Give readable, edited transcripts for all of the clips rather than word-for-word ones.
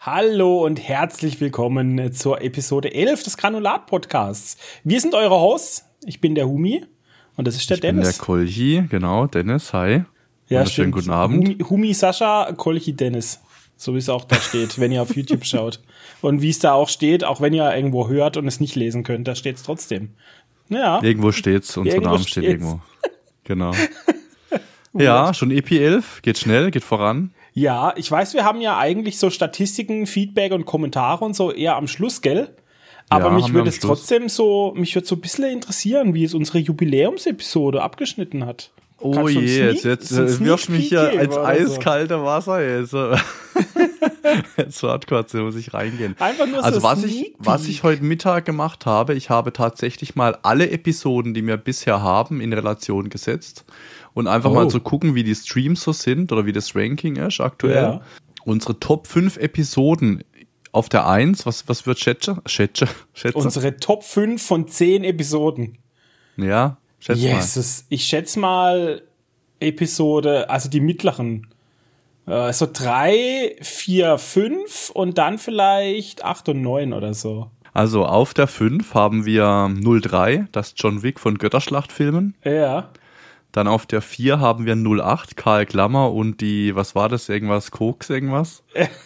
Hallo und herzlich willkommen zur Episode 11 des Granulat-Podcasts. Wir sind eure Hosts. Ich bin der Humi und das ist der Dennis. Ich bin der Kolchi, genau. Dennis, hi. Ja, schönen guten Abend. Humi Sascha, Kolchi Dennis. So wie es auch da steht, wenn ihr auf YouTube schaut. Und wie es da auch steht, auch wenn ihr irgendwo hört und es nicht lesen könnt, da steht es trotzdem. Ja. Irgendwo steht's, unser Name steht irgendwo. Genau. Ja, schon EP11, geht schnell, geht voran. Ja, ich weiß, wir haben ja eigentlich so Statistiken, Feedback und Kommentare und so eher am Schluss, gell? Aber Ja, mich haben wir würde am es Schluss. trotzdem mich würde so ein bisschen interessieren, wie es unsere Jubiläumsepisode abgeschnitten hat. Oh Kannst du einen je, Sneak- jetzt so einen Sneak wirft mich ja Peek ins geben oder eiskalte Wasser. Jetzt warte kurz, da muss ich reingehen. Einfach nur Also so was Sneak was ich heute Mittag gemacht habe, ich habe tatsächlich mal alle Episoden, die wir bisher haben, in Relation gesetzt und einfach mal zu gucken, wie die Streams so sind oder wie das Ranking ist aktuell. Ja. Unsere Top 5 Episoden auf der 1, was wird Schätze? Unsere Top 5 von 10 Episoden. Ja, schätze mal. Jesus, ich schätze mal Episode, also die mittleren. So 3, 4, 5 und dann vielleicht 8 und 9 oder so. Also auf der 5 haben wir 03, das John Wick von Götterschlacht-Filmen. Ja. Dann auf der 4 haben wir 08, Karl Klammer und die, was war das, irgendwas, Koks, irgendwas?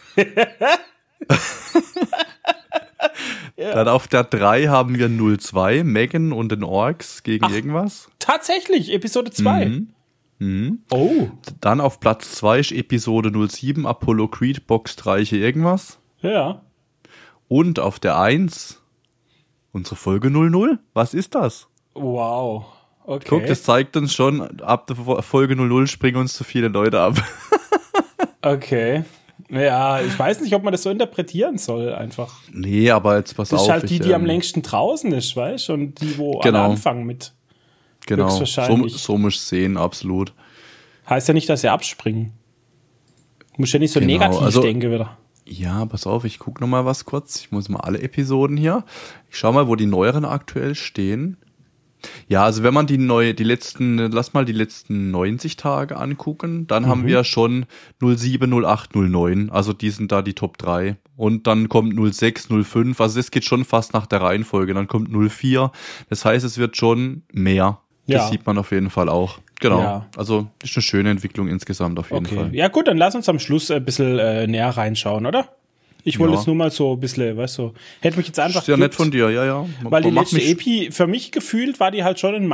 Ja. Dann auf der 3 haben wir 02, Megan und den Orks gegen irgendwas. Tatsächlich, Episode 2. Oh. Dann auf Platz 2 ist Episode 07, Apollo Creed, Boxstreiche irgendwas. Ja. Und auf der 1 unsere Folge 00. Was ist das? Wow. Okay. Guck, das zeigt uns schon, ab der Folge 00 springen uns zu viele Leute ab. Okay. Ja, ich weiß nicht, ob man das so interpretieren soll, einfach. Nee, aber jetzt pass Das auf. ist halt die am ich, längsten draußen ist, weißt du? Und die, wo Genau. alle anfangen mit. Genau, höchstwahrscheinlich. so muss ich sehen, absolut. Heißt ja nicht, dass sie abspringen. Muss ja nicht so Genau, negativ also- denken wieder. Ja, pass auf, ich guck noch mal was kurz. Ich muss mal alle Episoden hier. Ich schau mal, wo die neueren aktuell stehen. Ja, also wenn man lass mal die letzten 90 Tage angucken, dann haben wir schon 07, 08, 09. Also die sind da die Top 3. Und dann kommt 06, 05. Also das geht schon fast nach der Reihenfolge. Dann kommt 04. Das heißt, es wird schon mehr. Das Ja. sieht man auf jeden Fall auch. Genau. Ja. Also ist eine schöne Entwicklung insgesamt auf jeden Okay. Fall. Ja gut, dann lass uns am Schluss ein bisschen näher reinschauen, oder? Ich wollte Ja. jetzt nur mal so ein bisschen, weißt du, hätte mich jetzt einfach Ist ja nett gejuckt, von dir, ja. weil die Mach letzte mich- EP, für mich gefühlt, war die halt schon ein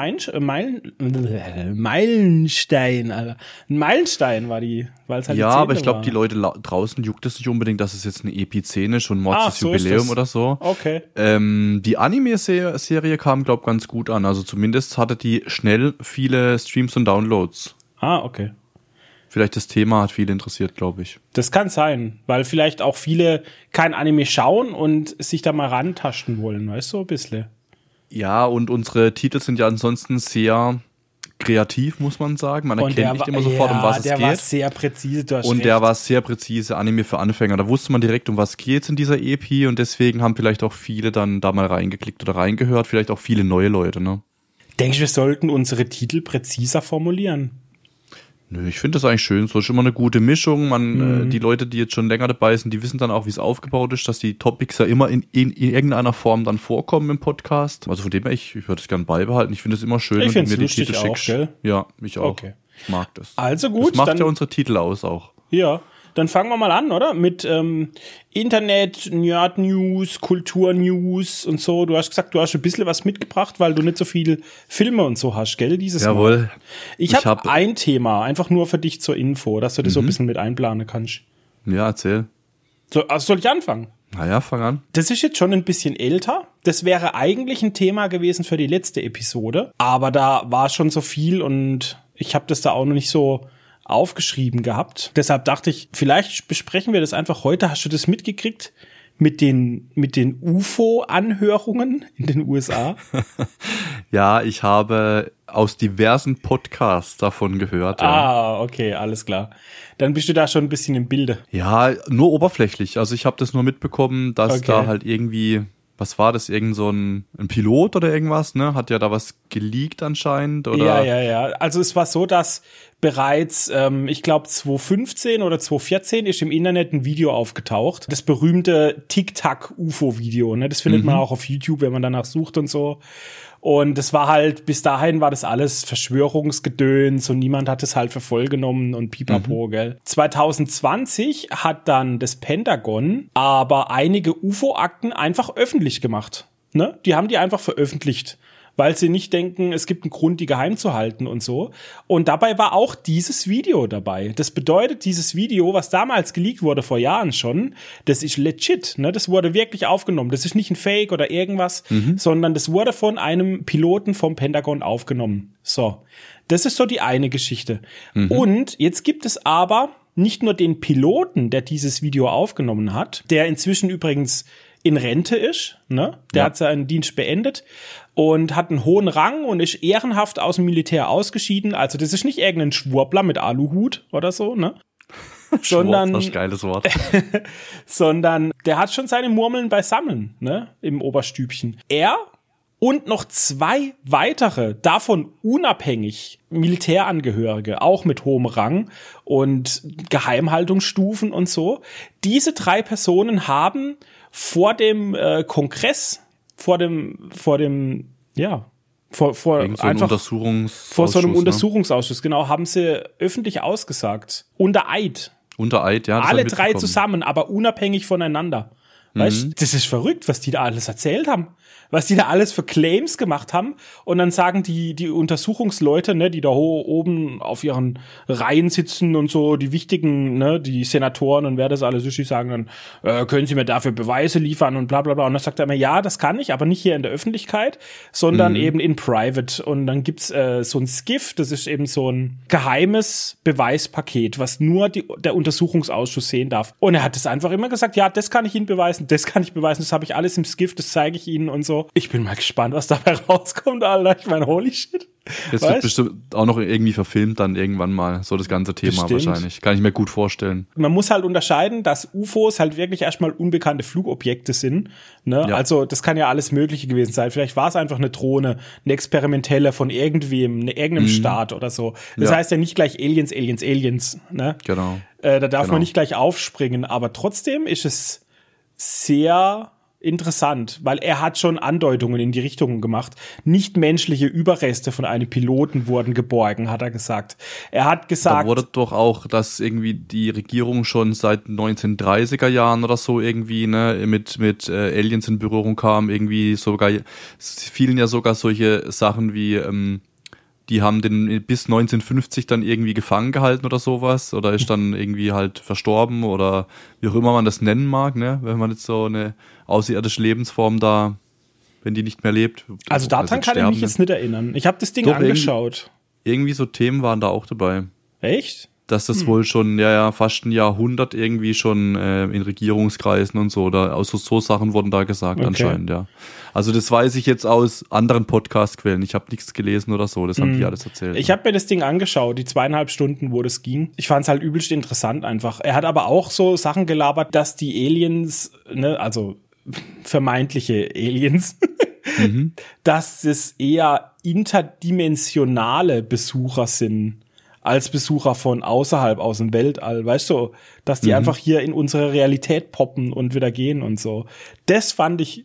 Meilenstein, Alter. Ein Meilenstein war die, weil es halt Ja, die aber 10. ich glaube, war. die Leute draußen juckt es nicht unbedingt, dass es jetzt eine EP10 ist und Ah, Mords so ist Jubiläum das. oder so. Okay. Die Anime-Serie kam, glaube ich, ganz gut an. Also zumindest hatte die schnell viele Streams und Downloads. Ah, okay. Vielleicht das Thema hat viele interessiert, glaube ich. Das kann sein, weil vielleicht auch viele kein Anime schauen und sich da mal rantasten wollen, weißt du, ein bisschen. Ja, und unsere Titel sind ja ansonsten sehr kreativ, muss man sagen. Man erkennt nicht immer sofort, um was es der war geht. sehr präzise, du hast Und recht. der war sehr präzise, Anime für Anfänger. Da wusste man direkt, um was geht's in dieser EP und deswegen haben vielleicht auch viele dann da mal reingeklickt oder reingehört. Vielleicht auch viele neue Leute, ne? Denkst du, wir sollten unsere Titel präziser formulieren? Nö, ich finde das eigentlich schön. So ist immer eine gute Mischung. Die Leute, die jetzt schon länger dabei sind, die wissen dann auch, wie es aufgebaut ist, dass die Topics ja immer in irgendeiner Form dann vorkommen im Podcast. Also von dem her, ich würde es gerne beibehalten. Ich finde es immer schön, Ich wenn find's du mir die lustig Titel auch, schickst. gell? Ja, ich auch. Okay. Ich mag das. Also gut, das macht dann, ja unsere Titel aus auch. ja, dann fangen wir mal an, oder? Mit Internet, Nerd-News, Kultur-News und so. Du hast gesagt, du hast ein bisschen was mitgebracht, weil du nicht so viel Filme und so hast, gell, dieses Mal. Jawohl. Ich hab ein Thema, einfach nur für dich zur Info, dass du das so ein bisschen mit einplanen kannst. Ja, erzähl. So, also soll ich anfangen? Naja, fang an. Das ist jetzt schon ein bisschen älter. Das wäre eigentlich ein Thema gewesen für die letzte Episode. Aber da war schon so viel und ich habe das da auch noch nicht so aufgeschrieben gehabt. Deshalb dachte ich, vielleicht besprechen wir das einfach heute. Hast du das mitgekriegt mit den UFO-Anhörungen in den USA? Ja, ich habe aus diversen Podcasts davon gehört. Ja. Ah, okay, alles klar. Dann bist du da schon ein bisschen im Bilde. Ja, nur oberflächlich. Also ich habe das nur mitbekommen, dass Okay. da halt irgendwie was war das, irgend so ein Pilot oder irgendwas, ne? Hat ja da was geleakt anscheinend, oder? Ja. Also es war so, dass bereits, ich glaube 2015 oder 2014 ist im Internet ein Video aufgetaucht. Das berühmte Tic-Tac-UFO-Video, ne? Das findet man auch auf YouTube, wenn man danach sucht und so. Und das war halt, bis dahin war das alles Verschwörungsgedöns und niemand hat es halt für voll genommen und pipapo, gell. 2020 hat dann das Pentagon aber einige UFO-Akten einfach öffentlich gemacht, ne? Die haben die einfach veröffentlicht, weil sie nicht denken, es gibt einen Grund, die geheim zu halten und so. Und dabei war auch dieses Video dabei. Das bedeutet, dieses Video, was damals geleakt wurde, vor Jahren schon, das ist legit, ne? Das wurde wirklich aufgenommen. Das ist nicht ein Fake oder irgendwas, sondern das wurde von einem Piloten vom Pentagon aufgenommen. So. Das ist so die eine Geschichte. Und jetzt gibt es aber nicht nur den Piloten, der dieses Video aufgenommen hat, der inzwischen übrigens in Rente ist, ne? Der hat seinen Dienst beendet und hat einen hohen Rang und ist ehrenhaft aus dem Militär ausgeschieden. Also das ist nicht irgendein Schwurbler mit Aluhut oder so, ne? Sondern, das ist ein geiles Wort. sondern der hat schon seine Murmeln beisammen, ne? Im Oberstübchen. Er und noch 2 weitere, davon unabhängig Militärangehörige, auch mit hohem Rang und Geheimhaltungsstufen und so. Diese 3 Personen haben vor dem Kongress, vor so einem Untersuchungsausschuss, genau, haben sie öffentlich ausgesagt. Unter Eid. Unter Eid, ja. Alle 3 zusammen, aber unabhängig voneinander. Weißt du, das ist verrückt, was die da alles erzählt haben. Was die da alles für Claims gemacht haben. Und dann sagen die Untersuchungsleute, ne, die da oben auf ihren Reihen sitzen und so, die wichtigen, ne, die Senatoren und wer das alles ist, die sagen dann, können Sie mir dafür Beweise liefern und bla bla bla. Und dann sagt er immer, ja, das kann ich, aber nicht hier in der Öffentlichkeit, sondern eben in Private. Und dann gibt's so ein SCIF, das ist eben so ein geheimes Beweispaket, was nur der Untersuchungsausschuss sehen darf. Und er hat das einfach immer gesagt, ja, das kann ich Ihnen beweisen, das kann ich beweisen, das habe ich alles im SCIF, das zeige ich Ihnen und so. Ich bin mal gespannt, was dabei rauskommt, Alter. Ich meine, holy shit. Das wird bestimmt auch noch irgendwie verfilmt dann irgendwann mal, so das ganze Thema bestimmt. Wahrscheinlich. Kann ich mir gut vorstellen. Man muss halt unterscheiden, dass UFOs halt wirklich erstmal unbekannte Flugobjekte sind. Ne? Ja. Also das kann ja alles Mögliche gewesen sein. Vielleicht war es einfach eine Drohne, eine experimentelle von irgendeinem Staat oder so. Das heißt ja nicht gleich Aliens. Ne? Genau. Da darf man nicht gleich aufspringen. Aber trotzdem ist es sehr interessant, weil er hat schon Andeutungen in die Richtungen gemacht. Nichtmenschliche Überreste von einem Piloten wurden geborgen, hat er gesagt. Er hat gesagt... Da wurde doch auch, dass irgendwie die Regierung schon seit 1930er Jahren oder so irgendwie mit Aliens in Berührung kam. Irgendwie sogar, es fielen ja sogar solche Sachen wie... die haben den bis 1950 dann irgendwie gefangen gehalten oder sowas oder ist dann irgendwie halt verstorben oder wie auch immer man das nennen mag, ne? Wenn man jetzt so eine außerirdische Lebensform da, wenn die nicht mehr lebt. Also daran kann ich mich jetzt nicht erinnern. Ich habe das Ding angeschaut. Irgendwie so Themen waren da auch dabei. Echt? Dass das wohl schon, fast ein Jahrhundert irgendwie schon in Regierungskreisen und so, oder so Sachen wurden da gesagt anscheinend, ja. Also das weiß ich jetzt aus anderen Podcast-Quellen. Ich habe nichts gelesen oder so, das haben die alles erzählt. Ich habe mir das Ding angeschaut, die 2,5 Stunden, wo das ging. Ich fand es halt übelst interessant einfach. Er hat aber auch so Sachen gelabert, dass die Aliens, ne, also vermeintliche Aliens, dass es eher interdimensionale Besucher sind als Besucher von außerhalb, aus dem Weltall, weißt du, dass die einfach hier in unsere Realität poppen und wieder gehen und so. Das fand ich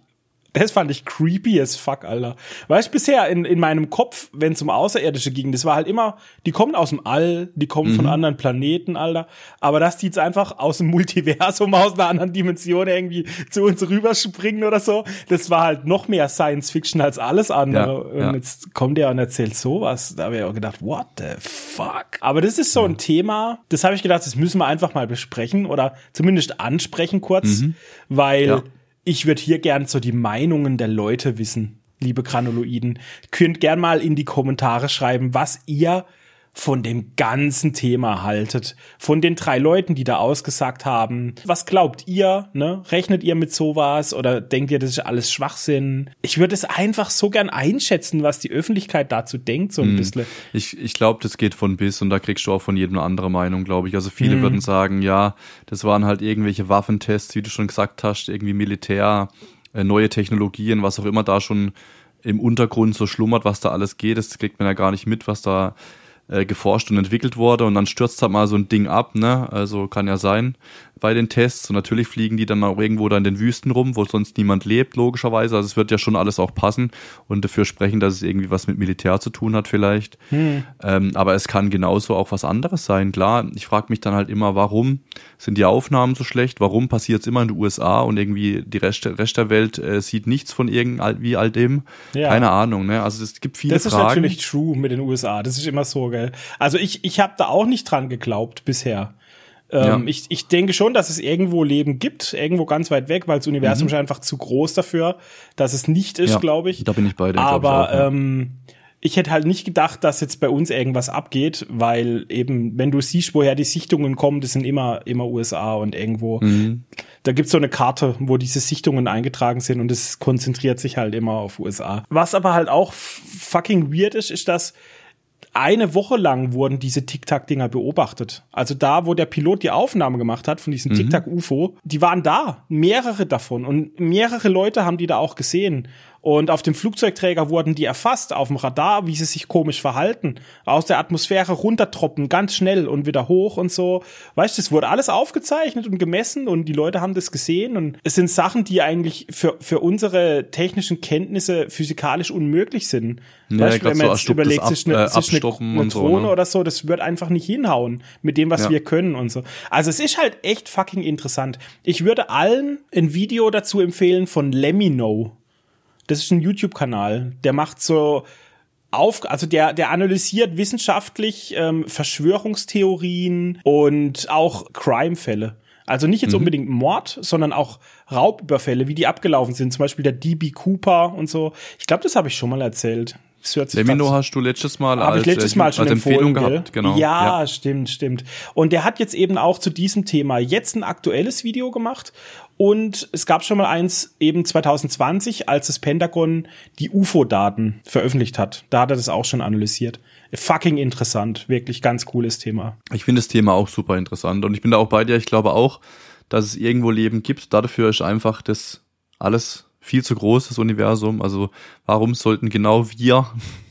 creepy as fuck, Alter. Weißt du, bisher in meinem Kopf, wenn es um Außerirdische ging, das war halt immer, die kommen aus dem All, die kommen von anderen Planeten, Alter. Aber dass die jetzt einfach aus dem Multiversum, aus einer anderen Dimension irgendwie zu uns rüberspringen oder so, das war halt noch mehr Science Fiction als alles andere. Und jetzt kommt der und erzählt sowas. Da habe ich auch gedacht, what the fuck? Aber das ist so ein Thema, das habe ich gedacht, das müssen wir einfach mal besprechen oder zumindest ansprechen kurz, weil ich würde hier gern so die Meinungen der Leute wissen, liebe Granuloiden. Könnt gern mal in die Kommentare schreiben, was ihr von dem ganzen Thema haltet. Von den 3 Leuten, die da ausgesagt haben. Was glaubt ihr? Ne? Rechnet ihr mit sowas? Oder denkt ihr, das ist alles Schwachsinn? Ich würde es einfach so gern einschätzen, was die Öffentlichkeit dazu denkt, so ein bisschen. Ich glaube, das geht von bis und da kriegst du auch von jedem eine andere Meinung, glaube ich. Also viele würden sagen, ja, das waren halt irgendwelche Waffentests, wie du schon gesagt hast, irgendwie Militär neue Technologien, was auch immer da schon im Untergrund so schlummert, was da alles geht. Das kriegt man ja gar nicht mit, was da geforscht und entwickelt wurde, und dann stürzt halt mal so ein Ding ab, ne? Also kann ja sein bei den Tests, und natürlich fliegen die dann auch irgendwo da in den Wüsten rum, wo sonst niemand lebt, logischerweise. Also es wird ja schon alles auch passen und dafür sprechen, dass es irgendwie was mit Militär zu tun hat vielleicht. Aber es kann genauso auch was anderes sein. Klar, ich frage mich dann halt immer, warum sind die Aufnahmen so schlecht? Warum passiert es immer in den USA und irgendwie die Rest der Welt sieht nichts von irgendwie all dem? Ja. Keine Ahnung, ne? Also es gibt viele Fragen. Das ist natürlich true mit den USA. Das ist immer so, gell? Also ich habe da auch nicht dran geglaubt bisher. Ich denke schon, dass es irgendwo Leben gibt, irgendwo ganz weit weg, weil das Universum ist einfach zu groß dafür, dass es nicht ist, glaube ich. Da bin ich bei dir. Aber ich hätte halt nicht gedacht, dass jetzt bei uns irgendwas abgeht, weil eben, wenn du siehst, woher die Sichtungen kommen, das sind immer USA und irgendwo. Da gibt's so eine Karte, wo diese Sichtungen eingetragen sind, und es konzentriert sich halt immer auf USA. Was aber halt auch fucking weird ist, dass eine Woche lang wurden diese Tic-Tac-Dinger beobachtet. Also da, wo der Pilot die Aufnahme gemacht hat von diesem Tic-Tac-UFO, die waren da, mehrere davon, und mehrere Leute haben die da auch gesehen. Und auf dem Flugzeugträger wurden die erfasst, auf dem Radar, wie sie sich komisch verhalten. Aus der Atmosphäre runtertroppen, ganz schnell und wieder hoch und so. Weißt du, das wurde alles aufgezeichnet und gemessen, und die Leute haben das gesehen. Und es sind Sachen, die eigentlich für unsere technischen Kenntnisse physikalisch unmöglich sind. Ja, weißt du, wenn man jetzt überlegt, sich eine Abstoppen Drohne ne? oder so, das wird einfach nicht hinhauen mit dem, was wir können und so. Also es ist halt echt fucking interessant. Ich würde allen ein Video dazu empfehlen von Lemino. Das ist ein YouTube-Kanal, der macht so also der analysiert wissenschaftlich Verschwörungstheorien und auch Crime-Fälle. Also nicht jetzt unbedingt Mord, sondern auch Raubüberfälle, wie die abgelaufen sind. Zum Beispiel der D.B. Cooper und so. Ich glaube, das habe ich schon mal erzählt. Lemino hast du letztes Mal als Empfehlung gehabt, genau. Ja, stimmt. Und der hat jetzt eben auch zu diesem Thema jetzt ein aktuelles Video gemacht. Und es gab schon mal eins eben 2020, als das Pentagon die UFO-Daten veröffentlicht hat. Da hat er das auch schon analysiert. Fucking interessant. Wirklich ganz cooles Thema. Ich finde das Thema auch super interessant. Und ich bin da auch bei dir. Ich glaube auch, dass es irgendwo Leben gibt. Dafür ist einfach das alles viel zu groß, das Universum. Also warum sollten genau wir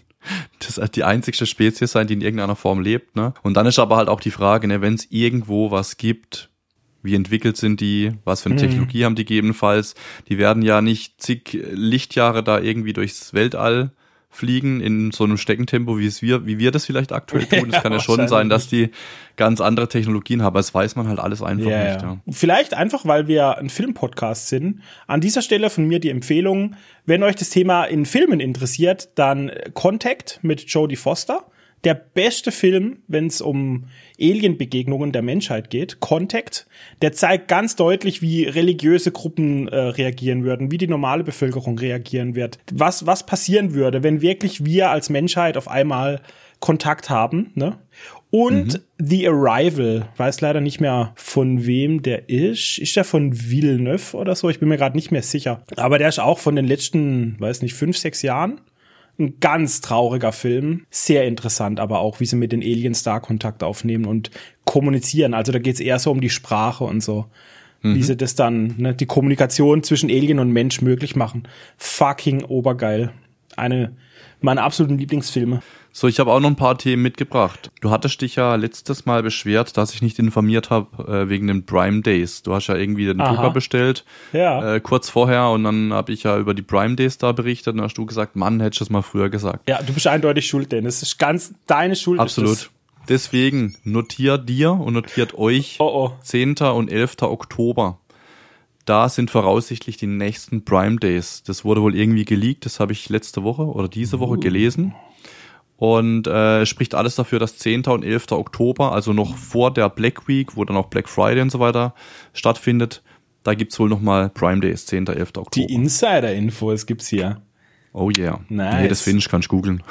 die einzigste Spezies sein, die in irgendeiner Form lebt, ne? Und dann ist aber halt auch die Frage, ne, wenn es irgendwo was gibt, wie entwickelt sind die, was für eine Technologie haben die gegebenenfalls? Die werden ja nicht zig Lichtjahre da irgendwie durchs Weltall fliegen in so einem Steckentempo, wie wir das vielleicht aktuell tun. Es kann ja schon sein, dass die ganz andere Technologien haben, aber das weiß man halt alles einfach nicht. Ja. Vielleicht einfach, weil wir ein Filmpodcast sind. An dieser Stelle von mir die Empfehlung, wenn euch das Thema in Filmen interessiert, dann Contact mit Jodie Foster. Der beste Film, wenn es um Alien-Begegnungen der Menschheit geht, Contact, der zeigt ganz deutlich, wie religiöse Gruppen reagieren würden, wie die normale Bevölkerung reagieren wird, was passieren würde, wenn wirklich wir als Menschheit auf einmal Kontakt haben, ne? Und The Arrival, weiß leider nicht mehr, von wem der ist. Ist der von Villeneuve oder so? Ich bin mir gerade nicht mehr sicher. Aber der ist auch von den letzten, 5, 6 Jahren. Ein ganz trauriger Film, sehr interessant, aber auch, wie sie mit den Aliens da Kontakt aufnehmen und kommunizieren. Also da geht's eher so um die Sprache und so, wie sie das dann, ne, die Kommunikation zwischen Alien und Mensch möglich machen. Fucking obergeil. Eine meiner absoluten Lieblingsfilme. So, ich habe auch noch ein paar Themen mitgebracht. Du hattest dich ja letztes Mal beschwert, dass ich nicht informiert habe wegen den Prime Days. Du hast ja irgendwie den Drucker bestellt, kurz vorher, und dann habe ich ja über die Prime Days da berichtet, und dann hast du gesagt, Mann, hättest du das mal früher gesagt. Ja, du bist eindeutig schuld, denn es ist ganz deine Schuld. Absolut. Deswegen notiert dir und notiert euch 10. und 11. Oktober. Da sind voraussichtlich die nächsten Prime Days. Das wurde wohl irgendwie geleakt, das habe ich letzte Woche oder diese Woche gelesen. Und spricht alles dafür, dass 10. und 11. Oktober, also noch vor der Black Week, wo dann auch Black Friday und so weiter stattfindet, da gibt's wohl nochmal Prime Days, 10. 11. Oktober. Die Insider-Infos gibt's hier. Oh yeah. Nice. Nee, das finde ich, kannst du googeln.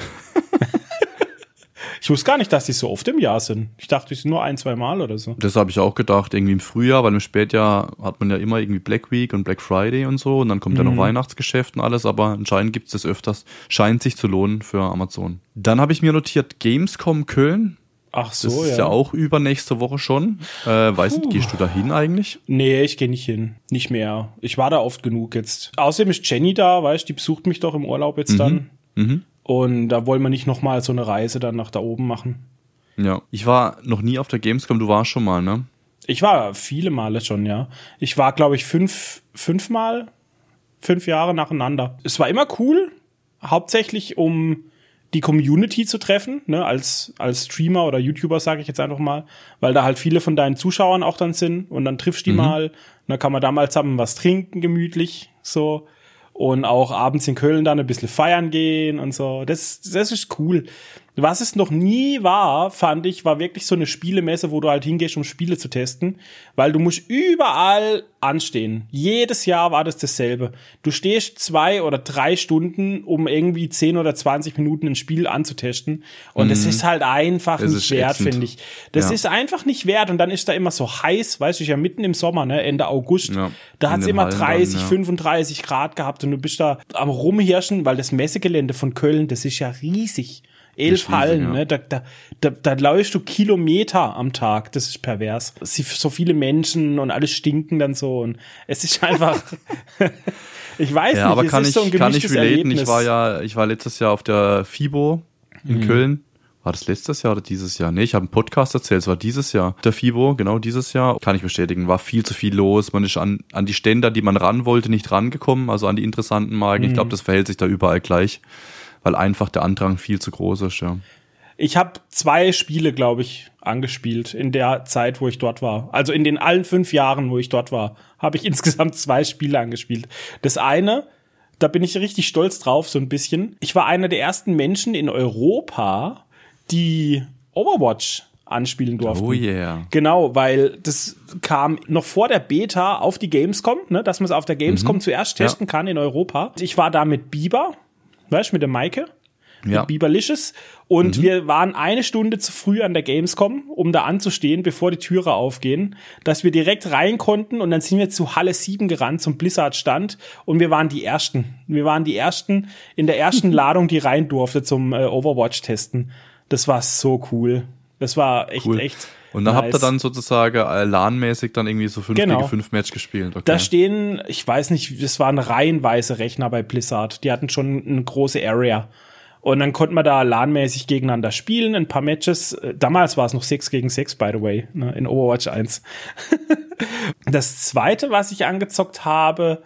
Ich wusste gar nicht, dass die so oft im Jahr sind. Ich dachte, die sind nur 1-2 Mal oder so. Das habe ich auch gedacht, irgendwie im Frühjahr, weil im Spätjahr hat man ja immer irgendwie Black Week und Black Friday und so, und dann kommt ja noch Weihnachtsgeschäft und alles, aber anscheinend gibt es das öfters. Scheint sich zu lohnen für Amazon. Dann habe ich mir notiert Gamescom Köln. Ach so, das ist ja auch übernächste Woche schon. Weißt du, gehst du da hin eigentlich? Nee, ich gehe nicht hin. Nicht mehr. Ich war da oft genug jetzt. Außerdem ist Jenny da, weißt du, die besucht mich doch im Urlaub jetzt dann. Und da wollen wir nicht nochmal so eine Reise dann nach da oben machen. Ja. Ich war noch nie auf der Gamescom, du warst schon mal, ne? Ich war viele Male schon, ja. Ich war, glaube ich, 5 Jahre nacheinander. Es war immer cool, hauptsächlich um die Community zu treffen, ne, als Streamer oder YouTuber, sage ich jetzt einfach mal, weil da halt viele von deinen Zuschauern auch dann sind und dann triffst du die mal, und dann kann man da mal zusammen was trinken, gemütlich, so, und auch abends in Köln dann ein bisschen feiern gehen und so, das ist cool. Was es noch nie war, fand ich, war wirklich so eine Spielemesse, wo du halt hingehst, um Spiele zu testen, weil du musst überall anstehen. Jedes Jahr war das dasselbe. Du stehst 2 oder 3 Stunden, um irgendwie 10 oder 20 Minuten ein Spiel anzutesten. Und das ist halt einfach nicht wert, finde ich. Das ist einfach nicht wert. Und dann ist da immer so heiß, weißt du, ja mitten im Sommer, ne, Ende August. Ja, da hat's immer 30, 35 Grad gehabt und du bist da am Rumhirschen, weil das Messegelände von Köln, das ist ja riesig. 11 Hallen, ne? Da läufst du Kilometer am Tag. Das ist pervers. So viele Menschen und alles stinken dann so. Und es ist einfach, ich weiß nicht, aber es ist so ein gemischtes Erlebnis. Ich war letztes Jahr auf der FIBO in Köln. War das letztes Jahr oder dieses Jahr? Nee, ich habe einen Podcast erzählt, es war dieses Jahr. Der FIBO, genau dieses Jahr. Kann ich bestätigen, war viel zu viel los. Man ist an die Ständer, die man ran wollte, nicht rangekommen. Also an die interessanten Marken. Ich glaube, das verhält sich da überall gleich. Weil einfach der Andrang viel zu groß ist, ja. Ich habe 2 Spiele, glaube ich, angespielt in der Zeit, wo ich dort war. Also in den allen 5 Jahren, wo ich dort war, habe ich insgesamt 2 Spiele angespielt. Das eine, da bin ich richtig stolz drauf, so ein bisschen. Ich war einer der ersten Menschen in Europa, die Overwatch anspielen durften. Oh yeah. Genau, weil das kam noch vor der Beta auf die Gamescom, ne, dass man es auf der Gamescom zuerst testen kann in Europa. Ich war da mit Biber. Weißt du, mit der Maike, mit Biberlicious. Und wir waren 1 Stunde zu früh an der Gamescom, um da anzustehen, bevor die Türe aufgehen, dass wir direkt rein konnten. Und dann sind wir zu Halle 7 gerannt, zum Blizzard-Stand. Und wir waren die Ersten. Wir waren die Ersten in der ersten Ladung, die rein durfte zum Overwatch-Testen. Das war so cool. Das war echt, cool. echt Und dann nice. habt ihr dann sozusagen LAN-mäßig dann irgendwie so 5 gegen 5 Match gespielt. Okay. Da stehen, ich weiß nicht, das waren reihenweise Rechner bei Blizzard. Die hatten schon eine große Area. Und dann konnte man da LAN-mäßig gegeneinander spielen, ein paar Matches. Damals war es noch 6 gegen 6, by the way, ne, in Overwatch 1. Das zweite, was ich angezockt habe,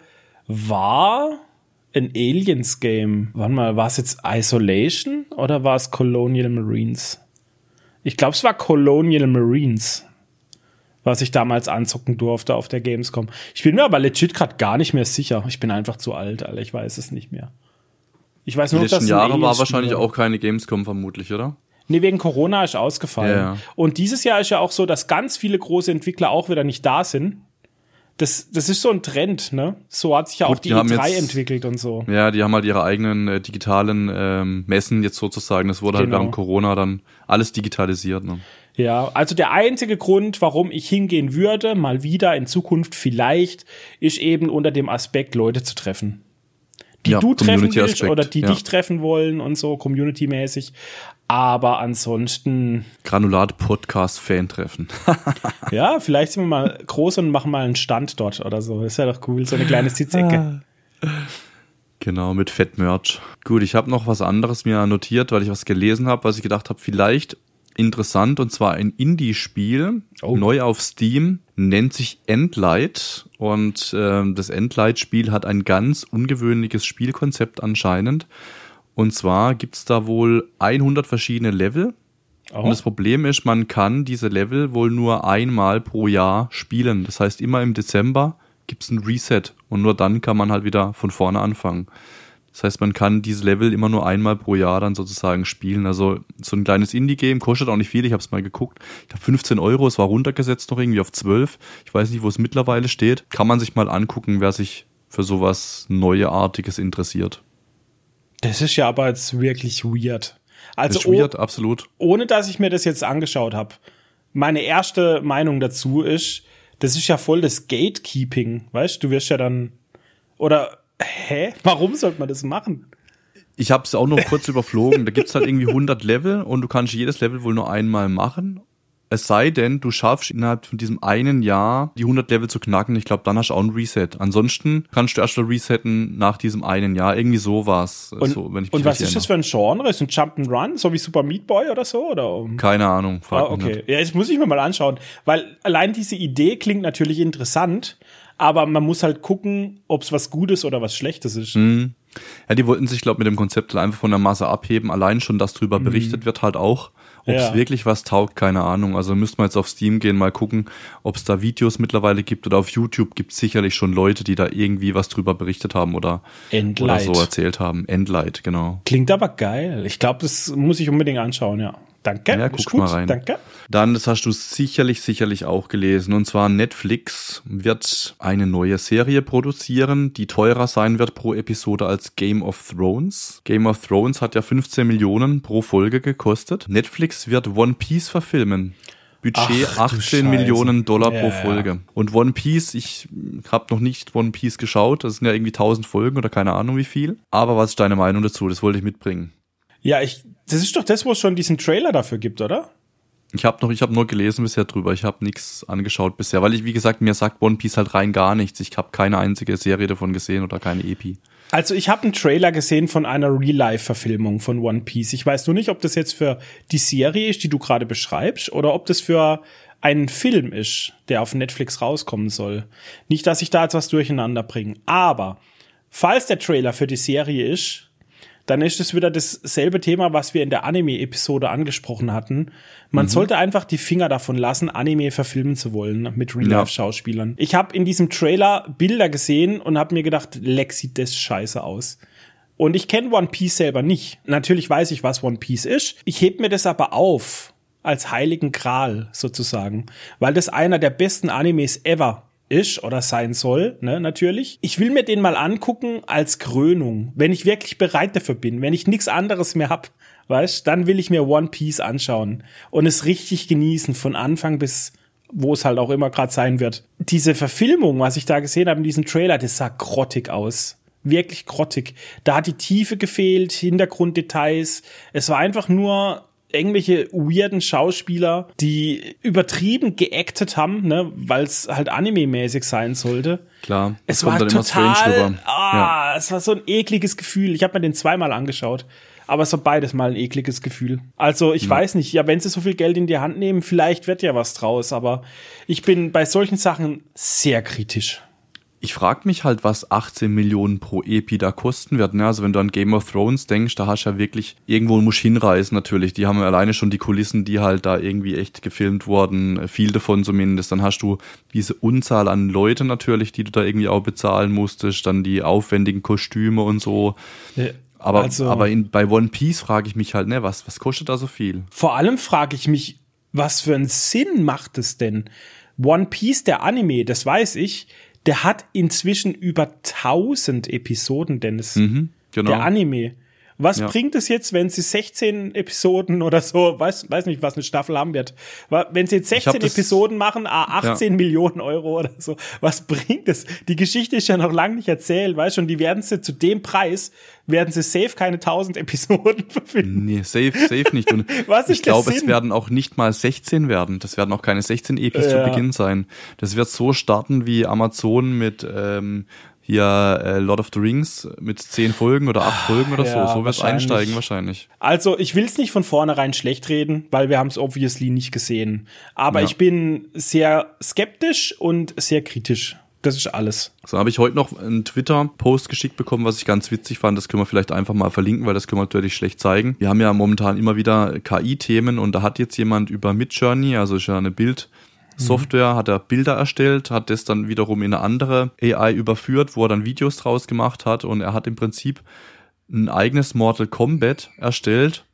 war ein Aliens-Game. Warte mal, war es jetzt Isolation oder war es Colonial Marines? Ich glaube, es war Colonial Marines, was ich damals anzocken durfte auf der Gamescom. Ich bin mir aber legit gerade gar nicht mehr sicher. Ich bin einfach zu alt, Alter. Ich weiß es nicht mehr. Ich weiß nur, dass das Jahre war wahrscheinlich auch keine Gamescom vermutlich, oder? Nee, wegen Corona ist ausgefallen. Ja. Und dieses Jahr ist ja auch so, dass ganz viele große Entwickler auch wieder nicht da sind. Das ist so ein Trend, ne? So hat sich ja auch die E3 entwickelt und so. Ja, die haben halt ihre eigenen digitalen Messen jetzt sozusagen. Das wurde halt während Corona dann alles digitalisiert, ne? Ja, also der einzige Grund, warum ich hingehen würde, mal wieder in Zukunft vielleicht, ist eben unter dem Aspekt, Leute zu treffen. Die du treffen willst oder die dich treffen wollen und so, community-mäßig. Aber ansonsten... Granulat-Podcast-Fan-Treffen. Ja, vielleicht sind wir mal groß und machen mal einen Stand dort oder so. Ist ja doch cool, so eine kleine Sitzecke. Genau, mit Fett-Merch. Gut, ich habe noch was anderes mir notiert, weil ich was gelesen habe, was ich gedacht habe, vielleicht interessant, und zwar ein Indie-Spiel, neu auf Steam, nennt sich Endlight, und das Endlight-Spiel hat ein ganz ungewöhnliches Spielkonzept anscheinend, und zwar gibt's da wohl 100 verschiedene Level, und das Problem ist, man kann diese Level wohl nur einmal pro Jahr spielen, das heißt immer im Dezember gibt's ein Reset und nur dann kann man halt wieder von vorne anfangen. Das heißt, man kann diese Level immer nur einmal pro Jahr dann sozusagen spielen. Also so ein kleines Indie-Game, kostet auch nicht viel, ich habe es mal geguckt. Ich glaube 15 €, es war runtergesetzt noch irgendwie auf 12. Ich weiß nicht, wo es mittlerweile steht. Kann man sich mal angucken, wer sich für sowas Neuartiges interessiert. Das ist ja aber jetzt wirklich weird. Also das ist weird, absolut. Ohne, dass ich mir das jetzt angeschaut habe. Meine erste Meinung dazu ist, das ist ja voll das Gatekeeping, weißt du? Du wirst ja dann, oder... Hä? Warum sollte man das machen? Ich habe es auch noch kurz überflogen. Da gibt's halt irgendwie 100 Level und du kannst jedes Level wohl nur einmal machen. Es sei denn, du schaffst innerhalb von diesem einen Jahr die 100 Level zu knacken. Ich glaube, dann hast du auch ein Reset. Ansonsten kannst du erst mal resetten nach diesem einen Jahr. Irgendwie sowas. Und, so, wenn ich und was ist das für ein Genre? Ist ein Jump'n'Run, so wie Super Meat Boy oder so? Oder? Keine Ahnung. Okay. Ja, das muss ich mir mal anschauen. Weil allein diese Idee klingt natürlich interessant, aber man muss halt gucken, ob es was Gutes oder was Schlechtes ist. Ja, die wollten sich, glaube ich, mit dem Konzept einfach von der Masse abheben. Allein schon, dass drüber berichtet wird halt auch. Ob es wirklich was taugt, keine Ahnung. Also müssten wir jetzt auf Steam gehen, mal gucken, ob es da Videos mittlerweile gibt oder auf YouTube gibt es sicherlich schon Leute, die da irgendwie was drüber berichtet haben oder so erzählt haben. Endlight, genau. Klingt aber geil. Ich glaube, das muss ich unbedingt anschauen, ja. Danke. Ja, guck mal rein. Danke. Dann, das hast du sicherlich auch gelesen. Und zwar Netflix wird eine neue Serie produzieren, die teurer sein wird pro Episode als Game of Thrones. Game of Thrones hat ja 15 Millionen pro Folge gekostet. Netflix wird One Piece verfilmen. Budget 18 Millionen Dollar pro Folge. Und One Piece, ich habe noch nicht One Piece geschaut. Das sind ja irgendwie 1000 Folgen oder keine Ahnung wie viel. Aber was ist deine Meinung dazu? Das wollte ich mitbringen. Ja, das ist doch das, wo es schon diesen Trailer dafür gibt, oder? Ich hab nur gelesen bisher drüber. Ich habe nichts angeschaut bisher, weil wie gesagt, mir sagt One Piece halt rein gar nichts. Ich habe keine einzige Serie davon gesehen oder keine Epi. Also ich habe einen Trailer gesehen von einer Real-Life-Verfilmung von One Piece. Ich weiß nur nicht, ob das jetzt für die Serie ist, die du gerade beschreibst, oder ob das für einen Film ist, der auf Netflix rauskommen soll. Nicht, dass ich da jetzt was durcheinander bringe. Aber falls der Trailer für die Serie ist, dann ist es wieder dasselbe Thema, was wir in der Anime-Episode angesprochen hatten. Man sollte einfach die Finger davon lassen, Anime verfilmen zu wollen mit Real-Life-Schauspielern. Ich habe in diesem Trailer Bilder gesehen und habe mir gedacht, leck, sieht das scheiße aus. Und ich kenne One Piece selber nicht. Natürlich weiß ich, was One Piece ist. Ich heb mir das aber auf als heiligen Gral sozusagen, weil das einer der besten Animes ever ist oder sein soll, ne, natürlich. Ich will mir den mal angucken als Krönung, wenn ich wirklich bereit dafür bin, wenn ich nichts anderes mehr hab, weißt, dann will ich mir One Piece anschauen und es richtig genießen, von Anfang bis wo es halt auch immer gerade sein wird. Diese Verfilmung, was ich da gesehen habe in diesem Trailer, das sah grottig aus. Wirklich grottig. Da hat die Tiefe gefehlt, Hintergrunddetails. Es war einfach nur irgendwelche weirden Schauspieler, die übertrieben geactet haben, ne, weil es halt anime-mäßig sein sollte. Klar. Es war total, es war so ein ekliges Gefühl. Ich habe mir den zweimal angeschaut, aber es war beides mal ein ekliges Gefühl. Also ich weiß nicht, ja, wenn sie so viel Geld in die Hand nehmen, vielleicht wird ja was draus, aber ich bin bei solchen Sachen sehr kritisch. Ich frage mich halt, was 18 Millionen pro Epi da kosten wird. Ne? Also wenn du an Game of Thrones denkst, da hast du ja wirklich, irgendwo musst du hinreisen natürlich. Die haben ja alleine schon die Kulissen, die halt da irgendwie echt gefilmt wurden, viel davon zumindest. Dann hast du diese Unzahl an Leute natürlich, die du da irgendwie auch bezahlen musstest, dann die aufwendigen Kostüme und so. Ja. Aber bei One Piece frage ich mich halt, ne, was kostet da so viel? Vor allem frage ich mich, was für einen Sinn macht es denn? One Piece, der Anime, das weiß ich, der hat inzwischen über 1000 Episoden, Dennis. Genau. Der Anime. Was bringt es jetzt, wenn sie 16 Episoden oder so, weiß nicht, was eine Staffel haben wird. Wenn sie jetzt 16 Episoden machen, 18 Millionen Euro oder so, was bringt es? Die Geschichte ist ja noch lange nicht erzählt, weißt du, und die werden sie zu dem Preis, werden sie safe keine 1000 Episoden verfilmen. Nee, safe nicht. Und ich glaube, es werden auch nicht mal 16 werden. Das werden auch keine 16 Epis zu Beginn sein. Das wird so starten wie Amazon mit Lord of the Rings mit 10 Folgen oder 8 Folgen oder so. So wird es einsteigen wahrscheinlich. Also ich will es nicht von vornherein schlecht reden, weil wir haben es obviously nicht gesehen. Aber ich bin sehr skeptisch und sehr kritisch. Das ist alles. So habe ich heute noch einen Twitter-Post geschickt bekommen, was ich ganz witzig fand. Das können wir vielleicht einfach mal verlinken, weil das können wir natürlich schlecht zeigen. Wir haben ja momentan immer wieder KI-Themen und da hat jetzt jemand über Midjourney, also ist ja eine Software, hat er Bilder erstellt, hat das dann wiederum in eine andere AI überführt, wo er dann Videos draus gemacht hat und er hat im Prinzip ein eigenes Mortal Kombat erstellt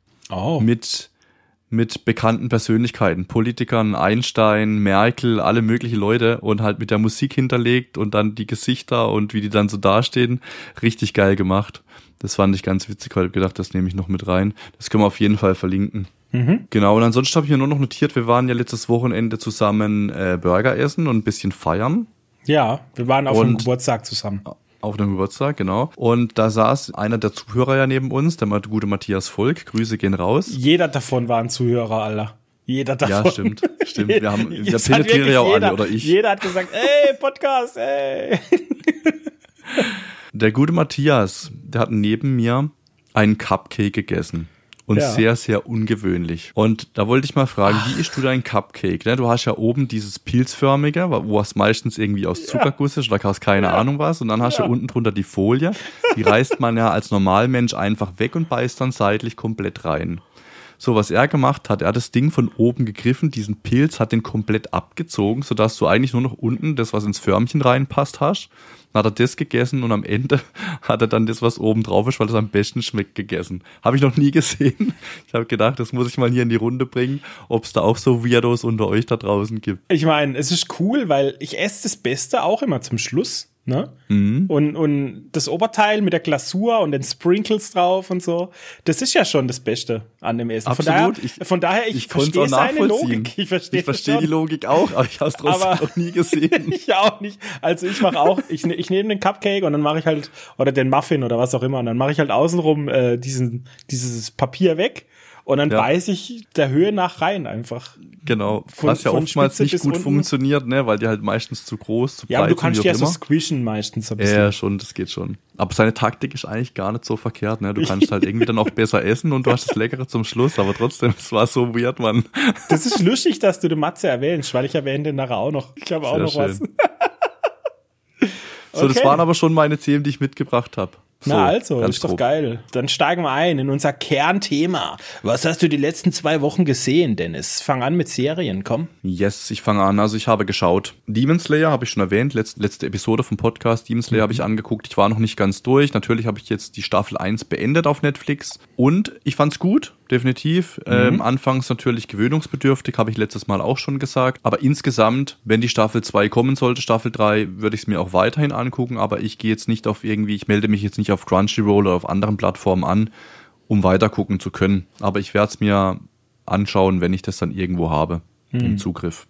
mit bekannten Persönlichkeiten, Politikern, Einstein, Merkel, alle möglichen Leute und halt mit der Musik hinterlegt und dann die Gesichter und wie die dann so dastehen. Richtig geil gemacht. Das fand ich ganz witzig, weil ich gedacht, das nehme ich noch mit rein. Das können wir auf jeden Fall verlinken. Genau, und ansonsten habe ich mir nur noch notiert, wir waren ja letztes Wochenende zusammen Burger essen und ein bisschen feiern. Ja, wir waren auf einem Geburtstag zusammen. Auf einem Geburtstag, genau. Und da saß einer der Zuhörer ja neben uns, der gute Matthias Volk. Grüße gehen raus. Jeder davon war ein Zuhörer, Alter. Jeder davon. Ja, stimmt. Wir penetrieren ja auch alle, oder ich. Jeder hat gesagt, ey, Podcast, ey. Der gute Matthias, der hat neben mir einen Cupcake gegessen. Und sehr, sehr ungewöhnlich. Und da wollte ich mal fragen, wie isst du dein Cupcake? Ne? Du hast ja oben dieses pilzförmige, wo es meistens irgendwie aus Zuckerguss ist oder aus keine Ahnung was. Und dann hast du unten drunter die Folie. Die reißt man ja als Normalmensch einfach weg und beißt dann seitlich komplett rein. So, was er gemacht hat, er hat das Ding von oben gegriffen, diesen Pilz, hat den komplett abgezogen, sodass du eigentlich nur noch unten das, was ins Förmchen reinpasst, hast. Dann hat er das gegessen und am Ende hat er dann das, was oben drauf ist, weil das am besten schmeckt, gegessen. Habe ich noch nie gesehen. Ich habe gedacht, das muss ich mal hier in die Runde bringen, ob es da auch so Weirdos unter euch da draußen gibt. Ich meine, es ist cool, weil ich esse das Beste auch immer zum Schluss. Ne? Mhm. Und das Oberteil mit der Glasur und den Sprinkles drauf und so, das ist ja schon das Beste an dem Essen. Absolut. Von daher, ich verstehe seine Logik. Ich verstehe die Logik auch, aber ich habe es trotzdem noch nie gesehen. Ich auch nicht. Also ich mache auch, ich nehme den Cupcake und dann mache ich halt, oder den Muffin oder was auch immer, und dann mache ich halt außenrum dieses Papier weg. Und dann beiß ich der Höhe nach rein einfach. Genau. Was ja oftmals nicht gut funktioniert, ne, weil die halt meistens zu groß, zu breit sind. Ja, aber du kannst ja so squishen meistens ein bisschen. Ja, schon, das geht schon. Aber seine Taktik ist eigentlich gar nicht so verkehrt, ne. Du kannst halt irgendwie dann auch besser essen und du hast das Leckere zum Schluss, aber trotzdem, es war so weird, Mann. Das ist lustig, dass du den Matze erwähnst, weil ich erwähne den nachher auch noch. Ich habe auch noch was. So, das waren aber schon meine Themen, die ich mitgebracht habe. So, na also, ist doch geil. Dann steigen wir ein in unser Kernthema. Was hast du die letzten 2 Wochen gesehen, Dennis? Fang an mit Serien, komm. Yes, ich fange an. Also ich habe geschaut. Demon Slayer habe ich schon erwähnt, letzte Episode vom Podcast. Demon Slayer habe ich angeguckt. Ich war noch nicht ganz durch. Natürlich habe ich jetzt die Staffel 1 beendet auf Netflix. Und ich fand's gut, definitiv. Anfangs natürlich gewöhnungsbedürftig, habe ich letztes Mal auch schon gesagt. Aber insgesamt, wenn die Staffel 2 kommen sollte, Staffel 3, würde ich es mir auch weiterhin angucken. Aber ich gehe jetzt nicht auf irgendwie, ich melde mich jetzt nicht auf Crunchyroll oder auf anderen Plattformen an, um weiter gucken zu können. Aber ich werde es mir anschauen, wenn ich das dann irgendwo habe, im Zugriff.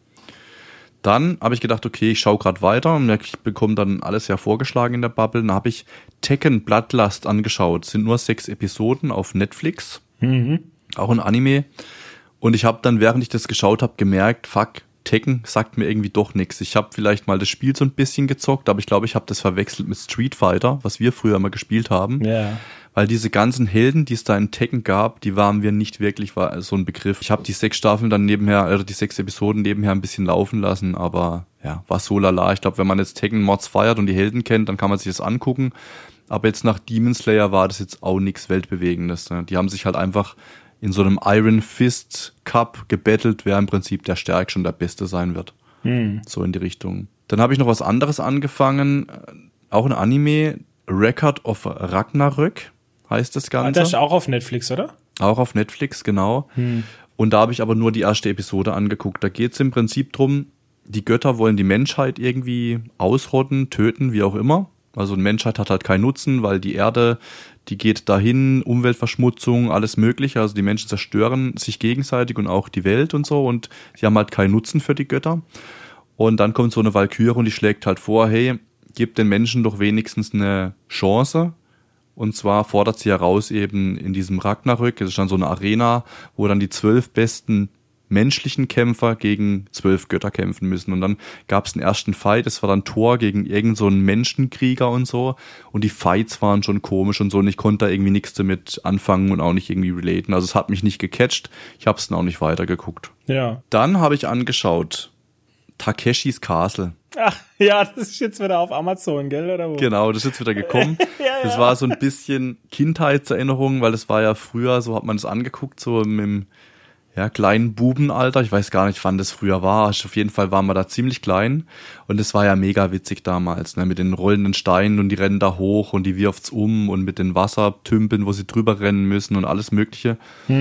Dann habe ich gedacht, okay, ich schaue gerade weiter und ich bekomme dann alles ja vorgeschlagen in der Bubble. Dann habe ich Tekken Bloodlust angeschaut. Es sind nur 6 Episoden auf Netflix. Auch ein Anime. Und ich habe dann, während ich das geschaut habe, gemerkt, fuck, Tekken sagt mir irgendwie doch nichts. Ich habe vielleicht mal das Spiel so ein bisschen gezockt, aber ich glaube, ich habe das verwechselt mit Street Fighter, was wir früher immer gespielt haben. Ja. Weil diese ganzen Helden, die es da in Tekken gab, die waren mir nicht wirklich so ein Begriff. Ich habe die 6 Staffeln dann die 6 Episoden nebenher ein bisschen laufen lassen, aber ja, war so lala. Ich glaube, wenn man jetzt Tekken-Mods feiert und die Helden kennt, dann kann man sich das angucken. Aber jetzt nach Demon Slayer war das jetzt auch nichts Weltbewegendes. Ne? Die haben sich halt einfach in so einem Iron Fist Cup gebettelt, wer im Prinzip der Stärkste und der Beste sein wird. So in die Richtung. Dann habe ich noch was anderes angefangen, auch ein Anime, Record of Ragnarök heißt das Ganze. Das ist auch auf Netflix, oder? Auch auf Netflix, genau. Und da habe ich aber nur die erste Episode angeguckt. Da geht es im Prinzip drum, die Götter wollen die Menschheit irgendwie ausrotten, töten, wie auch immer. Also die Menschheit hat halt keinen Nutzen, weil die Erde, die geht dahin, Umweltverschmutzung, alles mögliche. Also die Menschen zerstören sich gegenseitig und auch die Welt und so. Und sie haben halt keinen Nutzen für die Götter. Und dann kommt so eine Walküre und die schlägt halt vor, hey, gib den Menschen doch wenigstens eine Chance. Und zwar fordert sie heraus eben in diesem Ragnarök, das ist dann so eine Arena, wo dann die 12 besten menschlichen Kämpfer gegen 12 Götter kämpfen müssen. Und dann gab es den ersten Fight, das war dann Thor gegen irgend so einen Menschenkrieger und so. Und die Fights waren schon komisch und so. Und ich konnte da irgendwie nichts damit anfangen und auch nicht irgendwie relaten. Also es hat mich nicht gecatcht. Ich habe es dann auch nicht weitergeguckt. Ja. Dann habe ich angeschaut Takeshis Castle. Ach, ja, das ist jetzt wieder auf Amazon, gell, oder wo? Genau, das ist jetzt wieder gekommen. Das war so ein bisschen Kindheitserinnerung, weil das war ja früher, so hat man es angeguckt, so im kleinen Bubenalter. Ich weiß gar nicht, wann das früher war. Auf jeden Fall waren wir da ziemlich klein. Und es war ja mega witzig damals, ne? Mit den rollenden Steinen und die rennen da hoch und die wirft's um und mit den Wassertümpeln, wo sie drüber rennen müssen und alles Mögliche.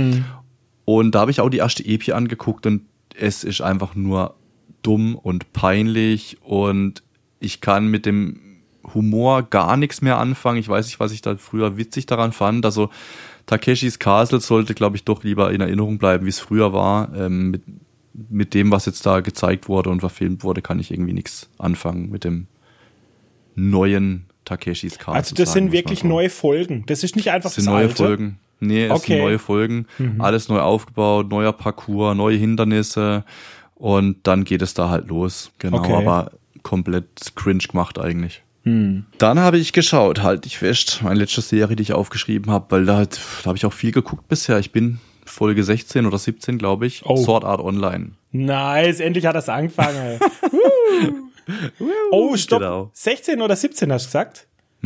Und da habe ich auch die erste Epi angeguckt und es ist einfach nur dumm und peinlich und ich kann mit dem Humor gar nichts mehr anfangen. Ich weiß nicht, was ich da früher witzig daran fand. Also Takeshis Castle sollte, glaube ich, doch lieber in Erinnerung bleiben, wie es früher war. Mit dem, was jetzt da gezeigt wurde und verfilmt wurde, kann ich irgendwie nichts anfangen mit dem neuen Takeshis Castle. Also das sagen, sind wirklich neue Folgen. Das ist nicht einfach das sind neue Alte. Folgen. Nee, es sind neue Folgen. Alles neu aufgebaut, neuer Parcours, neue Hindernisse. Und dann geht es da halt los. Genau, aber komplett cringe gemacht eigentlich. Dann habe ich geschaut, halte ich fest, meine letzte Serie, die ich aufgeschrieben habe, weil da habe ich auch viel geguckt bisher. Ich bin Folge 16 oder 17, glaube ich. Sword Art Online. Nice, endlich hat das angefangen. Oh, stopp. Genau. 16 oder 17 hast du gesagt?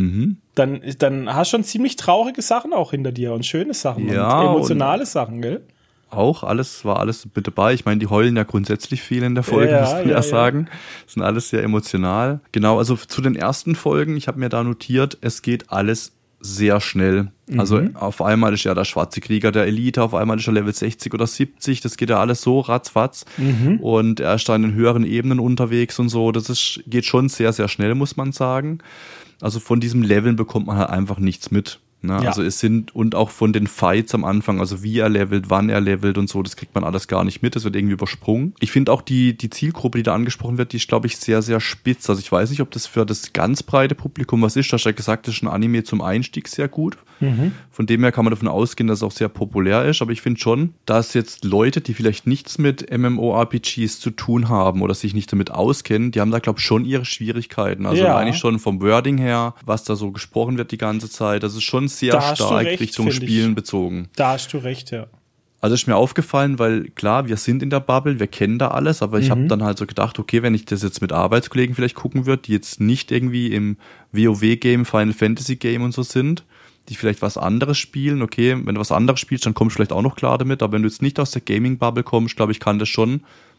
Dann hast du schon ziemlich traurige Sachen auch hinter dir und schöne Sachen und emotionale Sachen, gell? War alles mit dabei. Ich meine, die heulen ja grundsätzlich viel in der Folge, muss man ja sagen. Das sind alles sehr emotional. Genau, also zu den ersten Folgen, ich habe mir da notiert, es geht alles sehr schnell. Also auf einmal ist ja der schwarze Krieger der Elite, auf einmal ist er Level 60 oder 70, das geht ja alles so ratzfatz. Und er ist da in den höheren Ebenen unterwegs und so. Geht schon sehr, sehr schnell, muss man sagen. Also von diesem Leveln bekommt man halt einfach nichts mit. Ne? Ja. Also und auch von den Fights am Anfang, also wie er levelt, wann er levelt und so, das kriegt man alles gar nicht mit, das wird irgendwie übersprungen. Ich finde auch die Zielgruppe, die da angesprochen wird, die ist, glaube ich, sehr, sehr spitz. Also ich weiß nicht, ob das für das ganz breite Publikum was ist. Du hast ja gesagt, das ist ein Anime zum Einstieg sehr gut. Von dem her kann man davon ausgehen, dass es auch sehr populär ist. Aber ich finde schon, dass jetzt Leute, die vielleicht nichts mit MMORPGs zu tun haben oder sich nicht damit auskennen, die haben da, glaube ich, schon ihre Schwierigkeiten. Also eigentlich schon vom Wording her, was da so gesprochen wird die ganze Zeit, das ist schon sehr stark Richtung Spielen bezogen. Da hast du recht, ja. Also ist mir aufgefallen, weil klar, wir sind in der Bubble, wir kennen da alles, aber ich habe dann halt so gedacht, okay, wenn ich das jetzt mit Arbeitskollegen vielleicht gucken würde, die jetzt nicht irgendwie im WoW-Game, Final Fantasy-Game und so sind, die vielleicht was anderes spielen, okay, wenn du was anderes spielst, dann kommst du vielleicht auch noch klar damit, aber wenn du jetzt nicht aus der Gaming-Bubble kommst, glaube ich, kann das schon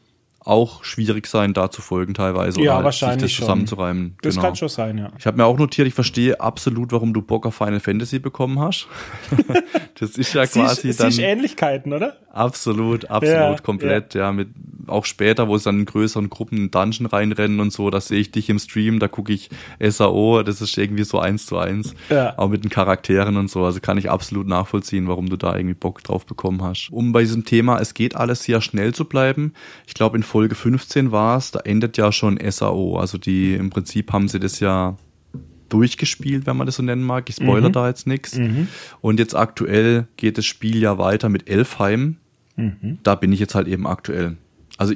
auch schwierig sein, da zu folgen teilweise. Ja, oder halt wahrscheinlich sich das zusammenzureimen. Das kann schon sein, ja. Ich habe mir auch notiert, ich verstehe absolut, warum du Bock auf Final Fantasy bekommen hast. Das ist ja quasi dann... Siehst Ähnlichkeiten, oder? Absolut, komplett, ja. Mit auch später, wo sie dann in größeren Gruppen in den Dungeon reinrennen und so, da sehe ich dich im Stream, da gucke ich SAO, das ist irgendwie so 1:1. Ja. Auch mit den Charakteren und so, also kann ich absolut nachvollziehen, warum du da irgendwie Bock drauf bekommen hast. Um bei diesem Thema, es geht alles sehr schnell zu bleiben, ich glaube in Folge 15 war es, da endet ja schon SAO, also im Prinzip haben sie das ja durchgespielt, wenn man das so nennen mag. Ich spoilere da jetzt nichts. Und jetzt aktuell geht das Spiel ja weiter mit Elfheim. Da bin ich jetzt halt eben aktuell. Also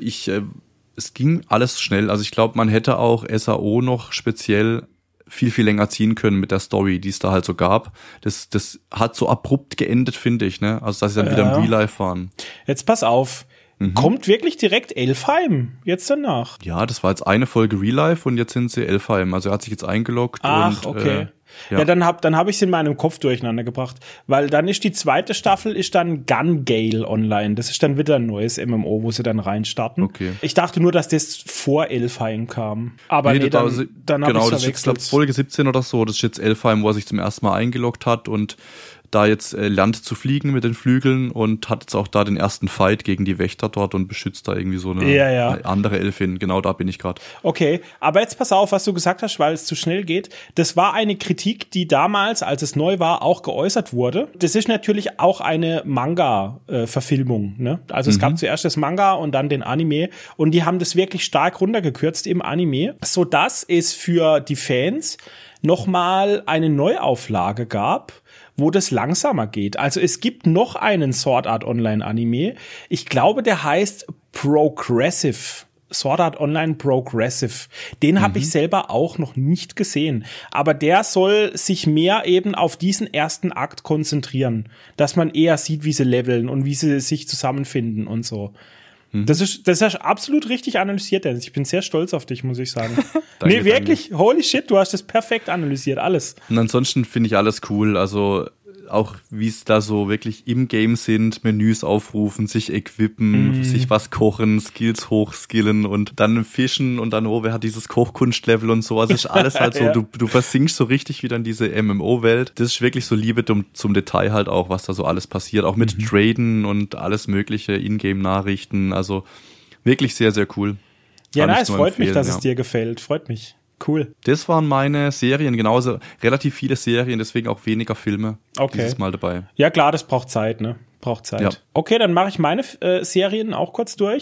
es ging alles schnell. Also ich glaube, man hätte auch SAO noch speziell viel, viel länger ziehen können mit der Story, die es da halt so gab. Das hat so abrupt geendet, finde ich, ne? Also dass sie dann wieder im Real Life waren. Jetzt pass auf. Kommt wirklich direkt Elfheim jetzt danach? Ja, das war jetzt eine Folge Real Life und jetzt sind sie Elfheim. Also er hat sich jetzt eingeloggt. Ach, okay. Ja, dann hab ich es in meinem Kopf durcheinander gebracht. Weil dann ist die zweite Staffel ist dann Gun Gale online. Das ist dann wieder ein neues MMO, wo sie dann reinstarten. Okay. Ich dachte nur, dass das vor Elfheim kam. Aber nee, dann hab ich's genau, das ist jetzt, glaube Folge 17 oder so. Das ist jetzt Elfheim, wo er sich zum ersten Mal eingeloggt hat und da jetzt lernt zu fliegen mit den Flügeln und hat jetzt auch da den ersten Fight gegen die Wächter dort und beschützt da irgendwie so eine andere Elfin. Genau, da bin ich gerade. Okay, aber jetzt pass auf, was du gesagt hast, weil es zu schnell geht. Das war eine Kritik, die damals, als es neu war, auch geäußert wurde. Das ist natürlich auch eine Manga-Verfilmung, ne? Also es gab zuerst das Manga und dann den Anime und die haben das wirklich stark runtergekürzt im Anime, sodass es für die Fans nochmal eine Neuauflage gab, wo das langsamer geht. Also es gibt noch einen Sword Art Online Anime. Ich glaube, der heißt Progressive. Sword Art Online Progressive. Den habe ich selber auch noch nicht gesehen. Aber der soll sich mehr eben auf diesen ersten Akt konzentrieren. Dass man eher sieht, wie sie leveln und wie sie sich zusammenfinden und so. Das ist absolut richtig analysiert, Dennis. Ich bin sehr stolz auf dich, muss ich sagen. Danke, wirklich, holy shit, du hast das perfekt analysiert, alles. Und ansonsten finde ich alles cool, also auch wie es da so wirklich im Game sind, Menüs aufrufen, sich equippen, sich was kochen, Skills hochskillen und dann fischen und dann, wer hat dieses Kochkunstlevel und so, also ist alles halt so, ja. du versinkst so richtig wieder in diese MMO-Welt. Das ist wirklich so Liebe zum Detail halt auch, was da so alles passiert, auch mit Traden und alles mögliche, Ingame-Nachrichten, also wirklich sehr, sehr cool. Ja, es freut mich, dass es dir gefällt, freut mich. Cool. Das waren meine Serien, genauso relativ viele Serien, deswegen auch weniger Filme dieses Mal dabei. Ja klar, das braucht Zeit, ne? Braucht Zeit. Ja. Okay, dann mache ich meine Serien auch kurz durch.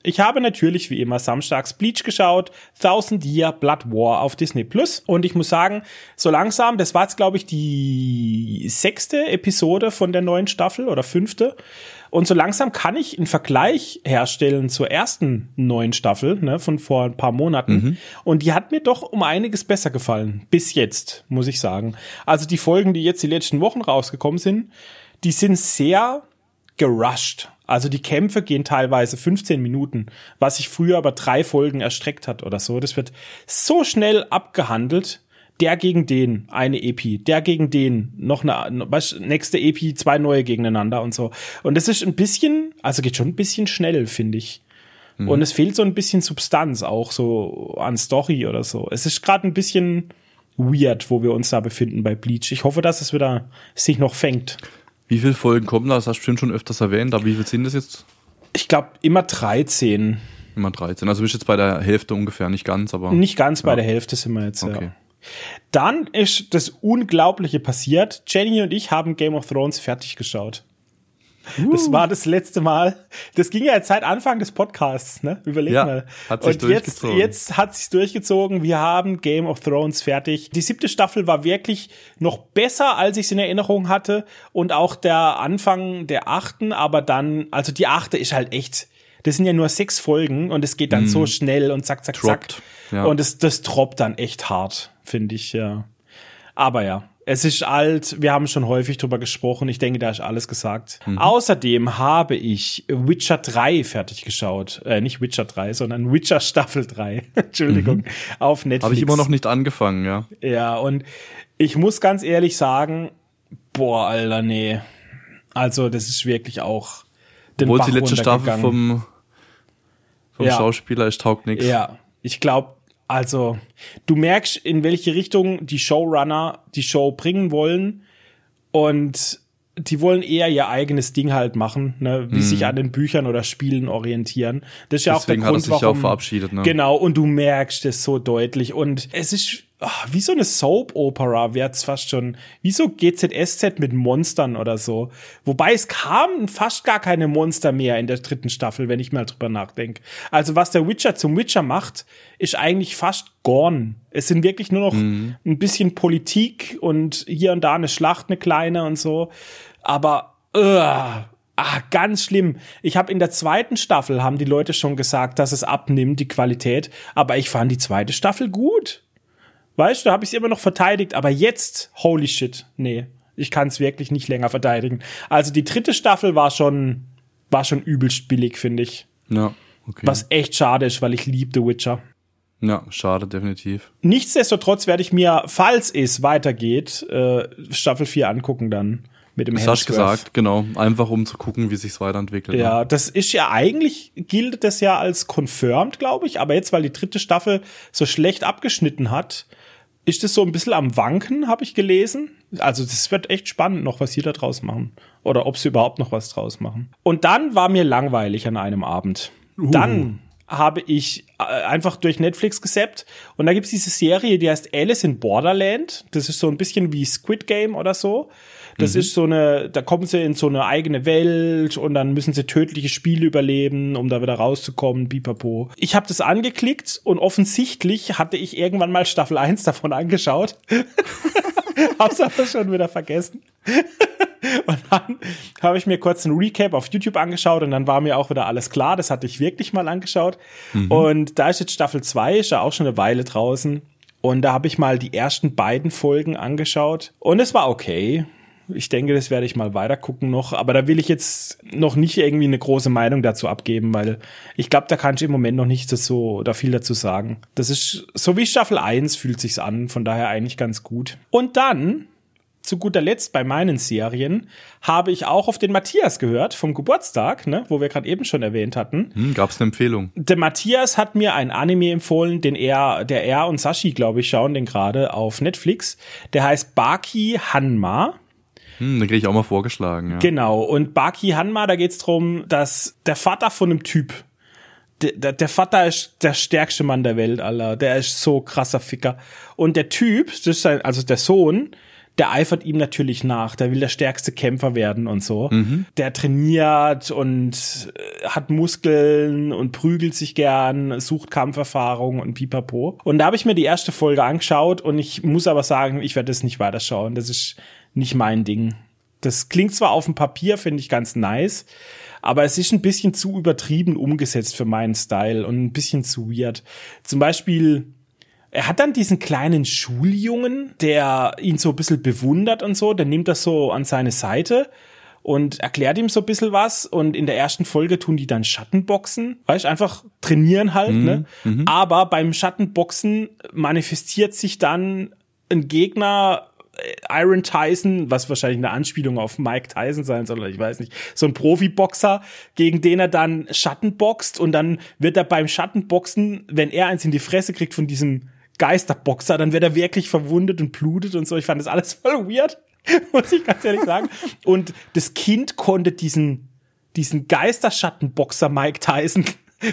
Ich habe natürlich wie immer samstags Bleach geschaut, 1000 Year Blood War auf Disney Plus. Und ich muss sagen, so langsam, das war jetzt glaube ich die 6. Episode von der neuen Staffel oder 5. Und so langsam kann ich einen Vergleich herstellen zur ersten neuen Staffel, ne, von vor ein paar Monaten. Und die hat mir doch um einiges besser gefallen. Bis jetzt, muss ich sagen. Also die Folgen, die jetzt die letzten Wochen rausgekommen sind, die sind sehr gerusht. Also die Kämpfe gehen teilweise 15 Minuten, was sich früher aber 3 Folgen erstreckt hat oder so. Das wird so schnell abgehandelt. Der gegen den, eine Epi, der gegen den, noch eine, nächste Epi, 2 neue gegeneinander und so. Und das ist ein bisschen, also geht schon ein bisschen schnell, finde ich. Und es fehlt so ein bisschen Substanz auch so an Story oder so. Es ist gerade ein bisschen weird, wo wir uns da befinden bei Bleach. Ich hoffe, dass es wieder sich noch fängt. Wie viele Folgen kommen da? Das hast du bestimmt schon öfters erwähnt, aber wie viele sind das jetzt? Ich glaube, immer 13. Immer 13. Also bist du jetzt bei der Hälfte ungefähr, nicht ganz, aber... Nicht ganz, bei der Hälfte sind wir jetzt, okay. ja. Dann ist das Unglaubliche passiert. Jenny und ich haben Game of Thrones fertig geschaut. Das war das letzte Mal. Das ging ja jetzt seit Anfang des Podcasts, ne? Überleg mal. Hat sich durchgezogen. Jetzt hat sich's durchgezogen. Wir haben Game of Thrones fertig. Die 7. Staffel war wirklich noch besser, als ich es in Erinnerung hatte. Und auch der Anfang der 8. Aber dann, also die 8. ist halt echt, das sind ja nur 6 Folgen und es geht dann so schnell und zack, zack, zack. Ja. Und das droppt dann echt hart, finde ich, ja. Aber ja. Es ist alt, wir haben schon häufig drüber gesprochen, ich denke, da ist alles gesagt. Außerdem habe ich Witcher 3 fertig geschaut. Nicht Witcher 3, sondern Witcher Staffel 3. Entschuldigung, auf Netflix. Habe ich immer noch nicht angefangen, ja. Ja, und ich muss ganz ehrlich sagen, boah, Alter, nee. Also, das ist wirklich auch den Obwohl Bach die letzte Staffel vom Schauspieler ist, taugt nichts. Ja, ich glaube, also, du merkst, in welche Richtung die Showrunner die Show bringen wollen und die wollen eher ihr eigenes Ding halt machen, ne, wie sich an den Büchern oder Spielen orientieren. Das ist ja deswegen auch der Grund, hat er sich warum, auch verabschiedet, ne? Genau, und du merkst es so deutlich und es ist wie so eine Soap-Opera wird's fast schon, wie so GZSZ mit Monstern oder so. Wobei es kamen fast gar keine Monster mehr in der 3. Staffel, wenn ich mal drüber nachdenke. Also was der Witcher zum Witcher macht, ist eigentlich fast gone. Es sind wirklich nur noch ein bisschen Politik und hier und da eine Schlacht, eine kleine und so. Aber ganz schlimm. Ich habe in der 2. Staffel, haben die Leute schon gesagt, dass es abnimmt, die Qualität. Aber ich fand die 2. Staffel gut. Weißt du, da habe ich es immer noch verteidigt. Aber jetzt, holy shit, nee. Ich kann es wirklich nicht länger verteidigen. Also die 3. Staffel war schon übelst billig, finde ich. Ja, okay. Was echt schade ist, weil ich liebe The Witcher. Ja, schade, definitiv. Nichtsdestotrotz werde ich mir, falls es weitergeht, Staffel 4 angucken dann. Mit dem das hast du gesagt, genau. Einfach um zu gucken, wie sich's weiterentwickelt. Ja, ne? das ist ja eigentlich, gilt das ja als confirmed, glaube ich. Aber jetzt, weil die 3. Staffel so schlecht abgeschnitten hat, ist es so ein bisschen am Wanken, habe ich gelesen. Also das wird echt spannend noch, was sie da draus machen. Oder ob sie überhaupt noch was draus machen. Und dann war mir langweilig an einem Abend. Dann habe ich einfach durch Netflix gesappt und da gibt's diese Serie, die heißt Alice in Borderland. Das ist so ein bisschen wie Squid Game oder so. Das ist so eine, da kommen sie in so eine eigene Welt und dann müssen sie tödliche Spiele überleben, um da wieder rauszukommen, pipapo. Ich habe das angeklickt und offensichtlich hatte ich irgendwann mal Staffel 1 davon angeschaut. Hab's aber schon wieder vergessen. Und dann habe ich mir kurz einen Recap auf YouTube angeschaut und dann war mir auch wieder alles klar. Das hatte ich wirklich mal angeschaut. Und da ist jetzt Staffel 2, ist ja auch schon eine Weile draußen. Und da habe ich mal die ersten beiden Folgen angeschaut. Und es war okay. Ich denke, das werde ich mal weiter gucken noch. Aber da will ich jetzt noch nicht irgendwie eine große Meinung dazu abgeben, weil ich glaube, da kann ich im Moment noch nicht so da viel dazu sagen. Das ist so wie Staffel 1 fühlt sich's an. Von daher eigentlich ganz gut. Und dann zu guter Letzt bei meinen Serien habe ich auch auf den Matthias gehört vom Geburtstag, ne, wo wir gerade eben schon erwähnt hatten. Gab's eine Empfehlung? Der Matthias hat mir ein Anime empfohlen, der er und Sashi, glaube ich, schauen den gerade auf Netflix. Der heißt Baki Hanma. Den kriege ich auch mal vorgeschlagen, ja. Genau, und Baki Hanma, da geht's drum, dass der Vater von einem Typ, der Vater ist der stärkste Mann der Welt, Alter. Der ist so krasser Ficker. Und der Typ, das ist also der Sohn, der eifert ihm natürlich nach, der will der stärkste Kämpfer werden und so. Der trainiert und hat Muskeln und prügelt sich gern, sucht Kampferfahrung und pipapo. Und da habe ich mir die erste Folge angeschaut und ich muss aber sagen, ich werde das nicht weiterschauen. Das ist nicht mein Ding. Das klingt zwar auf dem Papier, finde ich ganz nice, aber es ist ein bisschen zu übertrieben umgesetzt für meinen Style und ein bisschen zu weird. Zum Beispiel, er hat dann diesen kleinen Schuljungen, der ihn so ein bisschen bewundert und so, der nimmt das so an seine Seite und erklärt ihm so ein bisschen was und in der ersten Folge tun die dann Schattenboxen, weißt, einfach trainieren halt, ne? Aber beim Schattenboxen manifestiert sich dann ein Gegner, Iron Tyson, was wahrscheinlich eine Anspielung auf Mike Tyson sein soll, oder ich weiß nicht, so ein Profiboxer, gegen den er dann Schattenboxt und dann wird er beim Schattenboxen, wenn er eins in die Fresse kriegt von diesem Geisterboxer, dann wird er wirklich verwundet und blutet und so. Ich fand das alles voll weird, muss ich ganz ehrlich sagen. Und das Kind konnte diesen Geisterschattenboxer Mike Tyson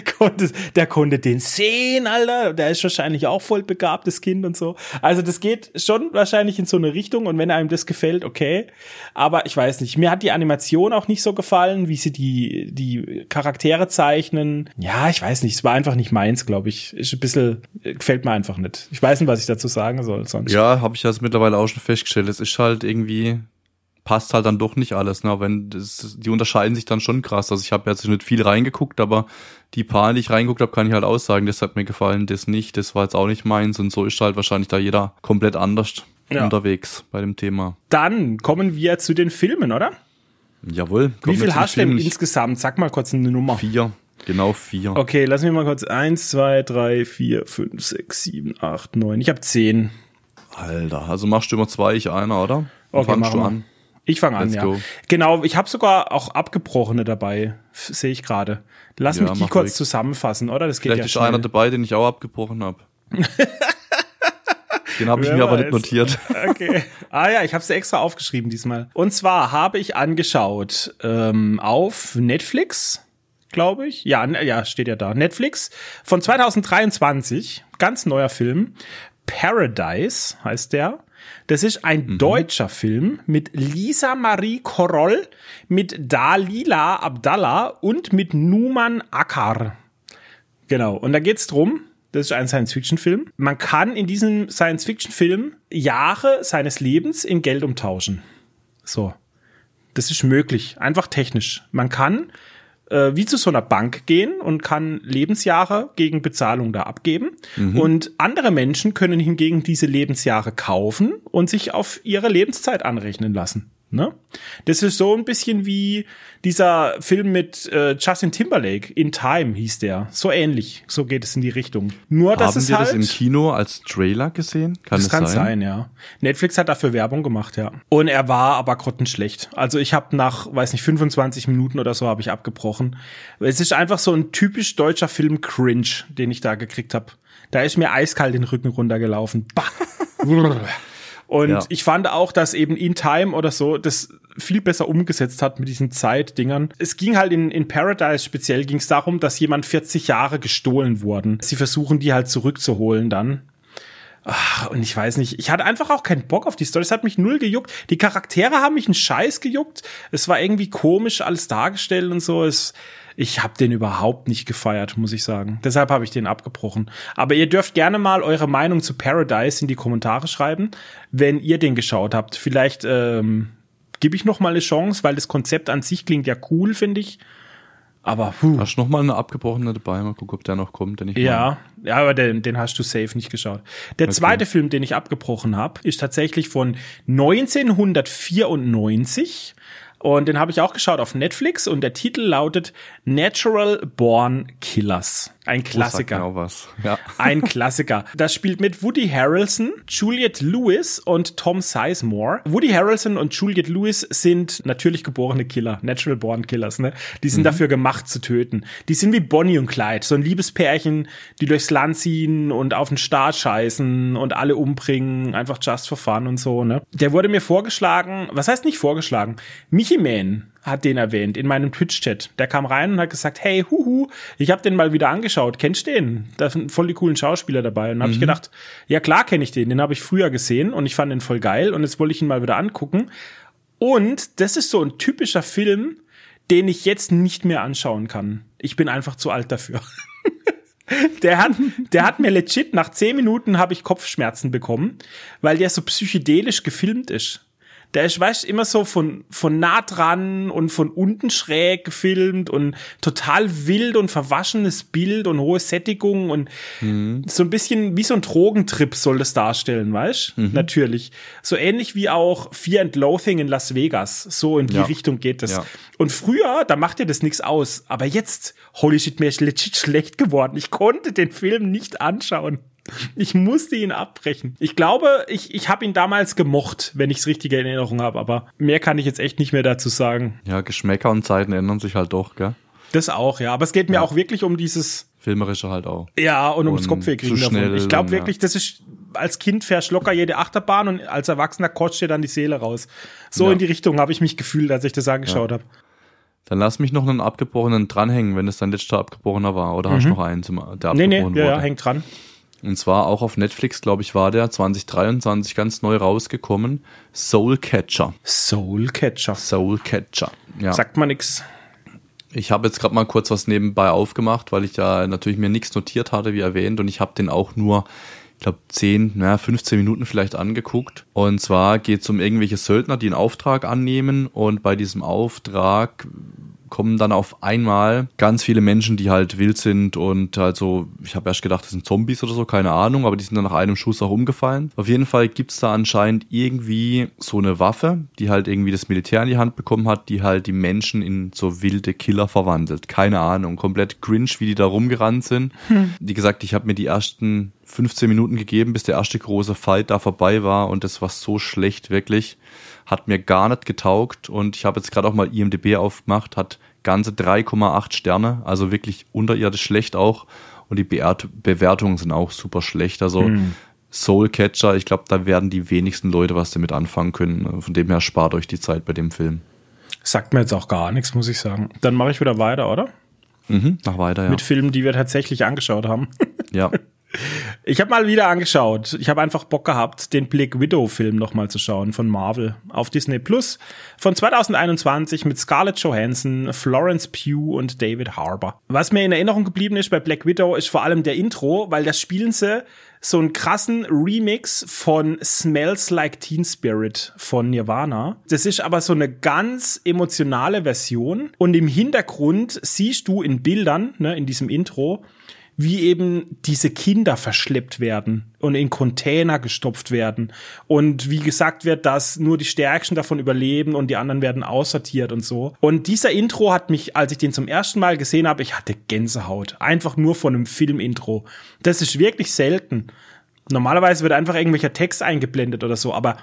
der konnte den sehen, Alter. Der ist wahrscheinlich auch voll begabtes Kind und so. Also das geht schon wahrscheinlich in so eine Richtung und wenn einem das gefällt, okay. Aber ich weiß nicht. Mir hat die Animation auch nicht so gefallen, wie sie die Charaktere zeichnen. Ja, ich weiß nicht. Es war einfach nicht meins, glaube ich. Ist ein bisschen, gefällt mir einfach nicht. Ich weiß nicht, was ich dazu sagen soll sonst. Ja, habe ich jetzt mittlerweile auch schon festgestellt. Es ist halt irgendwie, passt halt dann doch nicht alles, ne? Die unterscheiden sich dann schon krass. Also ich habe jetzt nicht viel reingeguckt, aber die paar, die ich reingeguckt habe, kann ich halt aussagen, das hat mir gefallen, das nicht, das war jetzt auch nicht meins und so ist halt wahrscheinlich da jeder komplett anders unterwegs bei dem Thema. Dann kommen wir zu den Filmen, oder? Jawohl. Wie viel hast du denn insgesamt? Sag mal kurz eine Nummer. 4. Genau 4. Okay, lass mich mal kurz. 1, 2, 3, 4, 5, 6, 7, 8, 9. Ich habe 10. Alter, also machst du immer 2, ich einer, oder? Okay, fangst du an. Ich fange an, ja. Go. Genau, ich habe sogar auch abgebrochene dabei, sehe ich gerade. Lass mich die kurz zusammenfassen, oder? Das geht vielleicht ja schnell. Ist einer dabei, den ich auch abgebrochen habe. Den habe ich mir aber nicht notiert. Okay. Ja, ich habe es extra aufgeschrieben diesmal. Und zwar habe ich angeschaut auf Netflix, glaube ich. Ja, steht ja da. Netflix von 2023, ganz neuer Film. Paradise heißt der. Das ist ein deutscher Film mit Lisa Marie Koroll, mit Dalila Abdallah und mit Numan Akar. Genau, und da geht's drum, das ist ein Science-Fiction-Film. Man kann in diesem Science-Fiction-Film Jahre seines Lebens in Geld umtauschen. So, das ist möglich, einfach technisch. Man kann wie zu so einer Bank gehen und kann Lebensjahre gegen Bezahlung da abgeben. Und andere Menschen können hingegen diese Lebensjahre kaufen und sich auf ihre Lebenszeit anrechnen lassen. Ne? Das ist so ein bisschen wie dieser Film mit Justin Timberlake, In Time hieß der. So ähnlich, so geht es in die Richtung. Nur, dass es halt... Haben wir das im Kino als Trailer gesehen? Das kann sein, ja. Netflix hat dafür Werbung gemacht, ja. Und er war aber grottenschlecht. Also ich habe nach, 25 Minuten oder so habe ich abgebrochen. Es ist einfach so ein typisch deutscher Film Cringe, den ich da gekriegt habe. Da ist mir eiskalt den Rücken runtergelaufen. Bah. Und ich fand auch, dass eben In Time oder so das viel besser umgesetzt hat mit diesen Zeitdingern. Es ging halt in Paradise speziell, ging es darum, dass jemand 40 Jahre gestohlen wurden. Sie versuchen, die halt zurückzuholen dann. Und ich weiß nicht, ich hatte einfach auch keinen Bock auf die Story. Es hat mich null gejuckt. Die Charaktere haben mich einen Scheiß gejuckt. Es war irgendwie komisch alles dargestellt und so. Ich habe den überhaupt nicht gefeiert, muss ich sagen. Deshalb habe ich den abgebrochen. Aber ihr dürft gerne mal eure Meinung zu Paradise in die Kommentare schreiben, wenn ihr den geschaut habt. Vielleicht gebe ich noch mal eine Chance, weil das Konzept an sich klingt ja cool, finde ich. Aber hast du noch mal eine abgebrochene dabei? Mal gucken, ob der noch kommt. Ja, aber den hast du safe nicht geschaut. Der zweite Film, den ich abgebrochen habe, ist tatsächlich von 1994. Und den habe ich auch geschaut auf Netflix und der Titel lautet Natural Born Killers. Ein Klassiker. Genau was. Ja. Ein Klassiker. Das spielt mit Woody Harrelson, Juliette Lewis und Tom Sizemore. Woody Harrelson und Juliette Lewis sind natürlich geborene Killer, Natural Born Killers, ne? Die sind dafür gemacht zu töten. Die sind wie Bonnie und Clyde, so ein Liebespärchen, die durchs Land ziehen und auf den Staat scheißen und alle umbringen, einfach just for fun und so, ne? Der wurde mir vorgeschlagen, was heißt nicht vorgeschlagen? Mich Mickey Man hat den erwähnt in meinem Twitch-Chat. Der kam rein und hat gesagt, hey, ich habe den mal wieder angeschaut. Kennst du den? Da sind voll die coolen Schauspieler dabei. Und dann habe ich gedacht, ja klar kenne ich den. Den habe ich früher gesehen und ich fand den voll geil. Und jetzt wollte ich ihn mal wieder angucken. Und das ist so ein typischer Film, den ich jetzt nicht mehr anschauen kann. Ich bin einfach zu alt dafür. Der hat mir legit, nach 10 Minuten habe ich Kopfschmerzen bekommen, weil der so psychedelisch gefilmt ist. Der ist, weißt du, immer so von nah dran und von unten schräg gefilmt und total wild und verwaschenes Bild und hohe Sättigung und so ein bisschen wie so ein Drogentrip soll das darstellen, weißt du? Natürlich. So ähnlich wie auch Fear and Loathing in Las Vegas. So in die Richtung geht das. Ja. Und früher, da macht dir das nichts aus. Aber jetzt, holy shit, mir ist legit schlecht geworden. Ich konnte den Film nicht anschauen. Ich musste ihn abbrechen. Ich glaube, ich habe ihn damals gemocht, wenn ich es richtig in Erinnerung habe, aber mehr kann ich jetzt echt nicht mehr dazu sagen. Ja, Geschmäcker und Zeiten ändern sich halt doch, gell? Das auch, ja. Aber es geht mir auch wirklich um dieses Filmerische halt auch. Ja, und ums Kopfwehkriegen davon. Ich glaube wirklich, das ist, als Kind fährst locker jede Achterbahn und als Erwachsener kotzt dir dann die Seele raus. So in die Richtung habe ich mich gefühlt, als ich das angeschaut habe. Dann lass mich noch einen abgebrochenen dranhängen, wenn es dein letzter abgebrochener war. Oder hast du noch einen, der abgebrochen wurde? Ja, hängt dran. Und zwar auch auf Netflix, glaube ich, war der 2023 ganz neu rausgekommen. Soul Catcher. Ja. Sagt man nix. Ich habe jetzt gerade mal kurz was nebenbei aufgemacht, weil ich da natürlich mir nichts notiert hatte, wie erwähnt. Und ich habe den auch nur, ich glaube, 15 Minuten vielleicht angeguckt. Und zwar geht es um irgendwelche Söldner, die einen Auftrag annehmen. Und bei diesem Auftrag kommen dann auf einmal ganz viele Menschen, die halt wild sind und also, ich habe erst gedacht, das sind Zombies oder so, keine Ahnung, aber die sind dann nach einem Schuss auch umgefallen. Auf jeden Fall gibt's da anscheinend irgendwie so eine Waffe, die halt irgendwie das Militär in die Hand bekommen hat, die halt die Menschen in so wilde Killer verwandelt. Keine Ahnung, komplett cringe, wie die da rumgerannt sind. Wie gesagt, ich habe mir die ersten 15 Minuten gegeben, bis der erste große Fight da vorbei war und das war so schlecht, wirklich. Hat mir gar nicht getaugt und ich habe jetzt gerade auch mal IMDb aufgemacht, hat ganze 3,8 Sterne, also wirklich unterirdisch schlecht auch und die Bewertungen sind auch super schlecht, also Soul Catcher, ich glaube, da werden die wenigsten Leute was damit anfangen können, von dem her spart euch die Zeit bei dem Film. Sagt mir jetzt auch gar nichts, muss ich sagen. Dann mache ich wieder weiter, oder? Mach weiter, ja. Mit Filmen, die wir tatsächlich angeschaut haben. Ja. Ich habe mal wieder angeschaut. Ich habe einfach Bock gehabt, den Black Widow-Film nochmal zu schauen von Marvel auf Disney Plus von 2021 mit Scarlett Johansson, Florence Pugh und David Harbour. Was mir in Erinnerung geblieben ist bei Black Widow, ist vor allem der Intro, weil da spielen sie so einen krassen Remix von Smells Like Teen Spirit von Nirvana. Das ist aber so eine ganz emotionale Version und im Hintergrund siehst du in Bildern, ne, in diesem Intro, wie eben diese Kinder verschleppt werden und in Container gestopft werden. Und wie gesagt wird, dass nur die Stärksten davon überleben und die anderen werden aussortiert und so. Und dieser Intro hat mich, als ich den zum ersten Mal gesehen habe, ich hatte Gänsehaut. Einfach nur von einem Film-Intro. Das ist wirklich selten. Normalerweise wird einfach irgendwelcher Text eingeblendet oder so, aber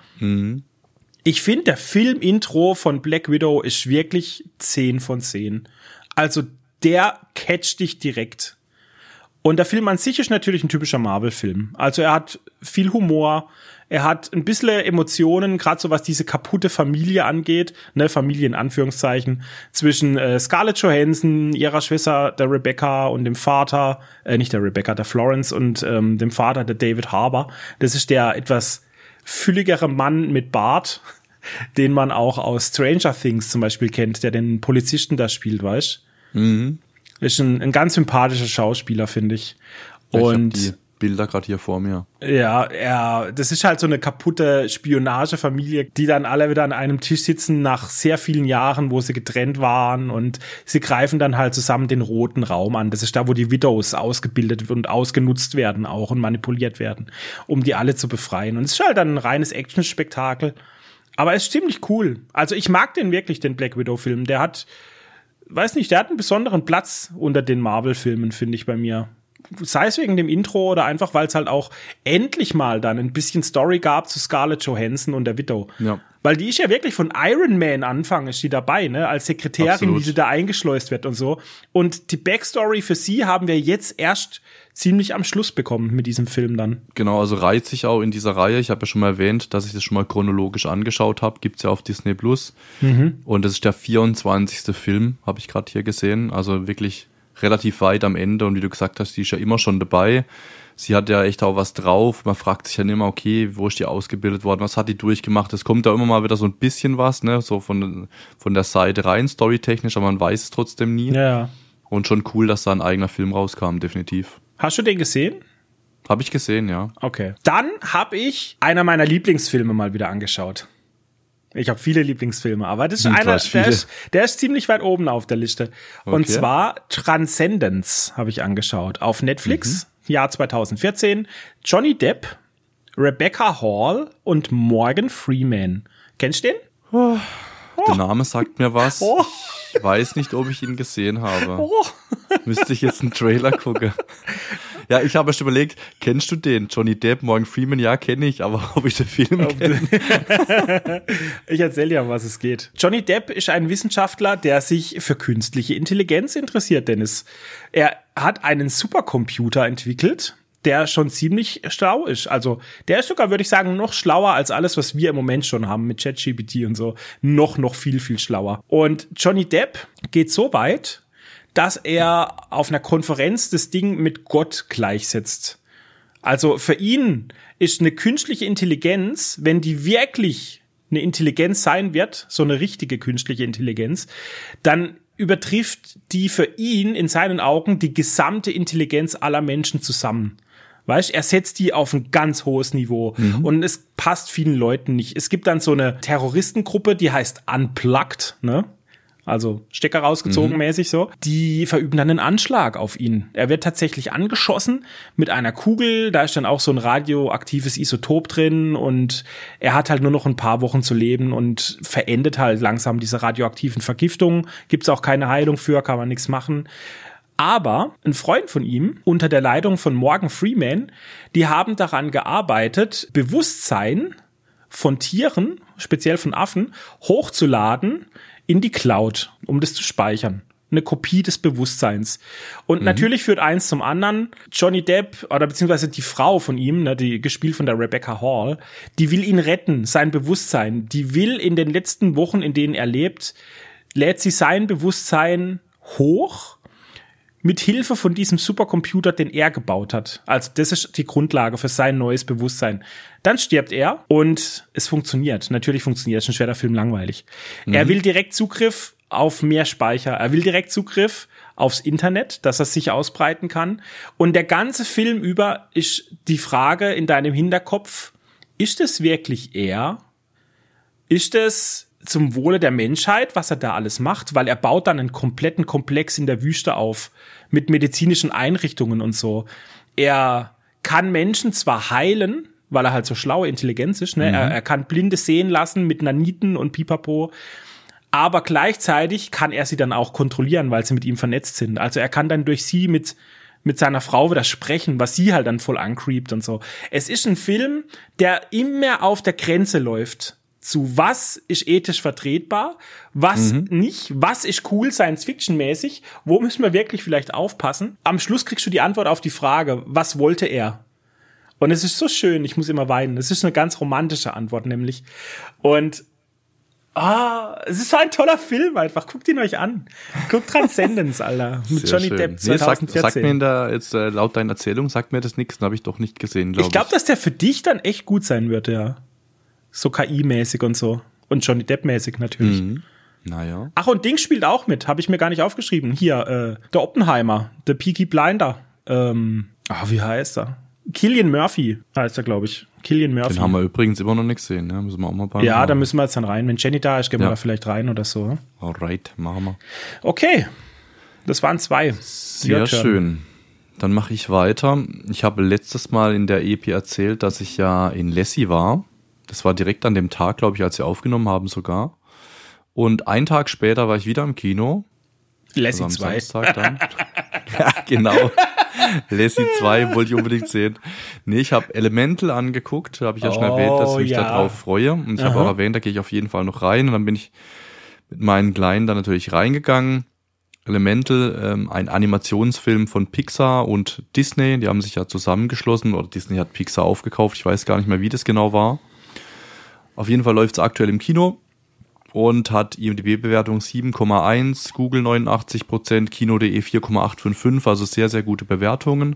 ich finde, der Film-Intro von Black Widow ist wirklich 10 von 10. Also der catcht dich direkt. Und der Film an sich ist natürlich ein typischer Marvel-Film. Also er hat viel Humor, er hat ein bisschen Emotionen, gerade so was diese kaputte Familie angeht, ne, Familie in Anführungszeichen, zwischen Scarlett Johansson, ihrer Schwester, der Rebecca und dem Vater, nicht der Rebecca, der Florence und dem Vater, der David Harbour. Das ist der etwas fülligere Mann mit Bart, den man auch aus Stranger Things zum Beispiel kennt, der den Polizisten da spielt, weißt du? Ist ein ganz sympathischer Schauspieler, finde ich. Und ich hab die Bilder gerade hier vor mir. Ja, das ist halt so eine kaputte Spionagefamilie, die dann alle wieder an einem Tisch sitzen nach sehr vielen Jahren, wo sie getrennt waren und sie greifen dann halt zusammen den roten Raum an. Das ist da, wo die Widows ausgebildet und ausgenutzt werden auch und manipuliert werden, um die alle zu befreien. Und es ist halt dann ein reines Action-Spektakel. Aber es ist ziemlich cool. Also ich mag den wirklich, den Black Widow-Film. Der hat einen besonderen Platz unter den Marvel-Filmen, finde ich bei mir. sei es wegen dem Intro oder einfach, weil es halt auch endlich mal dann ein bisschen Story gab zu Scarlett Johansson und der Widow. Ja. Weil die ist ja wirklich von Iron Man Anfang ist die dabei, ne, als Sekretärin, Absolut. wie sie da eingeschleust wird und so. Und die Backstory für sie haben wir jetzt erst ziemlich am Schluss bekommen mit diesem Film dann. Genau, also reiht sich auch in dieser Reihe. Ich habe ja schon mal erwähnt, dass ich das schon mal chronologisch angeschaut habe. Gibt's ja auf Disney Plus. Und das ist der 24. Film, habe ich gerade hier gesehen. Also wirklich relativ weit am Ende. Und wie du gesagt hast, die ist ja immer schon dabei. Sie hat ja echt auch was drauf. Man fragt sich dann immer, okay, wo ist die ausgebildet worden? Was hat die durchgemacht? Es kommt da immer mal wieder so ein bisschen was, ne, so von der Seite rein, storytechnisch, aber man weiß es trotzdem nie. Ja. Und schon cool, dass da ein eigener Film rauskam, definitiv. Hast du den gesehen? Habe ich gesehen, ja. Okay. Dann habe ich einer meiner Lieblingsfilme mal wieder angeschaut. Ich habe viele Lieblingsfilme, aber das ist einer, der ist ziemlich weit oben auf der Liste. Und Okay. zwar Transcendence habe ich angeschaut auf Netflix, Jahr 2014. Johnny Depp, Rebecca Hall und Morgan Freeman. Kennst du den? Der Name sagt mir was. Oh. Ich weiß nicht, ob ich ihn gesehen habe. Oh. Müsste ich jetzt einen Trailer gucken. Ja, ich habe erst überlegt, kennst du den? Johnny Depp, Morgan Freeman? Ja, kenne ich, aber ob ich den Film kenne? Ich erzähle dir, um was es geht. Johnny Depp ist ein Wissenschaftler, der sich für künstliche Intelligenz interessiert, Dennis. Er hat einen Supercomputer entwickelt, der schon ziemlich schlau ist. Also der ist sogar, würde ich sagen, noch schlauer als alles, was wir im Moment schon haben mit ChatGPT und so. Noch viel, viel schlauer. Und Johnny Depp geht so weit, dass er auf einer Konferenz das Ding mit Gott gleichsetzt. Also für ihn ist eine künstliche Intelligenz, wenn die wirklich eine Intelligenz sein wird, so eine richtige künstliche Intelligenz, dann übertrifft die für ihn in seinen Augen die gesamte Intelligenz aller Menschen zusammen. Weißt, er setzt die auf ein ganz hohes Niveau und es passt vielen Leuten nicht. Es gibt dann so eine Terroristengruppe, die heißt Unplugged, ne? Also Stecker rausgezogen mäßig so. Die verüben dann einen Anschlag auf ihn. Er wird tatsächlich angeschossen mit einer Kugel. Da ist dann auch so ein radioaktives Isotop drin und er hat halt nur noch ein paar Wochen zu leben und verendet halt langsam diese radioaktiven Vergiftungen. Gibt's auch keine Heilung für, kann man nichts machen. Aber ein Freund von ihm, unter der Leitung von Morgan Freeman, die haben daran gearbeitet, Bewusstsein von Tieren, speziell von Affen, hochzuladen in die Cloud, um das zu speichern. Eine Kopie des Bewusstseins. Und natürlich führt eins zum anderen. Johnny Depp, oder beziehungsweise die Frau von ihm, ne, die gespielt von der Rebecca Hall, die will ihn retten, sein Bewusstsein. Die will in den letzten Wochen, in denen er lebt, lädt sie sein Bewusstsein hoch, mit Hilfe von diesem Supercomputer, den er gebaut hat. Also das ist die Grundlage für sein neues Bewusstsein. Dann stirbt er und es funktioniert. Natürlich funktioniert es, sonst wäre der Film langweilig. Er will direkt Zugriff auf mehr Speicher. Er will direkt Zugriff aufs Internet, dass er sich ausbreiten kann. Und der ganze Film über ist die Frage in deinem Hinterkopf, ist es wirklich er? Ist es zum Wohle der Menschheit, was er da alles macht? Weil er baut dann einen kompletten Komplex in der Wüste auf mit medizinischen Einrichtungen und so. Er kann Menschen zwar heilen, weil er halt so schlaue Intelligenz ist, ne? Er kann Blinde sehen lassen mit Naniten und Pipapo, aber gleichzeitig kann er sie dann auch kontrollieren, weil sie mit ihm vernetzt sind. Also er kann dann durch sie mit seiner Frau wieder sprechen, was sie halt dann voll ancreept und so. Es ist ein Film, der immer auf der Grenze läuft zu was ist ethisch vertretbar, was nicht, was ist cool Science-Fiction-mäßig, wo müssen wir wirklich vielleicht aufpassen. Am Schluss kriegst du die Antwort auf die Frage, was wollte er? Und es ist so schön, ich muss immer weinen. Es ist eine ganz romantische Antwort nämlich. Und es ist so ein toller Film einfach. Guckt ihn euch an. Guckt Transcendence, Alter. Mit Johnny Depp 2014. Sagt mir jetzt laut deiner Erzählung, sagt mir das nichts, den habe ich doch nicht gesehen, glaube ich. Ich glaube, dass der für dich dann echt gut sein wird, ja. So KI-mäßig und so. Und Johnny Depp-mäßig natürlich. Naja. Ach, und Ding spielt auch mit. Habe ich mir gar nicht aufgeschrieben. Hier, der Oppenheimer. Der Peaky Blinder. Wie heißt er? Cillian Murphy heißt er, glaube ich. Cillian Murphy. Den haben wir übrigens immer noch nicht gesehen. Ne? Müssen wir auch mal da müssen wir jetzt dann rein. Wenn Jenny da ist, gehen wir da vielleicht rein oder so. Alright, machen wir. Okay. Das waren 2. Sehr schön. Dann mache ich weiter. Ich habe letztes Mal in der EP erzählt, dass ich ja in Lassie war. Das war direkt an dem Tag, glaube ich, als wir aufgenommen haben sogar. Und einen Tag später war ich wieder im Kino. Lassie 2. Samstag dann. Ja, genau. Lassie 2 wollte ich unbedingt sehen. Nee, ich habe Elemental angeguckt, da habe ich ja schon erwähnt, dass ich mich darauf freue. Und ich habe auch erwähnt, da gehe ich auf jeden Fall noch rein. Und dann bin ich mit meinen Kleinen da natürlich reingegangen. Elemental, ein Animationsfilm von Pixar und Disney, die haben sich ja zusammengeschlossen, oder Disney hat Pixar aufgekauft, ich weiß gar nicht mehr, wie das genau war. Auf jeden Fall läuft es aktuell im Kino und hat IMDb-Bewertung 7,1, Google 89%, Kino.de 4,855, also sehr, sehr gute Bewertungen.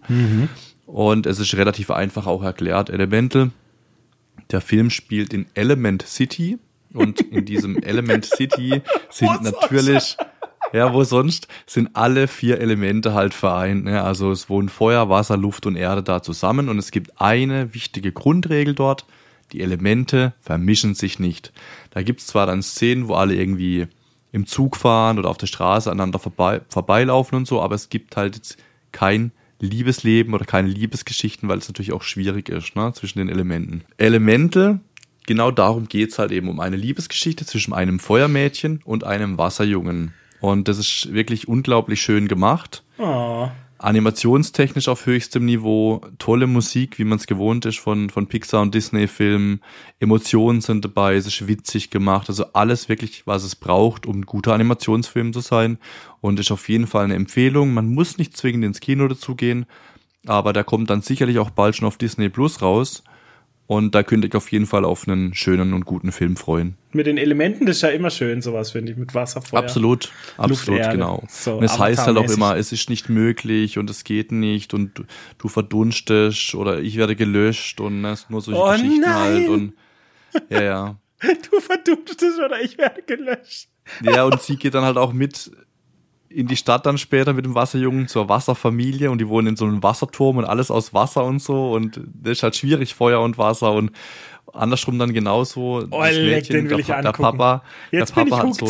Und es ist relativ einfach auch erklärt. Elemental, der Film spielt in Element City und in diesem Element City sind natürlich... Ja, wo sonst sind alle 4 Elemente halt vereint. Ne? Also es wohnen Feuer, Wasser, Luft und Erde da zusammen. Und es gibt eine wichtige Grundregel dort. Die Elemente vermischen sich nicht. Da gibt's zwar dann Szenen, wo alle irgendwie im Zug fahren oder auf der Straße aneinander vorbeilaufen und so, aber es gibt halt jetzt kein Liebesleben oder keine Liebesgeschichten, weil es natürlich auch schwierig ist, ne, zwischen den Elementen. Elemente, genau darum geht's halt eben, um eine Liebesgeschichte zwischen einem Feuermädchen und einem Wasserjungen. Und das ist wirklich unglaublich schön gemacht. Oh. Animationstechnisch auf höchstem Niveau, tolle Musik, wie man es gewohnt ist von Pixar und Disney-Filmen. Emotionen sind dabei, es ist witzig gemacht. Also alles wirklich, was es braucht, um ein guter Animationsfilm zu sein. Und ist auf jeden Fall eine Empfehlung. Man muss nicht zwingend ins Kino dazu gehen, aber der kommt dann sicherlich auch bald schon auf Disney Plus raus. Und da könnte ich auf jeden Fall auf einen schönen und guten Film freuen. Mit den Elementen, das ist ja immer schön, sowas, finde ich, mit Wasser, Feuer. Absolut, genau. So, und es heißt halt auch immer, es ist nicht möglich und es geht nicht und du verdunstest oder ich werde gelöscht und nur solche Geschichten halt. Und ja. Du verdunstest oder ich werde gelöscht. Ja, und sie geht dann halt auch mit in die Stadt dann später mit dem Wasserjungen zur Wasserfamilie und die wohnen in so einem Wasserturm und alles aus Wasser und so und das ist halt schwierig, Feuer und Wasser und andersrum dann genauso. Oh, leck, den will ich angucken. Der Papa hat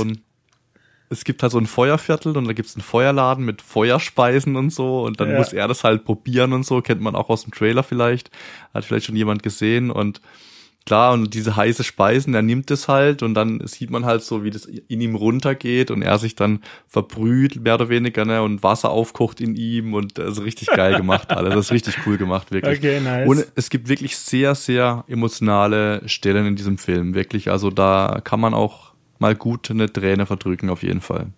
es gibt halt so ein Feuerviertel und da gibt's einen Feuerladen mit Feuerspeisen und so und dann muss er das halt probieren und so, kennt man auch aus dem Trailer vielleicht, hat vielleicht schon jemand gesehen und klar, und diese heiße Speisen, er nimmt es halt und dann sieht man halt so, wie das in ihm runtergeht und er sich dann verbrüht, mehr oder weniger, ne, und Wasser aufkocht in ihm und das ist richtig geil gemacht alles. Das ist richtig cool gemacht, wirklich. Okay, nice. Und es gibt wirklich sehr, sehr emotionale Stellen in diesem Film, wirklich. Also da kann man auch mal gut eine Träne verdrücken, auf jeden Fall.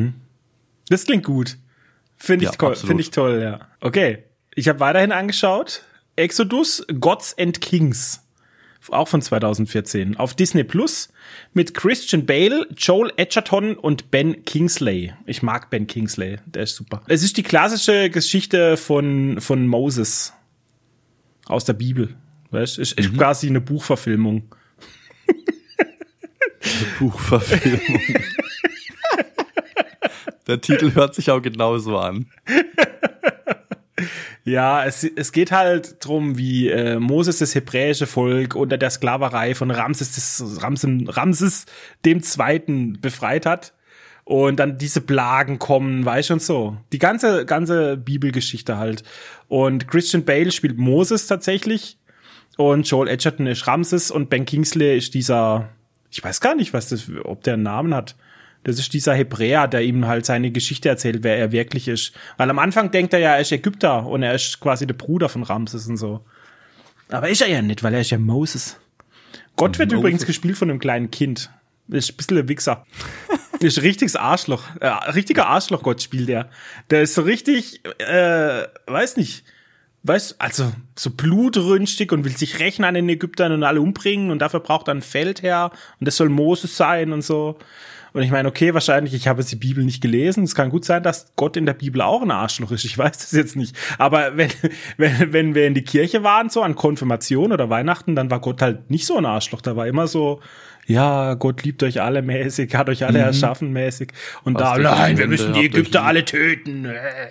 Das klingt gut. Finde ich toll, ja. Okay, ich habe weiterhin angeschaut. Exodus, Gods and Kings. Auch von 2014, auf Disney Plus mit Christian Bale, Joel Edgerton und Ben Kingsley. Ich mag Ben Kingsley, der ist super. Es ist die klassische Geschichte von Moses aus der Bibel. Weißt? Ist quasi eine Buchverfilmung. Eine Buchverfilmung. Der Titel hört sich auch genauso an. Ja, es geht halt drum, wie Moses das hebräische Volk unter der Sklaverei von Ramses dem Zweiten befreit hat und dann diese Plagen kommen, weißt du, und so. Die ganze Bibelgeschichte halt. Und Christian Bale spielt Moses tatsächlich und Joel Edgerton ist Ramses und Ben Kingsley ist dieser, ich weiß gar nicht, ob der einen Namen hat. Das ist dieser Hebräer, der ihm halt seine Geschichte erzählt, wer er wirklich ist. Weil am Anfang denkt er ja, er ist Ägypter und er ist quasi der Bruder von Ramses und so. Aber ist er ja nicht, weil er ist ja Moses. Gott wird übrigens gespielt von einem kleinen Kind. Das ist ein bisschen ein Wichser. Das ist ein richtiges Arschloch. Richtiger Arschloch-Gott spielt er. Der ist so richtig, also so blutrünstig und will sich rächen an den Ägyptern und alle umbringen und dafür braucht er ein Feldherr und das soll Moses sein und so. Und ich meine, okay, wahrscheinlich, ich habe jetzt die Bibel nicht gelesen. Es kann gut sein, dass Gott in der Bibel auch ein Arschloch ist. Ich weiß das jetzt nicht. Aber wenn wir in die Kirche waren, so an Konfirmation oder Weihnachten, dann war Gott halt nicht so ein Arschloch. Da war immer so, ja, Gott liebt euch alle mäßig, hat euch alle erschaffen mäßig. Und da, nein, wir müssen die Ägypter alle töten.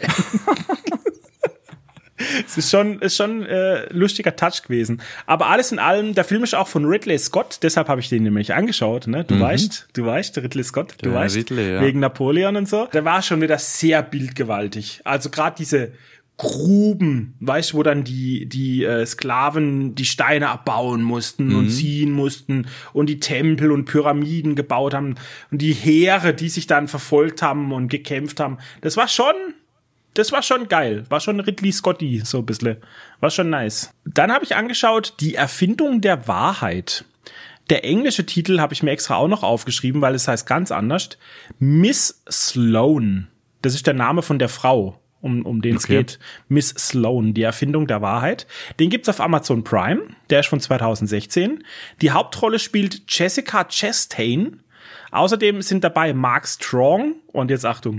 Es ist schon lustiger Touch gewesen. Aber alles in allem, der Film ist auch von Ridley Scott, deshalb habe ich den nämlich angeschaut, ne? Du weißt, Ridley Scott, Ridley, ja. Wegen Napoleon und so. Der war schon wieder sehr bildgewaltig. Also gerade diese Gruben, weißt du, wo dann die Sklaven die Steine abbauen mussten und ziehen mussten und die Tempel und Pyramiden gebaut haben und die Heere, die sich dann verfolgt haben und gekämpft haben. Das war schon Das war schon geil. War schon Ridley Scotty, so ein bisschen. War schon nice. Dann habe ich angeschaut, die Erfindung der Wahrheit. Der englische Titel habe ich mir extra auch noch aufgeschrieben, weil es heißt ganz anders. Miss Sloane. Das ist der Name von der Frau, um den es geht. Miss Sloane, die Erfindung der Wahrheit. Den gibt's auf Amazon Prime. Der ist von 2016. Die Hauptrolle spielt Jessica Chastain. Außerdem sind dabei Mark Strong und jetzt Achtung,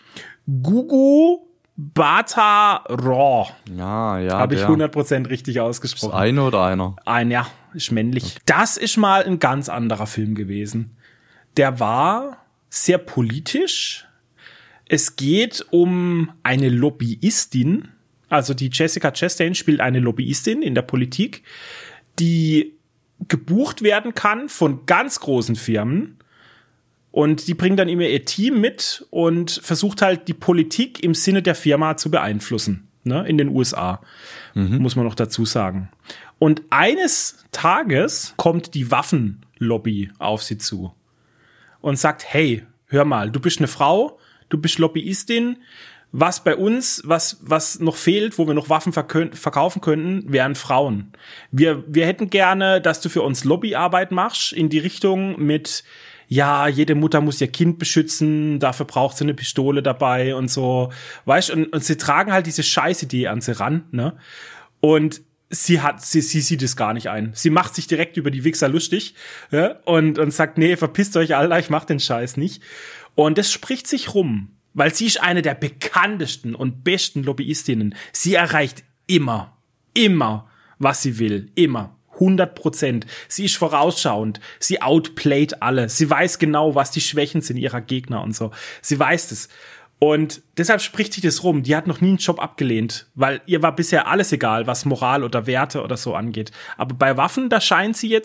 Gugu Bata Raw. Ja. Habe ich 100% richtig ausgesprochen. Ist eine oder einer? Ja, ist männlich. Okay. Das ist mal ein ganz anderer Film gewesen. Der war sehr politisch. Es geht um eine Lobbyistin. Also die Jessica Chastain spielt eine Lobbyistin in der Politik, die gebucht werden kann von ganz großen Firmen. Und die bringt dann immer ihr Team mit und versucht halt die Politik im Sinne der Firma zu beeinflussen, ne, in den USA, muss man noch dazu sagen. Und eines Tages kommt die Waffenlobby auf sie zu und sagt, hey, hör mal, du bist eine Frau, du bist Lobbyistin, was bei uns, was noch fehlt, wo wir noch Waffen verkaufen könnten, wären Frauen. Wir hätten gerne, dass du für uns Lobbyarbeit machst in die Richtung mit, ja, jede Mutter muss ihr Kind beschützen, dafür braucht sie eine Pistole dabei und so, weißt, und sie tragen halt diese Scheißidee an sie ran, ne? Und sie sieht es gar nicht ein. Sie macht sich direkt über die Wichser lustig, ja? und sagt, nee, verpisst euch Alter, ich mach den Scheiß nicht. Und das spricht sich rum, weil sie ist eine der bekanntesten und besten Lobbyistinnen. Sie erreicht immer, was sie will, immer. 100%. Sie ist vorausschauend. Sie outplayt alle. Sie weiß genau, was die Schwächen sind ihrer Gegner und so. Sie weiß es. Und deshalb spricht sich das rum. Die hat noch nie einen Job abgelehnt, weil ihr war bisher alles egal, was Moral oder Werte oder so angeht. Aber bei Waffen, da scheint sie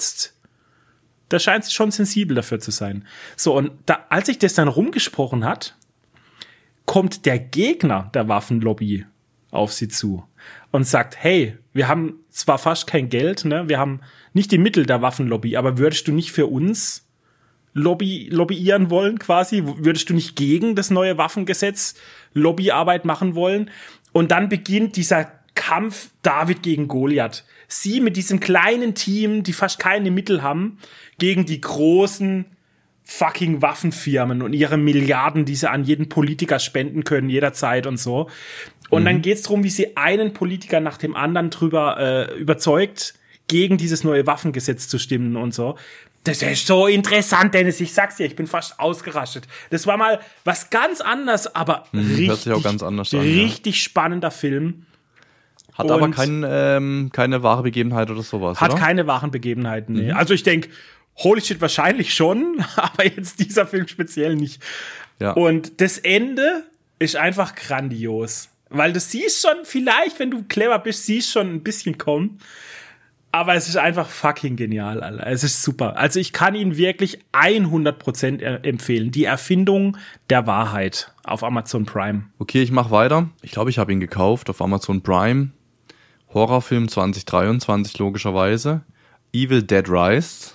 schon sensibel dafür zu sein. So, und als sich das dann rumgesprochen hat, kommt der Gegner der Waffenlobby auf sie zu und sagt, hey, wir haben zwar fast kein Geld, ne, wir haben nicht die Mittel der Waffenlobby, aber würdest du nicht für uns lobbyieren wollen quasi? Würdest du nicht gegen das neue Waffengesetz Lobbyarbeit machen wollen? Und dann beginnt dieser Kampf David gegen Goliath. Sie mit diesem kleinen Team, die fast keine Mittel haben, gegen die großen fucking Waffenfirmen und ihre Milliarden, die sie an jeden Politiker spenden können, jederzeit und so. Und dann geht's drum, wie sie einen Politiker nach dem anderen drüber überzeugt, gegen dieses neue Waffengesetz zu stimmen und so. Das ist so interessant, Dennis, ich sag's dir, ich bin fast ausgerastet. Das war mal was ganz anderes, aber hört sich auch ganz anders an, richtig spannender Film. Hat aber keine wahre Begebenheit oder sowas, Hat oder? keine wahren Begebenheiten, nee. Also ich denke, holy shit, wahrscheinlich schon, aber jetzt dieser Film speziell nicht. Ja. Und das Ende ist einfach grandios. Weil du siehst schon, vielleicht, wenn du clever bist, siehst schon ein bisschen kommen. Aber es ist einfach fucking genial, Alter. Es ist super. Also ich kann ihn wirklich 100% empfehlen. Die Erfindung der Wahrheit auf Amazon Prime. Okay, ich mach weiter. Ich glaube, ich habe ihn gekauft auf Amazon Prime. Horrorfilm 2023 logischerweise. Evil Dead Rise.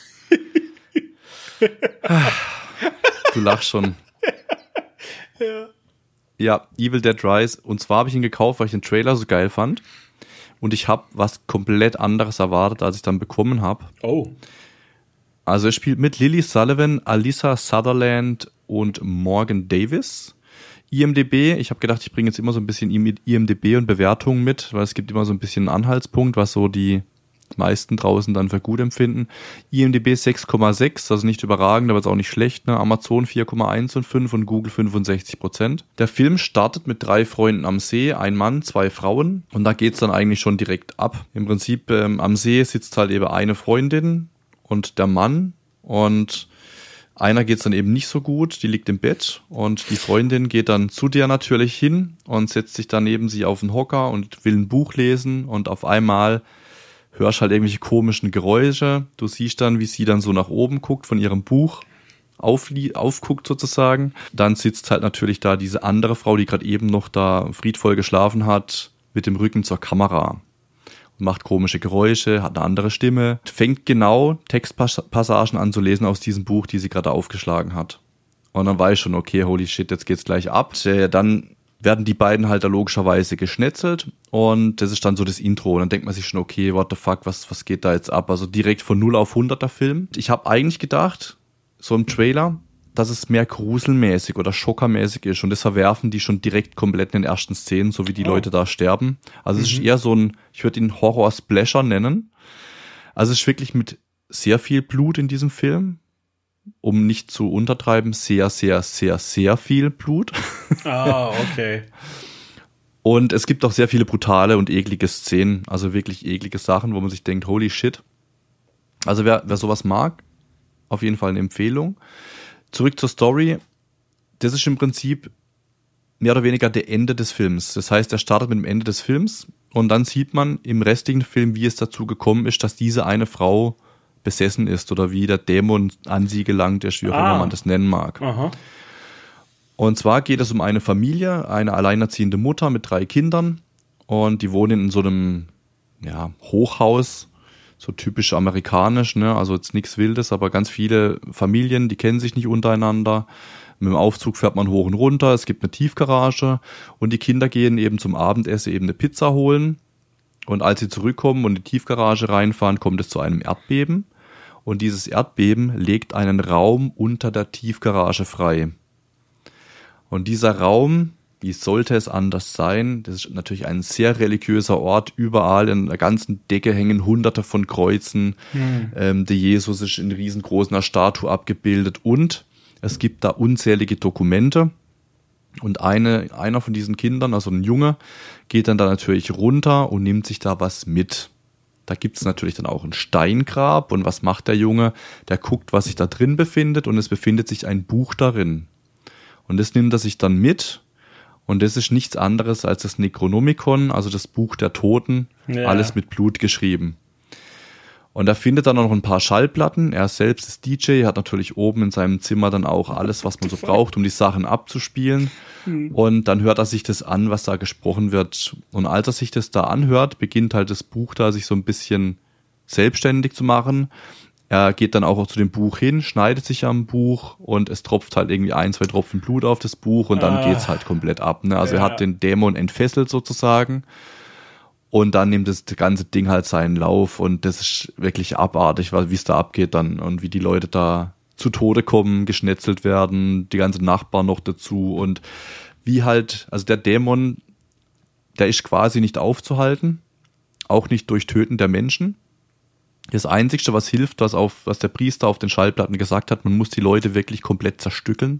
Du lachst schon. Ja, Evil Dead Rise. Und zwar habe ich ihn gekauft, weil ich den Trailer so geil fand. Und ich habe was komplett anderes erwartet, als ich dann bekommen habe. Oh. Also er spielt mit Lily Sullivan, Alyssa Sutherland und Morgan Davis. IMDb, ich habe gedacht, ich bringe jetzt immer so ein bisschen IMDb und Bewertungen mit, weil es gibt immer so ein bisschen einen Anhaltspunkt, was so die meisten draußen dann für gut empfinden. IMDb 6,6, also nicht überragend, aber ist auch nicht schlecht. Ne? Amazon 4,1 und 5 und Google 65%. Der Film startet mit 3 Freunden am See, ein Mann, 2 Frauen. Und da geht's dann eigentlich schon direkt ab. Im Prinzip am See sitzt halt eben eine Freundin und der Mann. Und einer geht's dann eben nicht so gut, die liegt im Bett. Und die Freundin geht dann zu der natürlich hin und setzt sich dann neben sie auf den Hocker und will ein Buch lesen. Und auf einmal hörst halt irgendwelche komischen Geräusche. Du siehst dann, wie sie dann so nach oben guckt, von ihrem Buch aufguckt sozusagen. Dann sitzt halt natürlich da diese andere Frau, die gerade eben noch da friedvoll geschlafen hat, mit dem Rücken zur Kamera. Und macht komische Geräusche, hat eine andere Stimme. Fängt genau Textpassagen an zu lesen aus diesem Buch, die sie gerade aufgeschlagen hat. Und dann weiß ich schon, okay, holy shit, jetzt geht's gleich ab. Dann werden die beiden halt da logischerweise geschnetzelt und das ist dann so das Intro und dann denkt man sich schon, okay, what the fuck, was geht da jetzt ab? Also direkt von 0 auf 100 der Film. Ich habe eigentlich gedacht, so im Trailer, dass es mehr gruselmäßig oder schockermäßig ist und das verwerfen die schon direkt komplett in den ersten Szenen, so wie die Leute da sterben. Also es ist eher so ein, ich würde ihn Horror-Splasher nennen. Also es ist wirklich mit sehr viel Blut in diesem Film. Um nicht zu untertreiben, sehr, sehr, sehr, sehr viel Blut. Ah, okay. Und es gibt auch sehr viele brutale und eklige Szenen, also wirklich eklige Sachen, wo man sich denkt, holy shit. Also wer sowas mag, auf jeden Fall eine Empfehlung. Zurück zur Story. Das ist im Prinzip mehr oder weniger der Ende des Films. Das heißt, er startet mit dem Ende des Films und dann sieht man im restlichen Film, wie es dazu gekommen ist, dass diese eine Frau besessen ist oder wie der Dämon an sie gelangt ist, wie auch immer man das nennen mag. Aha. Und zwar geht es um eine Familie, eine alleinerziehende Mutter mit 3 Kindern und die wohnen in so einem Hochhaus, so typisch amerikanisch, ne? Also jetzt nichts Wildes, aber ganz viele Familien, die kennen sich nicht untereinander. Mit dem Aufzug fährt man hoch und runter, es gibt eine Tiefgarage und die Kinder gehen eben zum Abendessen eben eine Pizza holen und als sie zurückkommen und in die Tiefgarage reinfahren, kommt es zu einem Erdbeben. Und dieses Erdbeben legt einen Raum unter der Tiefgarage frei. Und dieser Raum, wie sollte es anders sein, das ist natürlich ein sehr religiöser Ort. Überall in der ganzen Decke hängen Hunderte von Kreuzen. Der Jesus ist in riesengroßer Statue abgebildet. Und es gibt da unzählige Dokumente. Und einer von diesen Kindern, also ein Junge, geht dann da natürlich runter und nimmt sich da was mit. Da gibt es natürlich dann auch ein Steingrab und was macht der Junge? Der guckt, was sich da drin befindet und es befindet sich ein Buch darin. Und das nimmt er sich dann mit und das ist nichts anderes als das Necronomicon, also das Buch der Toten, alles mit Blut geschrieben. Und er findet dann noch ein paar Schallplatten. Er selbst ist DJ, hat natürlich oben in seinem Zimmer dann auch alles, was man so braucht, um die Sachen abzuspielen. Und dann hört er sich das an, was da gesprochen wird. Und als er sich das da anhört, beginnt halt das Buch da sich so ein bisschen selbstständig zu machen. Er geht dann auch zu dem Buch hin, schneidet sich am Buch und es tropft halt irgendwie 1, 2 Tropfen Blut auf das Buch und dann geht's halt komplett ab. Ne? Also er hat den Dämon entfesselt sozusagen. Und dann nimmt das ganze Ding halt seinen Lauf und das ist wirklich abartig, wie es da abgeht dann und wie die Leute da zu Tode kommen, geschnetzelt werden, die ganzen Nachbarn noch dazu und wie halt, also der Dämon, der ist quasi nicht aufzuhalten, auch nicht durch Töten der Menschen. Das Einzige, was hilft, was der Priester auf den Schallplatten gesagt hat, man muss die Leute wirklich komplett zerstückeln.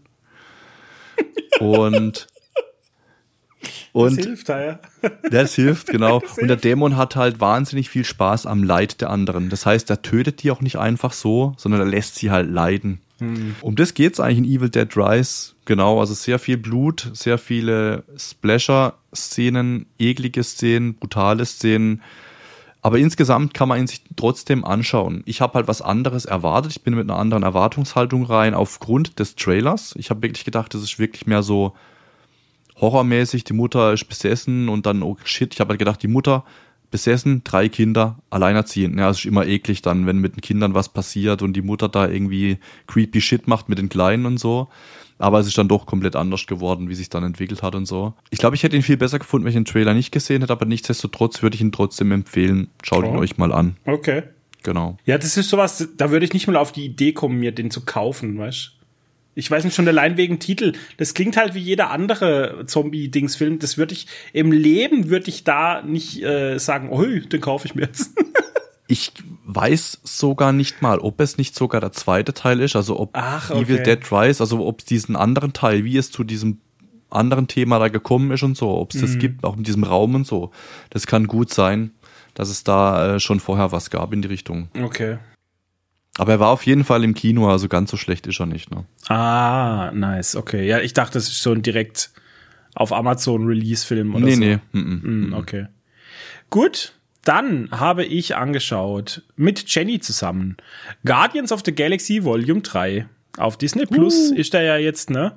Das hilft da, ja. Das hilft, genau. Und der Dämon hat halt wahnsinnig viel Spaß am Leid der anderen. Das heißt, er tötet die auch nicht einfach so, sondern er lässt sie halt leiden. Um das geht's eigentlich in Evil Dead Rise. Genau, also sehr viel Blut, sehr viele Splasher-Szenen, eklige Szenen, brutale Szenen. Aber insgesamt kann man ihn sich trotzdem anschauen. Ich habe halt was anderes erwartet. Ich bin mit einer anderen Erwartungshaltung rein aufgrund des Trailers. Ich habe wirklich gedacht, das ist wirklich mehr so horrormäßig, die Mutter ist besessen und dann, oh shit, ich habe halt gedacht, die Mutter besessen, 3 Kinder, alleinerziehend. Ja, es ist immer eklig dann, wenn mit den Kindern was passiert und die Mutter da irgendwie creepy Shit macht mit den Kleinen und so. Aber es ist dann doch komplett anders geworden, wie sich dann entwickelt hat und so. Ich glaube, ich hätte ihn viel besser gefunden, wenn ich den Trailer nicht gesehen hätte, aber nichtsdestotrotz würde ich ihn trotzdem empfehlen. Schaut ihn euch mal an. Okay. Genau. Ja, das ist sowas, da würde ich nicht mal auf die Idee kommen, mir den zu kaufen, weißt du? Ich weiß nicht, schon allein wegen Titel. Das klingt halt wie jeder andere Zombie-Dings-Film. Das würde ich, im Leben würde ich da nicht sagen, oh, den kaufe ich mir jetzt. Ich weiß sogar nicht mal, ob es nicht sogar der zweite Teil ist, also ob Evil Dead Rise, also ob es diesen anderen Teil, wie es zu diesem anderen Thema da gekommen ist und so, ob es das gibt, auch in diesem Raum und so. Das kann gut sein, dass es da schon vorher was gab in die Richtung. Okay. Aber er war auf jeden Fall im Kino, also ganz so schlecht ist er nicht, ne? Ah, nice, okay. Ja, ich dachte, das ist so ein direkt auf Amazon Release-Film oder so. Nee. Okay. Gut, dann habe ich angeschaut, mit Jenny zusammen, Guardians of the Galaxy Volume 3. Auf Disney Plus ist der ja jetzt, ne?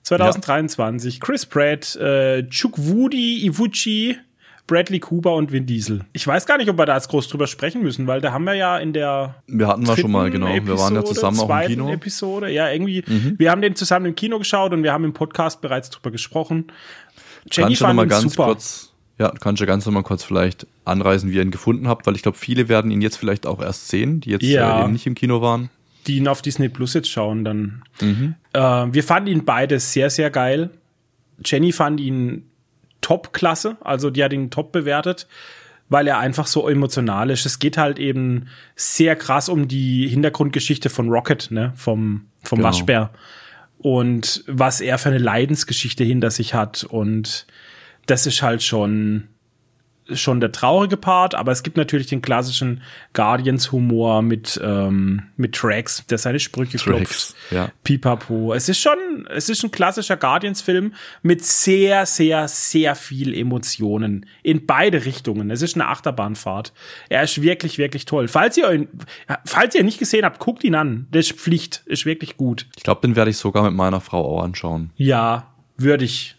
2023. Ja. Chris Pratt, Chukwudi Iwuchi, Bradley Cooper und Vin Diesel. Ich weiß gar nicht, ob wir da jetzt groß drüber sprechen müssen, weil da haben wir ja in der wir schon mal, genau. Wir waren ja zusammen auch im Kino. Episode. Ja, irgendwie. Wir haben den zusammen im Kino geschaut und wir haben im Podcast bereits drüber gesprochen. Jenny kannst du noch fand mal ihn ganz super. kurz, ja, kannst du ganz noch mal kurz vielleicht anreißen, wie ihr ihn gefunden habt, weil ich glaube, viele werden ihn jetzt vielleicht auch erst sehen, die jetzt eben nicht im Kino waren. Die ihn auf Disney Plus jetzt schauen, dann. Wir fanden ihn beide sehr, sehr geil. Jenny fand ihn top-klasse, also die hat ihn top bewertet, weil er einfach so emotional ist. Es geht halt eben sehr krass um die Hintergrundgeschichte von Rocket, ne, vom Genau. Waschbär. Und was er für eine Leidensgeschichte hinter sich hat. Und das ist halt schon der traurige Part, aber es gibt natürlich den klassischen Guardians-Humor mit Drax, der seine Sprüche klopft. Ja. Pipapo. Es ist ein klassischer Guardians-Film mit sehr, sehr, sehr viel Emotionen in beide Richtungen. Es ist eine Achterbahnfahrt. Er ist wirklich, wirklich toll. Falls ihr ihn nicht gesehen habt, guckt ihn an. Das ist Pflicht. Ist wirklich gut. Ich glaube, den werde ich sogar mit meiner Frau auch anschauen. Ja, würdig.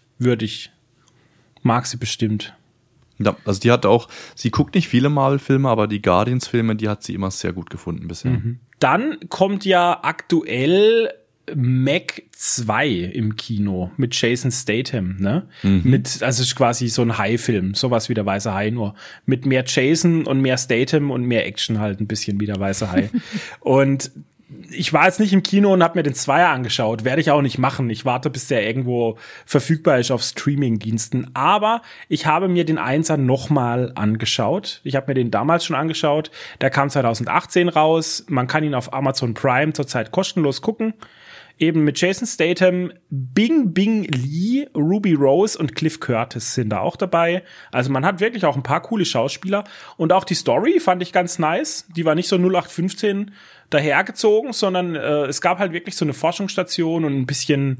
Mag sie bestimmt. Ja, also die hat auch, sie guckt nicht viele Marvel-Filme, aber die Guardians-Filme, die hat sie immer sehr gut gefunden bisher. Dann kommt ja aktuell Meg 2 im Kino mit Jason Statham, ne? Also ist quasi so ein Hai-Film, sowas wie der Weiße Hai, nur mit mehr Jason und mehr Statham und mehr Action halt ein bisschen wie der Weiße Hai. Und ich war jetzt nicht im Kino und habe mir den Zweier angeschaut. Werde ich auch nicht machen. Ich warte, bis der irgendwo verfügbar ist auf Streaming-Diensten. Aber ich habe mir den Einser nochmal angeschaut. Ich habe mir den damals schon angeschaut. Der kam 2018 raus. Man kann ihn auf Amazon Prime zurzeit kostenlos gucken. Eben mit Jason Statham, Bing Lee, Ruby Rose und Cliff Curtis sind da auch dabei. Also man hat wirklich auch ein paar coole Schauspieler. Und auch die Story fand ich ganz nice. Die war nicht so 0815 dahergezogen, sondern es gab halt wirklich so eine Forschungsstation und ein bisschen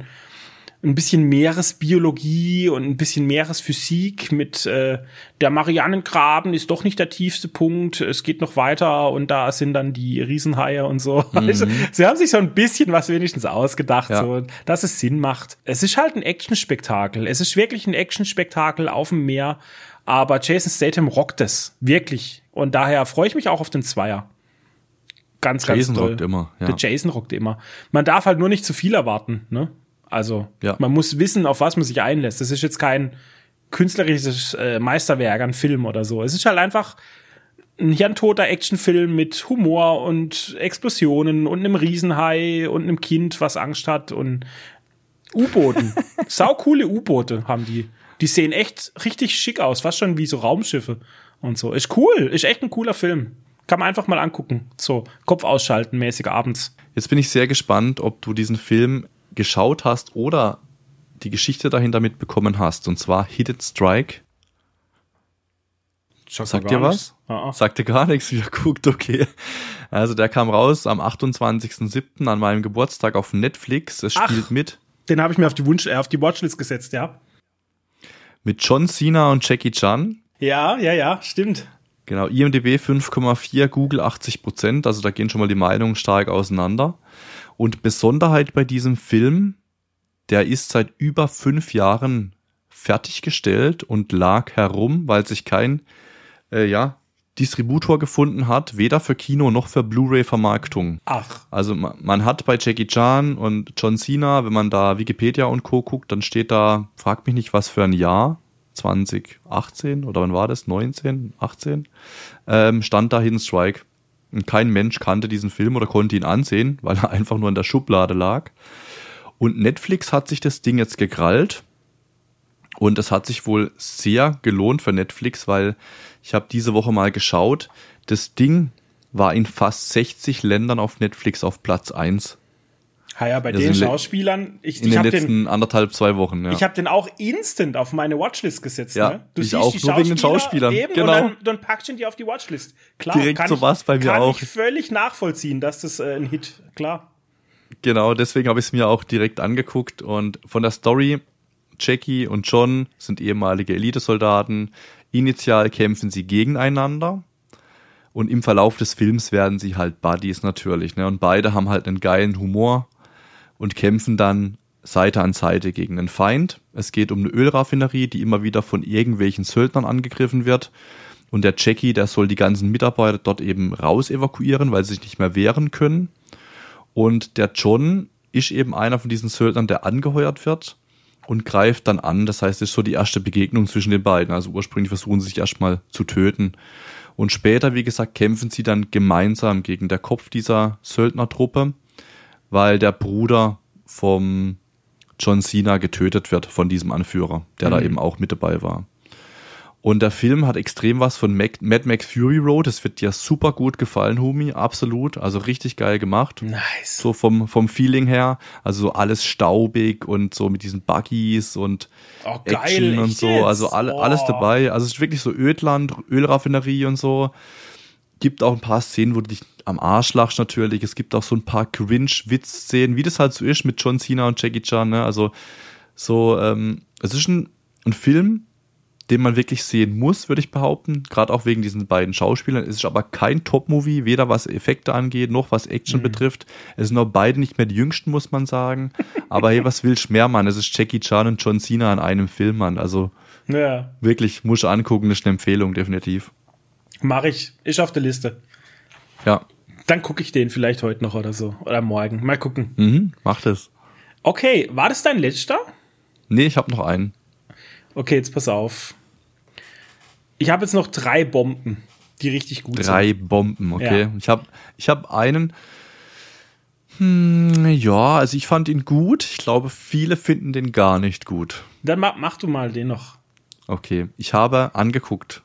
Meeresbiologie und ein bisschen Meeresphysik mit der Marianengraben ist doch nicht der tiefste Punkt. Es geht noch weiter und da sind dann die Riesenhaie und so. Also, sie haben sich so ein bisschen was wenigstens ausgedacht, so, dass es Sinn macht. Es ist halt ein Actionspektakel. Es ist wirklich ein Actionspektakel auf dem Meer. Aber Jason Statham rockt es. Wirklich. Und daher freue ich mich auch auf den Zweier. Ganz Jason toll. rockt immer. Ja. Der Jason rockt immer. Man darf halt nur nicht zu viel erwarten, ne? Also, man muss wissen, auf was man sich einlässt. Das ist jetzt kein künstlerisches Meisterwerk, ein Film oder so. Es ist halt einfach ein hirntoter Actionfilm mit Humor und Explosionen und einem Riesenhai und einem Kind, was Angst hat und U-Booten. Saucoole U-Boote haben die. Die sehen echt richtig schick aus, fast schon wie so Raumschiffe und so. Ist cool, ist echt ein cooler Film. Kann man einfach mal angucken. So, Kopf ausschalten mäßig abends. Jetzt bin ich sehr gespannt, ob du diesen Film geschaut hast oder die Geschichte dahinter mitbekommen hast. Und zwar Hidden Strike. Sagt dir was? Sagt dir gar nichts, wie ihr guckt, okay. Also der kam raus am 28.07. an meinem Geburtstag auf Netflix. Es spielt mit. Den habe ich mir auf die Watchlist gesetzt, ja. Mit John Cena und Jackie Chan. Ja, stimmt. Genau, IMDb 5,4, Google 80%. Also da gehen schon mal die Meinungen stark auseinander. Und Besonderheit bei diesem Film, der ist seit über 5 Jahren fertiggestellt und lag herum, weil sich kein Distributor gefunden hat, weder für Kino noch für Blu-ray-Vermarktung. Ach. Also man hat bei Jackie Chan und John Cena, wenn man da Wikipedia und Co. guckt, dann steht da, frag mich nicht, was für ein Jahr, 2018 oder wann war das, 19, 18, stand da Hidden Strike. Und kein Mensch kannte diesen Film oder konnte ihn ansehen, weil er einfach nur in der Schublade lag. Und Netflix hat sich das Ding jetzt gekrallt. Und es hat sich wohl sehr gelohnt für Netflix, weil ich habe diese Woche mal geschaut, das Ding war in fast 60 Ländern auf Netflix auf Platz 1. Ja, bei den Schauspielern. In den letzten 1,5-2 Wochen, ja. Ich habe den auch instant auf meine Watchlist gesetzt. Ja, ne? Du ich siehst auch, die nur wegen den Schauspielern. Eben, genau. Und dann packst du die auf die Watchlist. Klar, direkt so was bei mir auch. Kann ich völlig nachvollziehen, dass das ein Hit, klar. Genau, deswegen habe ich es mir auch direkt angeguckt. Und von der Story, Jackie und John sind ehemalige Elitesoldaten. Initial kämpfen sie gegeneinander. Und im Verlauf des Films werden sie halt Buddies natürlich. Ne? Und beide haben halt einen geilen Humor und kämpfen dann Seite an Seite gegen den Feind. Es geht um eine Ölraffinerie, die immer wieder von irgendwelchen Söldnern angegriffen wird. Und der Jackie, der soll die ganzen Mitarbeiter dort eben raus evakuieren, weil sie sich nicht mehr wehren können. Und der John ist eben einer von diesen Söldnern, der angeheuert wird. und greift dann an. Das heißt, es ist so die erste Begegnung zwischen den beiden. Also ursprünglich versuchen sie sich erstmal zu töten. Und später, wie gesagt, kämpfen sie dann gemeinsam gegen den Kopf dieser Söldnertruppe, weil der Bruder vom John Cena getötet wird von diesem Anführer, der da eben auch mit dabei war. Und der Film hat extrem was von Mad Max Fury Road. Das wird dir super gut gefallen, Humi, absolut. Also richtig geil gemacht. Nice. So vom Feeling her. Also so alles staubig und so mit diesen Buggies und geil, Action und so. Jetzt? Also alles dabei. Also es ist wirklich so Ödland, Ölraffinerie und so. Gibt auch ein paar Szenen, wo du dich am Arsch lachst natürlich. Es gibt auch so ein paar Cringe-Witz-Szenen, wie das halt so ist mit John Cena und Jackie Chan. Ne? Also so, es ist ein Film, den man wirklich sehen muss, würde ich behaupten. Gerade auch wegen diesen beiden Schauspielern. Es ist aber kein Top-Movie, weder was Effekte angeht, noch was Action betrifft. Es sind auch beide nicht mehr die Jüngsten, muss man sagen. Aber hey, was willst du mehr, Mann? Es ist Jackie Chan und John Cena in einem Film, Mann. Also wirklich, musst du angucken, das ist eine Empfehlung, definitiv. Mach ich. Ist auf der Liste. Ja. Dann gucke ich den vielleicht heute noch oder so. Oder morgen. Mal gucken. Mach das. Okay, war das dein letzter? Nee, ich habe noch einen. Okay, jetzt pass auf. Ich habe jetzt noch 3 Bomben, die richtig gut sind. 3 Bomben, okay. Ja. Ich hab einen. Ja, also ich fand ihn gut. Ich glaube, viele finden den gar nicht gut. Dann mach du mal den noch. Okay, ich habe angeguckt.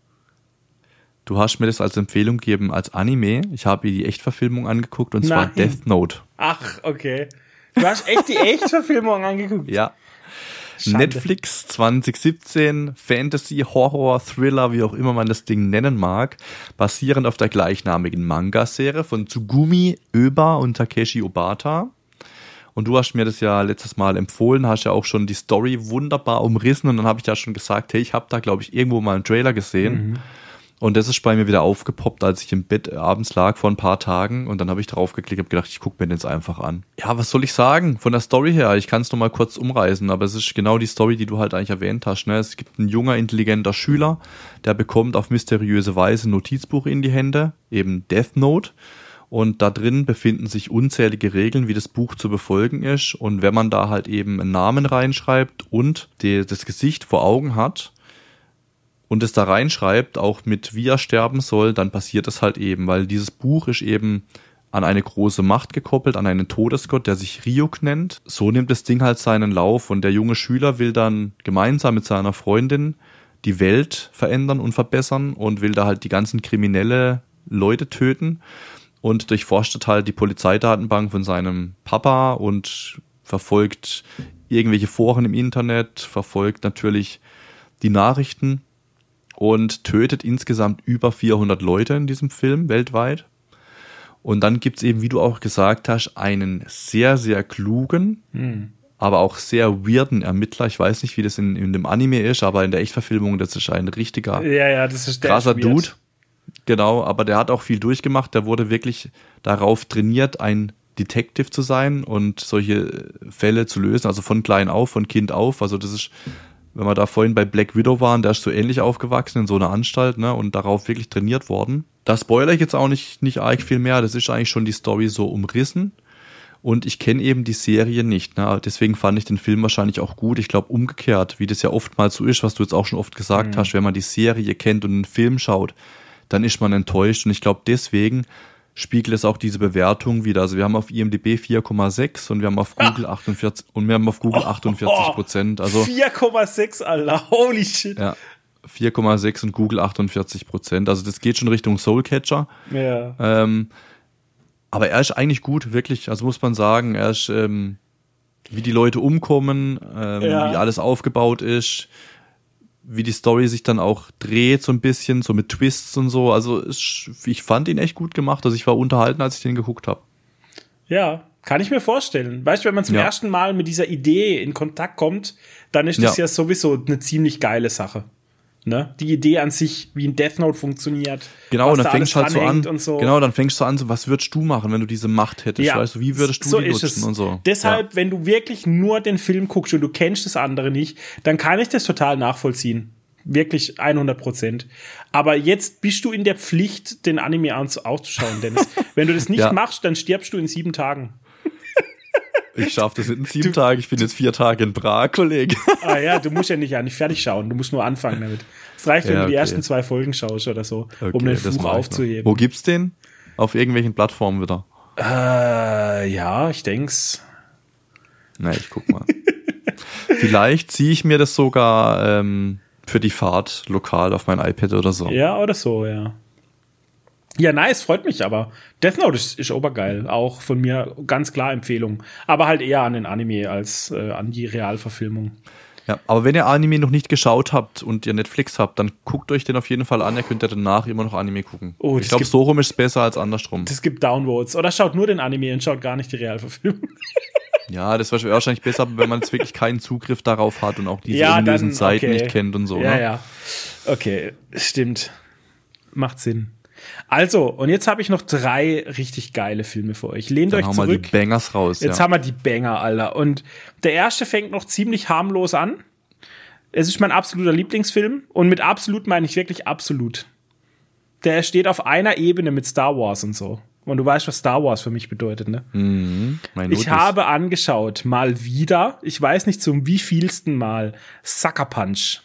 Du hast mir das als Empfehlung gegeben als Anime. Ich habe die Echtverfilmung angeguckt und zwar Death Note. Ach, okay. Du hast echt die Echtverfilmung angeguckt? Ja. Schande. Netflix 2017, Fantasy, Horror, Thriller, wie auch immer man das Ding nennen mag, basierend auf der gleichnamigen Manga-Serie von Tsugumi Ohba und Takeshi Obata. Und du hast mir das ja letztes Mal empfohlen, hast ja auch schon die Story wunderbar umrissen und dann habe ich ja schon gesagt, hey, ich habe da, glaube ich, irgendwo mal einen Trailer gesehen. Und das ist bei mir wieder aufgepoppt, als ich im Bett abends lag vor ein paar Tagen und dann habe ich drauf geklickt und gedacht, ich gucke mir den jetzt einfach an. Ja, was soll ich sagen? Von der Story her, ich kann es noch mal kurz umreißen, aber es ist genau die Story, die du halt eigentlich erwähnt hast. Ne? Es gibt ein junger, intelligenter Schüler, der bekommt auf mysteriöse Weise ein Notizbuch in die Hände, eben Death Note. Und da drin befinden sich unzählige Regeln, wie das Buch zu befolgen ist. Und wenn man da halt eben einen Namen reinschreibt und das Gesicht vor Augen hat, und es da reinschreibt, auch mit wie er sterben soll, dann passiert es halt eben, weil dieses Buch ist eben an eine große Macht gekoppelt, an einen Todesgott, der sich Ryuk nennt. So nimmt das Ding halt seinen Lauf und der junge Schüler will dann gemeinsam mit seiner Freundin die Welt verändern und verbessern und will da halt die ganzen kriminelle Leute töten und durchforstet halt die Polizeidatenbank von seinem Papa und verfolgt irgendwelche Foren im Internet, verfolgt natürlich die Nachrichten und tötet insgesamt über 400 Leute in diesem Film weltweit. Und dann gibt's eben, wie du auch gesagt hast, einen sehr, sehr klugen, aber auch sehr weirden Ermittler. Ich weiß nicht, wie das in dem Anime ist, aber in der Echtverfilmung, das ist ein richtiger, das ist krasser Dude. Genau, aber der hat auch viel durchgemacht. Der wurde wirklich darauf trainiert, ein Detective zu sein und solche Fälle zu lösen. Also von klein auf, von Kind auf. Also das ist... Wenn wir da vorhin bei Black Widow waren, der ist so ähnlich aufgewachsen in so einer Anstalt, ne, und darauf wirklich trainiert worden. Da spoilere ich jetzt auch nicht arg viel mehr, das ist eigentlich schon die Story so umrissen. Und ich kenne eben die Serie nicht, ne, deswegen fand ich den Film wahrscheinlich auch gut. Ich glaube umgekehrt, wie das ja oftmals so ist, was du jetzt auch schon oft gesagt hast, wenn man die Serie kennt und einen Film schaut, dann ist man enttäuscht. Und ich glaube deswegen spiegelt es auch diese Bewertung wieder. Also wir haben auf IMDb 4,6 und wir haben auf Google 48 und wir haben auf Google 48%. Also 4,6, Alter, holy shit. Ja, 4,6 und Google 48%. Also das geht schon Richtung Soulcatcher. Ja. Aber er ist eigentlich gut, wirklich. Also muss man sagen, er ist, wie die Leute umkommen, wie alles aufgebaut ist, wie die Story sich dann auch dreht so ein bisschen, so mit Twists und so. Also ich fand ihn echt gut gemacht. Also ich war unterhalten, als ich den geguckt habe. Ja, kann ich mir vorstellen. Weißt du, wenn man zum ersten Mal mit dieser Idee in Kontakt kommt, dann ist das ja sowieso eine ziemlich geile Sache. Ne? Die Idee an sich, wie ein Death Note funktioniert. Genau, und dann fängst du halt so an. Und so. Genau, dann fängst du an, so, was würdest du machen, wenn du diese Macht hättest? Ja, weißt du, wie würdest du so die nutzen und so? Deshalb, wenn du wirklich nur den Film guckst und du kennst das andere nicht, dann kann ich das total nachvollziehen. Wirklich 100%. Aber jetzt bist du in der Pflicht, den Anime auszuschauen, Dennis. Wenn du das nicht machst, dann stirbst du in 7 Tagen. Ich schaffe das in 7 Tagen. Ich bin jetzt 4 Tage in Prag, Kollege. Ah ja, du musst ja nicht fertig schauen. Du musst nur anfangen damit. Es reicht, wenn Ja, du die okay. ersten 2 Folgen schaust oder so, Okay, um den das Fluch mach ich aufzuheben. noch. Wo gibt's den? Auf irgendwelchen Plattformen wieder? Ja, ich denk's. Na, ich guck mal. Vielleicht ziehe ich mir das sogar für die Fahrt lokal auf mein iPad oder so. Ja, oder so, ja. Ja, nice, freut mich aber. Death Note ist obergeil. Auch von mir ganz klar Empfehlung. Aber halt eher an den Anime als an die Realverfilmung. Ja, aber wenn ihr Anime noch nicht geschaut habt und ihr Netflix habt, dann guckt euch den auf jeden Fall an. Ihr könnt ja danach immer noch Anime gucken. Oh, ich glaube, so rum ist es besser als andersrum. Es gibt Downvotes. Oder schaut nur den Anime und schaut gar nicht die Realverfilmung. Ja, das wäre wahrscheinlich besser, wenn man jetzt wirklich keinen Zugriff darauf hat und auch diese Ja, unlösen dann, Seiten okay. nicht kennt und so. Ja, ne? ja. Okay, stimmt. Macht Sinn. Also, und jetzt habe ich noch 3 richtig geile Filme für euch. Lehnt Dann euch hauen wir zurück. die Bangers raus. Jetzt ja. haben wir die Banger, Alter. Und der erste fängt noch ziemlich harmlos an. Es ist mein absoluter Lieblingsfilm. Und mit absolut meine ich wirklich absolut. Der steht auf einer Ebene mit Star Wars und so. Und du weißt, was Star Wars für mich bedeutet, ne? Mein Ich Notiz. habe angeschaut, mal wieder, ich weiß nicht zum wievielsten Mal, Sucker Punch.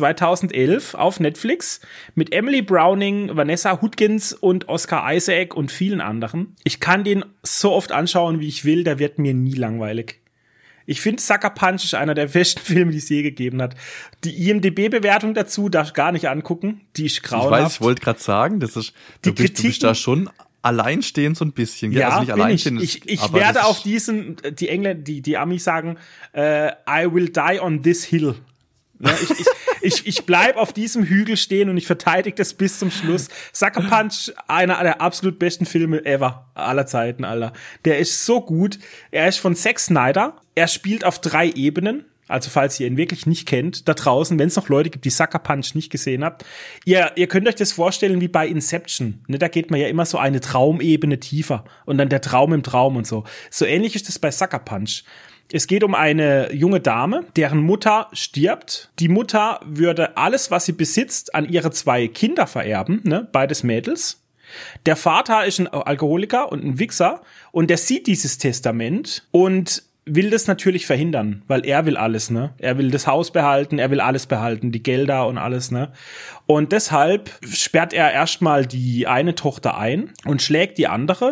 2011 auf Netflix mit Emily Browning, Vanessa Hudgens und Oscar Isaac und vielen anderen. Ich kann den so oft anschauen, wie ich will, der wird mir nie langweilig. Ich finde, Sucker Punch ist einer der besten Filme, die es je gegeben hat. Die IMDb-Bewertung dazu darfst du gar nicht angucken. Die ist Ich grauenhaft. weiß, ich wollte gerade sagen, das ist, Die du bist Kritiken- da schon alleinstehend so ein bisschen. Gell? Ja, also nicht bin ich. alleinstehend. Ich aber werde das auf ist- diesen, die Engländer, die Amis sagen, I will die on this hill. Ja, ich bleib auf diesem Hügel stehen und ich verteidige das bis zum Schluss. Sucker Punch, einer der absolut besten Filme ever, aller Zeiten, Alter. Der ist so gut. Er ist von Zack Snyder. Er spielt auf 3 Ebenen. Also falls ihr ihn wirklich nicht kennt, da draußen, wenn es noch Leute gibt, die Sucker Punch nicht gesehen habt, ihr könnt euch das vorstellen wie bei Inception. Ne, da geht man ja immer so eine Traumebene tiefer und dann der Traum im Traum und so. So ähnlich ist es bei Sucker Punch. Es geht um eine junge Dame, deren Mutter stirbt. Die Mutter würde alles, was sie besitzt, an ihre 2 Kinder vererben, ne, beides Mädels. Der Vater ist ein Alkoholiker und ein Wichser und der sieht dieses Testament und will das natürlich verhindern, weil er will alles, ne? Er will das Haus behalten, er will alles behalten, die Gelder und alles, ne? Und deshalb sperrt er erstmal die eine Tochter ein und schlägt die andere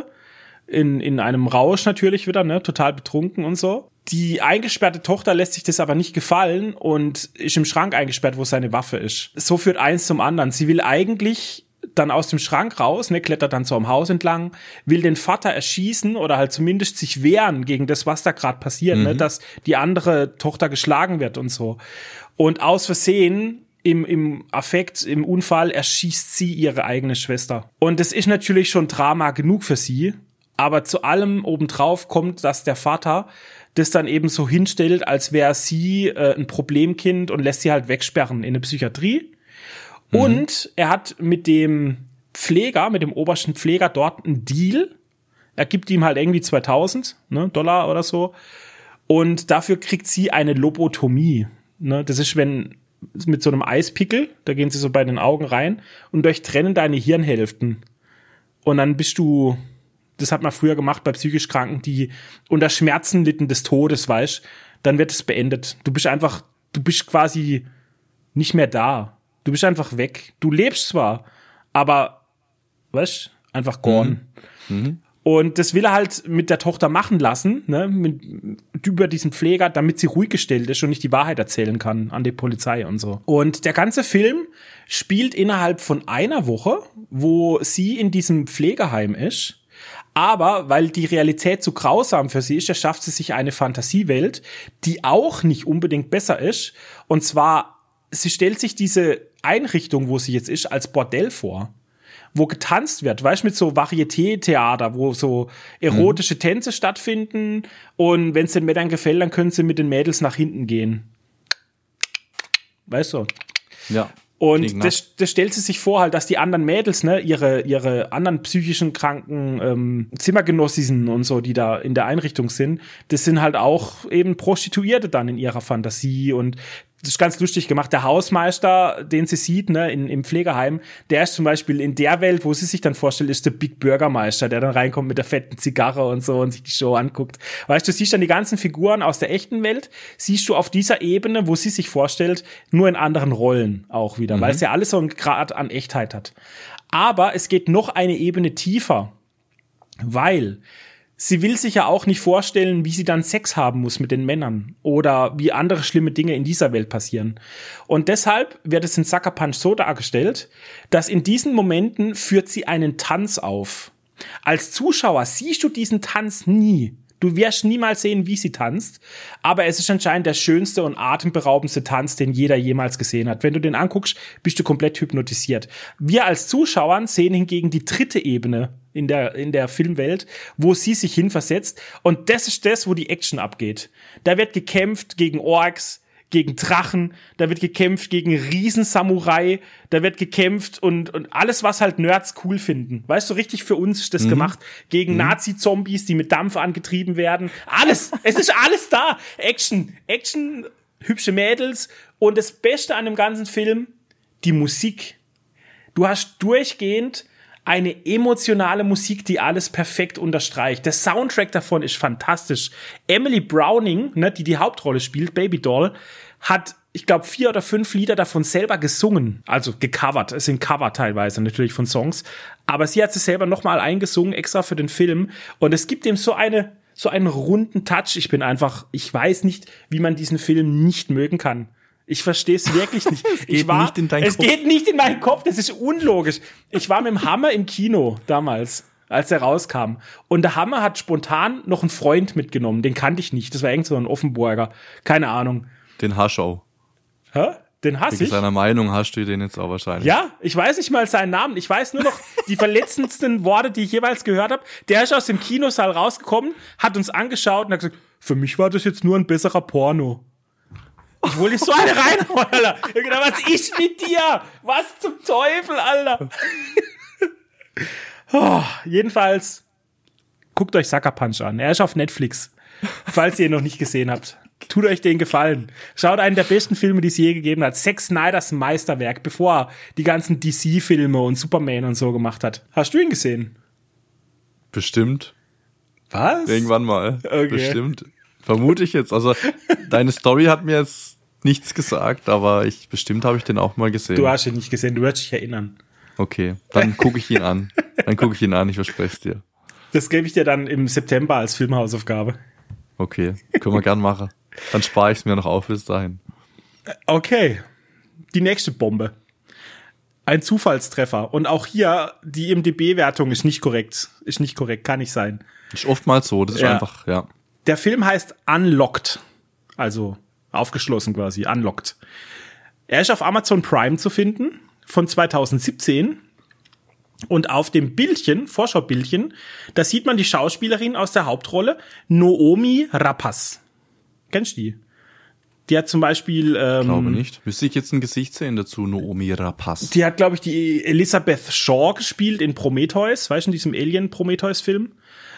in einem Rausch natürlich wieder, ne? Total betrunken und so. Die eingesperrte Tochter lässt sich das aber nicht gefallen und ist im Schrank eingesperrt, wo seine Waffe ist. So führt eins zum anderen. Sie will eigentlich dann aus dem Schrank raus, ne, klettert dann so am Haus entlang, will den Vater erschießen oder halt zumindest sich wehren gegen das, was da gerade passiert, ne, dass die andere Tochter geschlagen wird und so. Und aus Versehen im Affekt, im Unfall erschießt sie ihre eigene Schwester. Und das ist natürlich schon Drama genug für sie, aber zu allem obendrauf kommt, dass der Vater das dann eben so hinstellt, als wäre sie ein Problemkind und lässt sie halt wegsperren in eine Psychiatrie. Und er hat mit dem Pfleger, mit dem obersten Pfleger dort einen Deal. Er gibt ihm halt irgendwie 2000 Dollar oder so. Und dafür kriegt sie eine Lobotomie. Ne? Das ist, wenn mit so einem Eispickel, da gehen sie so bei den Augen rein und durchtrennen deine Hirnhälften. Und dann bist du, das hat man früher gemacht bei psychisch Kranken, die unter Schmerzen litten des Todes, weißt, dann wird es beendet. Du bist quasi nicht mehr da. Du bist einfach weg. Du lebst zwar, aber, weißt, einfach gone. Und das will er halt mit der Tochter machen lassen, ne, über diesen Pfleger, damit sie ruhig gestellt ist und nicht die Wahrheit erzählen kann an die Polizei und so. Und der ganze Film spielt innerhalb von einer Woche, wo sie in diesem Pflegeheim ist. Aber weil die Realität zu grausam für sie ist, erschafft sie sich eine Fantasiewelt, die auch nicht unbedingt besser ist. Und zwar, sie stellt sich diese Einrichtung, wo sie jetzt ist, als Bordell vor, wo getanzt wird, weißt du, mit so Varieté-Theater, wo so erotische Tänze stattfinden und wenn es den Männern gefällt, dann können sie mit den Mädels nach hinten gehen. Weißt du? Ja. Und das stellt sie sich vor, halt, dass die anderen Mädels, ne, ihre anderen psychischen kranken Zimmergenossinnen und so, die da in der Einrichtung sind, das sind halt auch eben Prostituierte dann in ihrer Fantasie und das ist ganz lustig gemacht. Der Hausmeister, den sie sieht, ne, im Pflegeheim, der ist zum Beispiel in der Welt, wo sie sich dann vorstellt, ist der Big Bürgermeister, der dann reinkommt mit der fetten Zigarre und so und sich die Show anguckt. Weißt du, siehst dann die ganzen Figuren aus der echten Welt, siehst du auf dieser Ebene, wo sie sich vorstellt, nur in anderen Rollen auch wieder, weil es ja alles so einen Grad an Echtheit hat. Aber es geht noch eine Ebene tiefer, weil sie will sich ja auch nicht vorstellen, wie sie dann Sex haben muss mit den Männern oder wie andere schlimme Dinge in dieser Welt passieren. Und deshalb wird es in Sucker Punch so dargestellt, dass in diesen Momenten führt sie einen Tanz auf. Als Zuschauer siehst du diesen Tanz nie. Du wirst niemals sehen, wie sie tanzt, aber es ist anscheinend der schönste und atemberaubendste Tanz, den jeder jemals gesehen hat. Wenn du den anguckst, bist du komplett hypnotisiert. Wir als Zuschauer sehen hingegen die dritte Ebene in der Filmwelt, wo sie sich hinversetzt, und das ist das, wo die Action abgeht. Da wird gekämpft gegen Orks, gegen Drachen, da wird gekämpft gegen Riesensamurai, da wird gekämpft und alles, was halt Nerds cool finden. Weißt du, richtig für uns ist das gemacht. Gegen Nazi-Zombies, die mit Dampf angetrieben werden. Alles, es ist alles da. Action, hübsche Mädels und das Beste an dem ganzen Film, die Musik. Du hast durchgehend eine emotionale Musik, die alles perfekt unterstreicht. Der Soundtrack davon ist fantastisch. Emily Browning, ne, die Hauptrolle spielt, Baby Doll, hat, ich glaube, 4 oder 5 Lieder davon selber gesungen. Also gecovert. Es sind Cover teilweise natürlich von Songs. Aber sie hat sie selber nochmal eingesungen, extra für den Film. Und es gibt ihm so einen runden Touch. Ich weiß nicht, wie man diesen Film nicht mögen kann. Ich verstehe es wirklich nicht. Es geht nicht in meinen Kopf, das ist unlogisch. Ich war mit dem Hammer im Kino damals, als er rauskam. Und der Hammer hat spontan noch einen Freund mitgenommen, den kannte ich nicht. Das war irgend so ein Offenburger, keine Ahnung. Den hasch auch. Hä? Den hasse ich? Wegen seiner Meinung hast du den jetzt auch wahrscheinlich. Ja, ich weiß nicht mal seinen Namen. Ich weiß nur noch die verletzendsten Worte, die ich jeweils gehört habe. Der ist aus dem Kinosaal rausgekommen, hat uns angeschaut und hat gesagt, für mich war das jetzt nur ein besserer Porno. Ich wollte so eine reinhauen, Alter. Ich hab gedacht, was ist mit dir? Was zum Teufel, Alter? Jedenfalls, guckt euch Sucker Punch an. Er ist auf Netflix, falls ihr ihn noch nicht gesehen habt. Tut euch den Gefallen. Schaut einen der besten Filme, die es je gegeben hat. Zack Snyders Meisterwerk, bevor er die ganzen DC-Filme und Superman und so gemacht hat. Hast du ihn gesehen? Bestimmt. Was? Irgendwann mal. Okay. Bestimmt. Vermute ich jetzt. Also, deine Story hat mir jetzt nichts gesagt, aber bestimmt habe ich den auch mal gesehen. Du hast ihn nicht gesehen, du wirst dich erinnern. Okay, dann gucke ich ihn an. Ich verspreche es dir. Das gebe ich dir dann im September als Filmhausaufgabe. Okay, können wir gern machen. Dann spare ich es mir noch auf bis dahin. Okay, die nächste Bombe. Ein Zufallstreffer. Und auch hier, die IMDb-Wertung ist nicht korrekt. Kann nicht sein. Ist oftmals so, das ist einfach, ja. Der Film heißt Unlocked. Also aufgeschlossen quasi, Unlocked. Er ist auf Amazon Prime zu finden, von 2017. Und auf dem Bildchen, Vorschaubildchen, da sieht man die Schauspielerin aus der Hauptrolle, Noomi Rapace. Kennst du die? Die hat zum Beispiel... glaube nicht. Müsste ich jetzt ein Gesicht sehen dazu, Noomi Rapace. Die hat, glaube ich, die Elizabeth Shaw gespielt in Prometheus, weißt du, in diesem Alien-Prometheus-Film.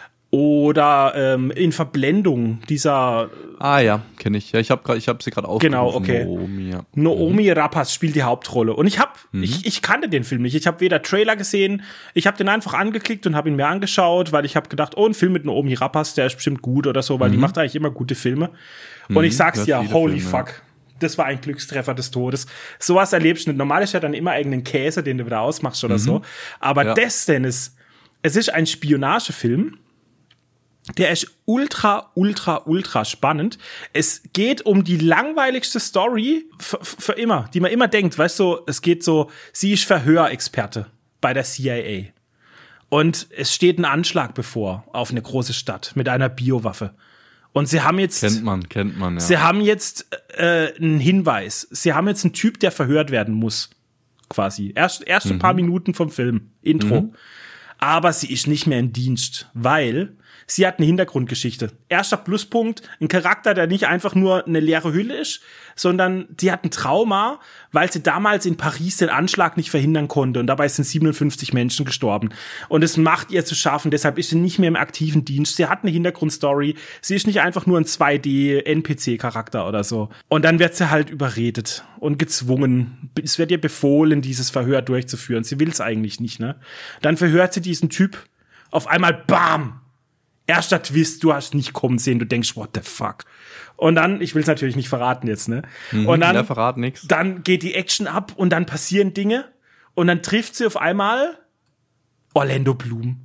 Oder in Verblendung, dieser... Ah ja, kenne ich. Ja, ich hab sie gerade aufgerufen. Genau, okay. Noomi Rapace spielt die Hauptrolle. Und ich kannte den Film nicht. Ich habe weder Trailer gesehen, ich habe den einfach angeklickt und habe ihn mir angeschaut, weil ich habe gedacht, ein Film mit Noomi Rapace, der ist bestimmt gut oder so, weil die macht eigentlich immer gute Filme. Und ich sag's dir, holy Filme, fuck. Das war ein Glückstreffer des Todes. Sowas erlebst du nicht. Normal ist ja dann immer irgendein Käse, den du wieder ausmachst oder so. Aber das denn es ist ein Spionagefilm. Der ist ultra, ultra, ultra spannend. Es geht um die langweiligste Story für immer, die man immer denkt. Weißt du, es geht so, sie ist Verhörexperte bei der CIA. Und es steht ein Anschlag bevor auf eine große Stadt mit einer Biowaffe. Und sie haben jetzt... Kennt man, ja. Sie haben jetzt einen Hinweis. Sie haben jetzt einen Typ, der verhört werden muss. Quasi. Erste paar Minuten vom Film. Intro. Aber sie ist nicht mehr im Dienst, weil Sie hat eine Hintergrundgeschichte. Erster Pluspunkt, ein Charakter, der nicht einfach nur eine leere Hülle ist, sondern die hat ein Trauma, weil sie damals in Paris den Anschlag nicht verhindern konnte und dabei sind 57 Menschen gestorben. Und es macht ihr zu schaffen, deshalb ist sie nicht mehr im aktiven Dienst. Sie hat eine Hintergrundstory. Sie ist nicht einfach nur ein 2D-NPC-Charakter oder so. Und dann wird sie halt überredet und gezwungen. Es wird ihr befohlen, dieses Verhör durchzuführen. Sie will es eigentlich nicht, ne? Dann verhört sie diesen Typ. Auf einmal, bam! Erster Twist, du hast nicht kommen sehen, du denkst, what the fuck? Und dann, ich will es natürlich nicht verraten jetzt, ne? Und dann, verraten nix. Dann geht die Action ab und dann passieren Dinge und dann trifft sie auf einmal Orlando Bloom.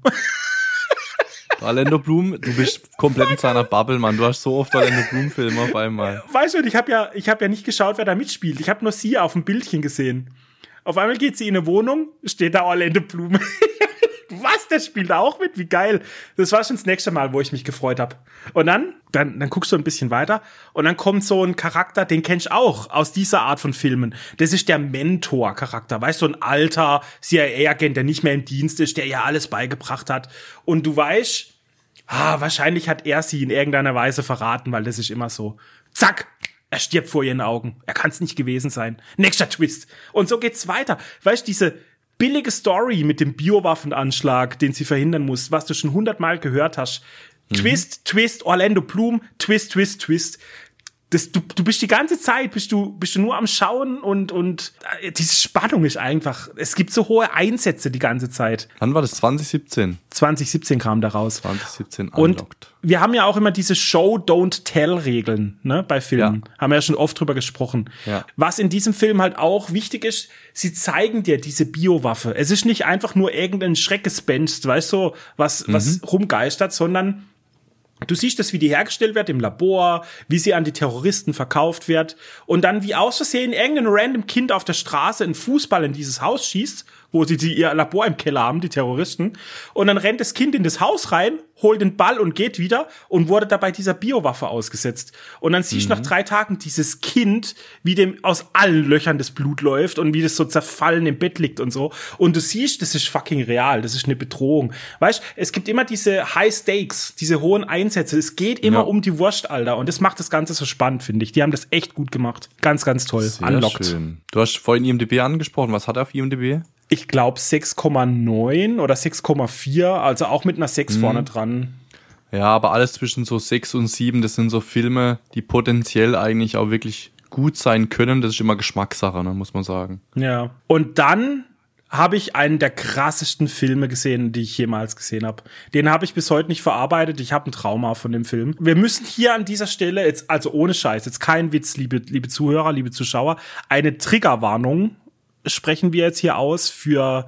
Orlando Bloom, du bist komplett in seiner Bubble, Mann. Du hast so oft Orlando Bloom-Filme auf einmal. Weißt du, ich hab ja nicht geschaut, wer da mitspielt. Ich habe nur sie auf dem Bildchen gesehen. Auf einmal geht sie in eine Wohnung, steht da Orlando Bloom. Was, der spielt da auch mit? Wie geil. Das war schon das nächste Mal, wo ich mich gefreut habe. Und dann guckst du ein bisschen weiter und dann kommt so ein Charakter, den kennst du auch aus dieser Art von Filmen. Das ist der Mentor-Charakter. Weißt du, so ein alter CIA-Agent, der nicht mehr im Dienst ist, der ihr alles beigebracht hat. Und du weißt, wahrscheinlich hat er sie in irgendeiner Weise verraten, weil das ist immer so. Zack! Er stirbt vor ihren Augen. Er kann es nicht gewesen sein. Nächster Twist. Und so geht's weiter. Weißt du, diese billige Story mit dem Biowaffenanschlag, den sie verhindern muss, was du schon 100-mal gehört hast. Twist, Twist, Orlando Bloom, Twist, Twist, Twist. Du bist die ganze Zeit, bist du nur am Schauen und diese Spannung ist einfach, es gibt so hohe Einsätze die ganze Zeit. Wann war das? 2017? 2017 kam da raus. 2017 unlocked. Und wir haben ja auch immer diese Show-Don't-Tell-Regeln, ne, bei Filmen. Ja. Haben wir ja schon oft drüber gesprochen. Ja. Was in diesem Film halt auch wichtig ist, sie zeigen dir diese Biowaffe. Es ist nicht einfach nur irgendein Schreckgespenst, weißt du, was rumgeistert, sondern du siehst das, wie die hergestellt wird im Labor, wie sie an die Terroristen verkauft wird und dann wie aus Versehen irgendein random Kind auf der Straße einen Fußball in dieses Haus schießt, wo sie ihr Labor im Keller haben, die Terroristen. Und dann rennt das Kind in das Haus rein, holt den Ball und geht wieder und wurde dabei dieser Biowaffe ausgesetzt. Und dann siehst du nach 3 Tagen dieses Kind, wie dem aus allen Löchern das Blut läuft und wie das so zerfallen im Bett liegt und so. Und du siehst, das ist fucking real, das ist eine Bedrohung. Weißt, es gibt immer diese High Stakes, diese hohen Einsätze. Es geht immer um die Wurst, Alter. Und das macht das Ganze so spannend, finde ich. Die haben das echt gut gemacht. Ganz, ganz toll. Sehr Unlocked. Schön. Du hast vorhin IMDb angesprochen. Was hat er auf IMDb? Ich glaube 6,9 oder 6,4, also auch mit einer 6 vorne dran. Ja, aber alles zwischen so 6 und 7, das sind so Filme, die potenziell eigentlich auch wirklich gut sein können. Das ist immer Geschmackssache, ne, muss man sagen. Ja. Und dann habe ich einen der krassesten Filme gesehen, die ich jemals gesehen habe. Den habe ich bis heute nicht verarbeitet. Ich habe ein Trauma von dem Film. Wir müssen hier an dieser Stelle, jetzt, also ohne Scheiß, jetzt kein Witz, liebe Zuhörer, liebe Zuschauer, eine Triggerwarnung sprechen wir jetzt hier aus für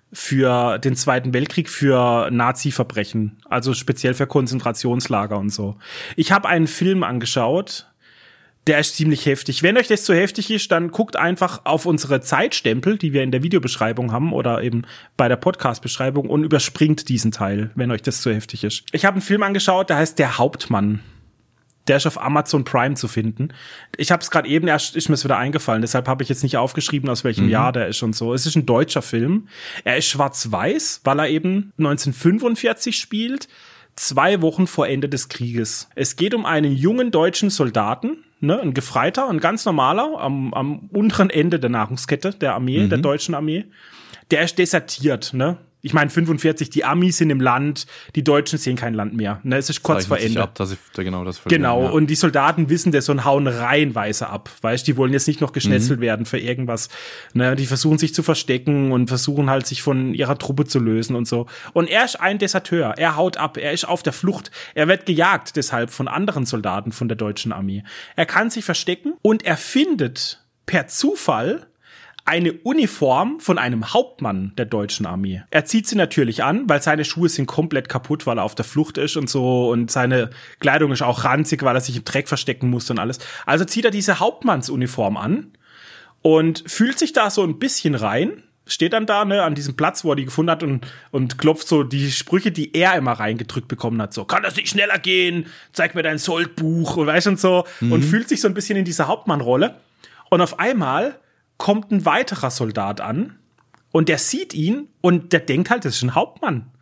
den Zweiten Weltkrieg, für Nazi-Verbrechen, also speziell für Konzentrationslager und so. Ich habe einen Film angeschaut, der ist ziemlich heftig. Wenn euch das zu heftig ist, dann guckt einfach auf unsere Zeitstempel, die wir in der Videobeschreibung haben oder eben bei der Podcast-Beschreibung und überspringt diesen Teil, wenn euch das zu heftig ist. Ich habe einen Film angeschaut, der heißt Der Hauptmann. Der ist auf Amazon Prime zu finden. Ich habe es gerade eben erst, ist mir wieder eingefallen, deshalb habe ich jetzt nicht aufgeschrieben, aus welchem Jahr der ist und so. Es ist ein deutscher Film. Er ist schwarz-weiß, weil er eben 1945 spielt, 2 Wochen vor Ende des Krieges. Es geht um einen jungen deutschen Soldaten, ne, ein Gefreiter, ein ganz normaler, am unteren Ende der Nahrungskette der Armee, der deutschen Armee. Der ist desertiert, ne? Ich meine, 45, die Amis sind im Land, die Deutschen sehen kein Land mehr. Ne, es ist kurz vor Ende. Ab, dass ich, genau, das genau, ja. Und die Soldaten wissen das und hauen reihenweise ab. Weißt, die wollen jetzt nicht noch geschnetzelt werden für irgendwas. Ne, die versuchen sich zu verstecken und versuchen halt sich von ihrer Truppe zu lösen und so. Und er ist ein Deserteur. Er haut ab. Er ist auf der Flucht. Er wird gejagt deshalb von anderen Soldaten von der deutschen Armee. Er kann sich verstecken und er findet per Zufall eine Uniform von einem Hauptmann der deutschen Armee. Er zieht sie natürlich an, weil seine Schuhe sind komplett kaputt, weil er auf der Flucht ist und so, und seine Kleidung ist auch ranzig, weil er sich im Dreck verstecken muss und alles. Also zieht er diese Hauptmannsuniform an und fühlt sich da so ein bisschen rein, steht dann da, ne, an diesem Platz, wo er die gefunden hat und klopft so die Sprüche, die er immer reingedrückt bekommen hat, so, kann das nicht schneller gehen, zeig mir dein Soldbuch und weißt und so, und fühlt sich so ein bisschen in dieser Hauptmannrolle. Und auf einmal kommt ein weiterer Soldat an und der sieht ihn und der denkt halt, das ist ein Hauptmann.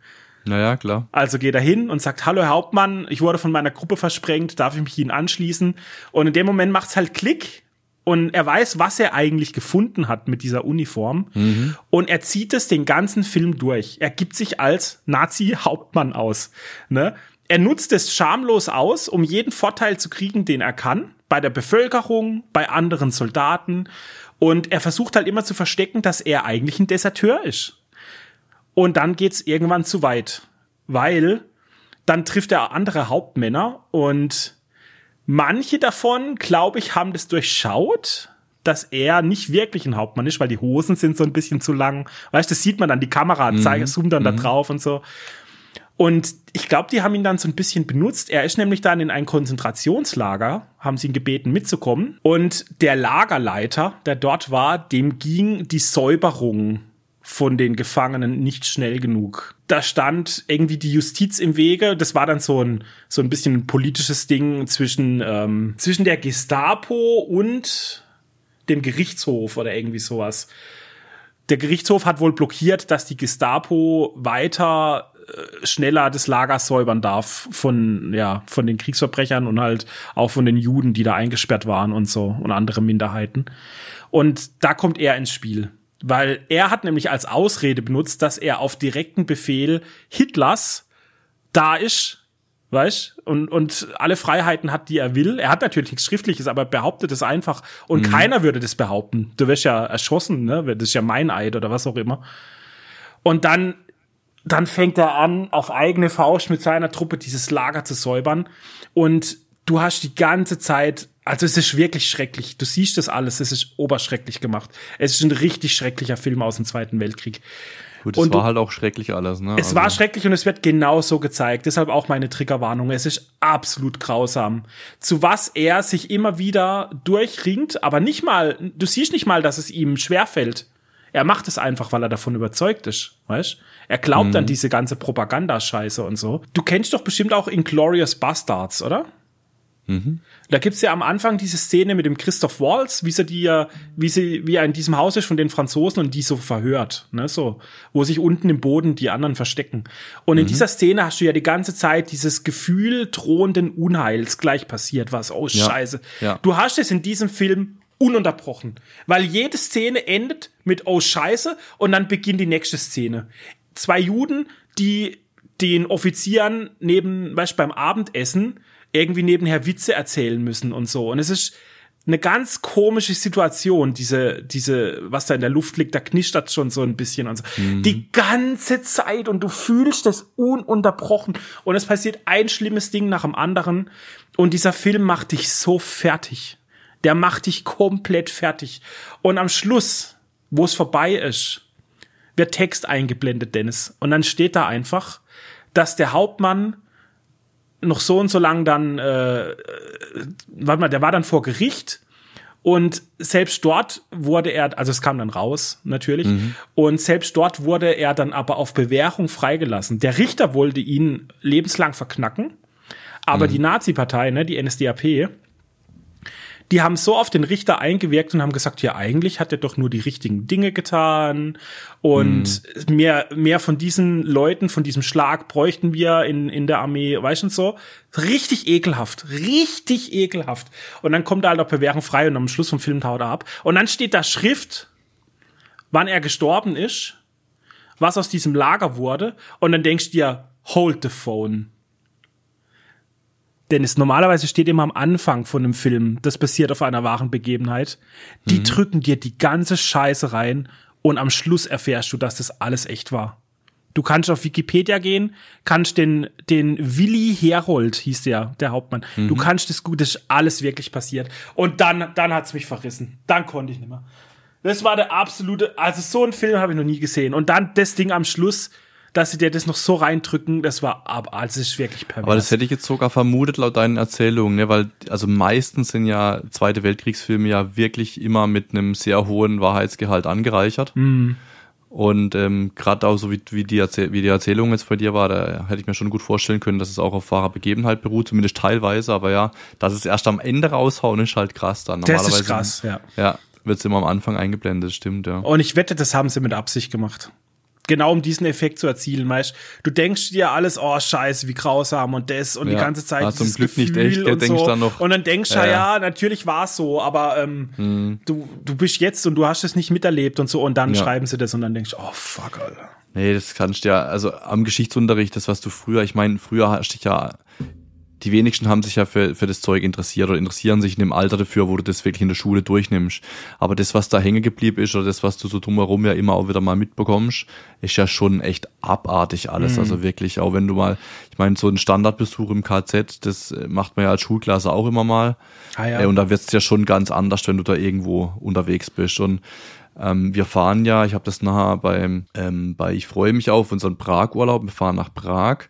Naja, klar. Also geht er hin und sagt, hallo Herr Hauptmann, ich wurde von meiner Gruppe versprengt, darf ich mich Ihnen anschließen? Und in dem Moment macht's halt Klick und er weiß, was er eigentlich gefunden hat mit dieser Uniform. Und er zieht es den ganzen Film durch. Er gibt sich als Nazi-Hauptmann aus. Ne? Er nutzt es schamlos aus, um jeden Vorteil zu kriegen, den er kann. Bei der Bevölkerung, bei anderen Soldaten. Und er versucht halt immer zu verstecken, dass er eigentlich ein Deserteur ist. Und dann geht's irgendwann zu weit, weil dann trifft er andere Hauptmänner und manche davon, glaube ich, haben das durchschaut, dass er nicht wirklich ein Hauptmann ist, weil die Hosen sind so ein bisschen zu lang. Weißt du, das sieht man dann, die Kamera zoomt dann da drauf und so. Und ich glaube, die haben ihn dann so ein bisschen benutzt. Er ist nämlich dann in ein Konzentrationslager, haben sie ihn gebeten mitzukommen. Und der Lagerleiter, der dort war, dem ging die Säuberung von den Gefangenen nicht schnell genug. Da stand irgendwie die Justiz im Wege. Das war dann so ein bisschen ein politisches Ding zwischen der Gestapo und dem Gerichtshof oder irgendwie sowas. Der Gerichtshof hat wohl blockiert, dass die Gestapo weiter schneller das Lager säubern darf von den Kriegsverbrechern und halt auch von den Juden, die da eingesperrt waren und so und andere Minderheiten. Und da kommt er ins Spiel. Weil er hat nämlich als Ausrede benutzt, dass er auf direkten Befehl Hitlers da ist, weißt, und alle Freiheiten hat, die er will. Er hat natürlich nichts Schriftliches, aber behauptet es einfach. Und keiner würde das behaupten. Du wirst ja erschossen, ne? Das ist ja Meineid oder was auch immer. Und dann fängt er an, auf eigene Faust mit seiner Truppe dieses Lager zu säubern. Und du hast die ganze Zeit, also es ist wirklich schrecklich. Du siehst das alles, es ist oberschrecklich gemacht. Es ist ein richtig schrecklicher Film aus dem Zweiten Weltkrieg. Gut, es war halt auch schrecklich alles, ne? Es war schrecklich und es wird genauso gezeigt. Deshalb auch meine Triggerwarnung. Es ist absolut grausam. Zu was er sich immer wieder durchringt, aber nicht mal, du siehst nicht mal, dass es ihm schwerfällt. Er macht es einfach, weil er davon überzeugt ist, weißt? Er glaubt an diese ganze Propagandascheiße und so. Du kennst doch bestimmt auch Inglourious Bastards, oder? Da gibt's ja am Anfang diese Szene mit dem Christoph Waltz, wie er in diesem Haus ist von den Franzosen und die so verhört, ne, so, wo sich unten im Boden die anderen verstecken. Und in dieser Szene hast du ja die ganze Zeit dieses Gefühl drohenden Unheils gleich passiert, was, oh Scheiße. Ja. Du hast es in diesem Film ununterbrochen, weil jede Szene endet mit oh Scheiße und dann beginnt die nächste Szene. 2 Juden, die den Offizieren beim Abendessen irgendwie nebenher Witze erzählen müssen und so. Und es ist eine ganz komische Situation, diese, was da in der Luft liegt, da knistert schon so ein bisschen und so. Die ganze Zeit und du fühlst das ununterbrochen und es passiert ein schlimmes Ding nach dem anderen und dieser Film macht dich so fertig. Der macht dich komplett fertig. Und am Schluss, wo es vorbei ist, wird Text eingeblendet, Dennis. Und dann steht da einfach, dass der Hauptmann noch so und so lang dann, der war dann vor Gericht und selbst dort wurde er, also es kam dann raus, natürlich, und selbst dort wurde er dann aber auf Bewährung freigelassen. Der Richter wollte ihn lebenslang verknacken, aber die Nazi-Partei, ne, die NSDAP, die haben so auf den Richter eingewirkt und haben gesagt, ja, eigentlich hat er doch nur die richtigen Dinge getan und mehr von diesen Leuten, von diesem Schlag bräuchten wir in der Armee, weißt du, so. Richtig ekelhaft. Und dann kommt er halt auf Bewährung frei und am Schluss vom Film haut er ab. Und dann steht da Schrift, wann er gestorben ist, was aus diesem Lager wurde und dann denkst du dir, hold the phone. Denn es normalerweise steht immer am Anfang von einem Film, das basiert auf einer wahren Begebenheit. Die drücken dir die ganze Scheiße rein und am Schluss erfährst du, dass das alles echt war. Du kannst auf Wikipedia gehen, kannst den Willi Herold, hieß der Hauptmann. Du kannst das ist alles wirklich passiert. Und dann hat's mich verrissen. Dann konnte ich nicht mehr. Das war der absolute, also so einen Film habe ich noch nie gesehen. Und dann das Ding am Schluss, dass sie dir das noch so reindrücken, das ist wirklich pervers. Aber das hätte ich jetzt sogar vermutet laut deinen Erzählungen, ne, weil also meistens sind ja Zweite Weltkriegsfilme ja wirklich immer mit einem sehr hohen Wahrheitsgehalt angereichert. Und gerade auch so wie die Erzählung jetzt bei dir war, da hätte ich mir schon gut vorstellen können, dass es auch auf wahrer Begebenheit beruht, zumindest teilweise, aber ja, dass es erst am Ende raushauen, ist halt krass dann. Das ist krass, ja. Ja, wird's immer am Anfang eingeblendet, stimmt, ja. Und ich wette, das haben sie mit Absicht gemacht. Genau um diesen Effekt zu erzielen, weißt du, denkst dir alles, oh scheiße, wie grausam und das und die ganze Zeit zum dieses Glück Gefühl nicht echt, und denkst so. dann noch, und dann denkst du, ja, natürlich war es so, aber du bist jetzt und du hast es nicht miterlebt und so und dann schreiben sie das und dann denkst du, oh fuck, Alter. Nee, das kannst du ja, also am Geschichtsunterricht, das was du früher, ich meine, früher hast du dich ja, die wenigsten haben sich ja für das Zeug interessiert oder interessieren sich in dem Alter dafür, wo du das wirklich in der Schule durchnimmst. Aber das, was da hängen geblieben ist oder das, was du so drumherum ja immer auch wieder mal mitbekommst, ist ja schon echt abartig alles. Also wirklich, auch wenn du mal, ich meine, so ein Standardbesuch im KZ, das macht man ja als Schulklasse auch immer mal. Und da wird's ja schon ganz anders, wenn du da irgendwo unterwegs bist. Und wir fahren ja, ich habe das nachher bei Ich freue mich auf unseren Prag-Urlaub, wir fahren nach Prag.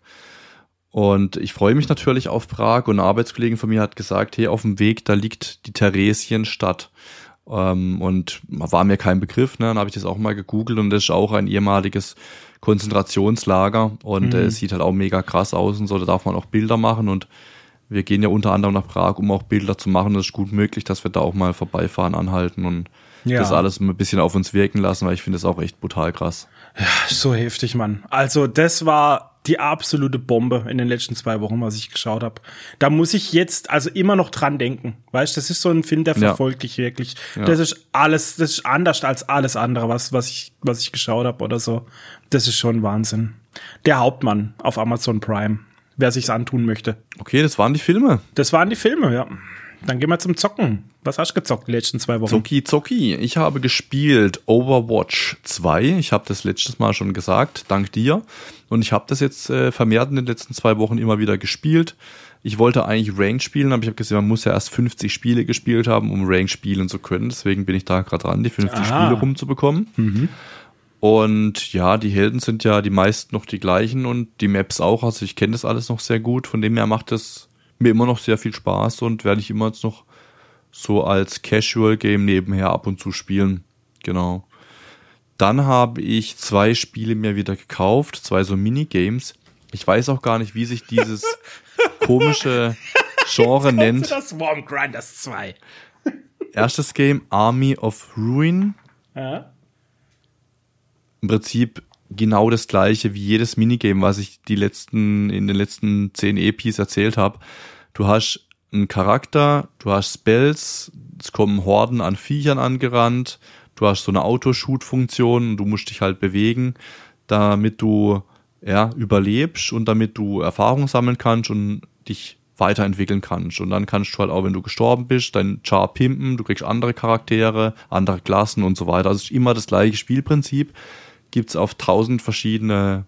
Und ich freue mich natürlich auf Prag und eine Arbeitskollegin von mir hat gesagt, hey, auf dem Weg, da liegt die Theresienstadt. Und war mir kein Begriff, ne? Dann habe ich das auch mal gegoogelt und das ist auch ein ehemaliges Konzentrationslager und es sieht halt auch mega krass aus und so, da darf man auch Bilder machen und wir gehen ja unter anderem nach Prag, um auch Bilder zu machen. Das ist gut möglich, dass wir da auch mal vorbeifahren, anhalten und das alles ein bisschen auf uns wirken lassen, weil ich finde das auch echt brutal krass. Ja, so heftig, Mann. Also das war die absolute Bombe in den letzten 2 Wochen, was ich geschaut habe. Da muss ich jetzt also immer noch dran denken. Weißt du, das ist so ein Film, der verfolgt dich wirklich. Ja. Das ist anders als alles andere, was ich geschaut habe oder so. Das ist schon Wahnsinn. Der Hauptmann auf Amazon Prime, wer sich's antun möchte. Okay, das waren die Filme. Das waren die Filme, ja. Dann gehen wir zum Zocken. Was hast du gezockt die letzten 2 Wochen? Zocki. Ich habe gespielt Overwatch 2. Ich habe das letztes Mal schon gesagt, dank dir. Und ich habe das jetzt vermehrt in den letzten 2 Wochen immer wieder gespielt. Ich wollte eigentlich Ranked spielen, aber ich habe gesehen, man muss ja erst 50 Spiele gespielt haben, um Ranked spielen zu können. Deswegen bin ich da gerade dran, die 50 Spiele rumzubekommen. Mhm. Und ja, die Helden sind ja die meisten noch die gleichen und die Maps auch. Also ich kenne das alles noch sehr gut. Von dem her macht das mir immer noch sehr viel Spaß und werde ich immer jetzt noch so als Casual-Game nebenher ab und zu spielen. Genau. Dann habe ich 2 Spiele mir wieder gekauft, 2 so Minigames. Ich weiß auch gar nicht, wie sich dieses komische Genre nennt. Das Swarm Grinders 2. Erstes Game, Army of Ruin. Ja. Im Prinzip genau das gleiche wie jedes Minigame, was ich in den letzten 10 EPs erzählt habe. Du hast einen Charakter, du hast Spells, es kommen Horden an Viechern angerannt, du hast so eine Autoshoot-Funktion und du musst dich halt bewegen, damit du überlebst und damit du Erfahrung sammeln kannst und dich weiterentwickeln kannst. Und dann kannst du halt auch, wenn du gestorben bist, dein Char pimpen, du kriegst andere Charaktere, andere Klassen und so weiter. Also es ist immer das gleiche Spielprinzip. Gibt's auf 1000 verschiedene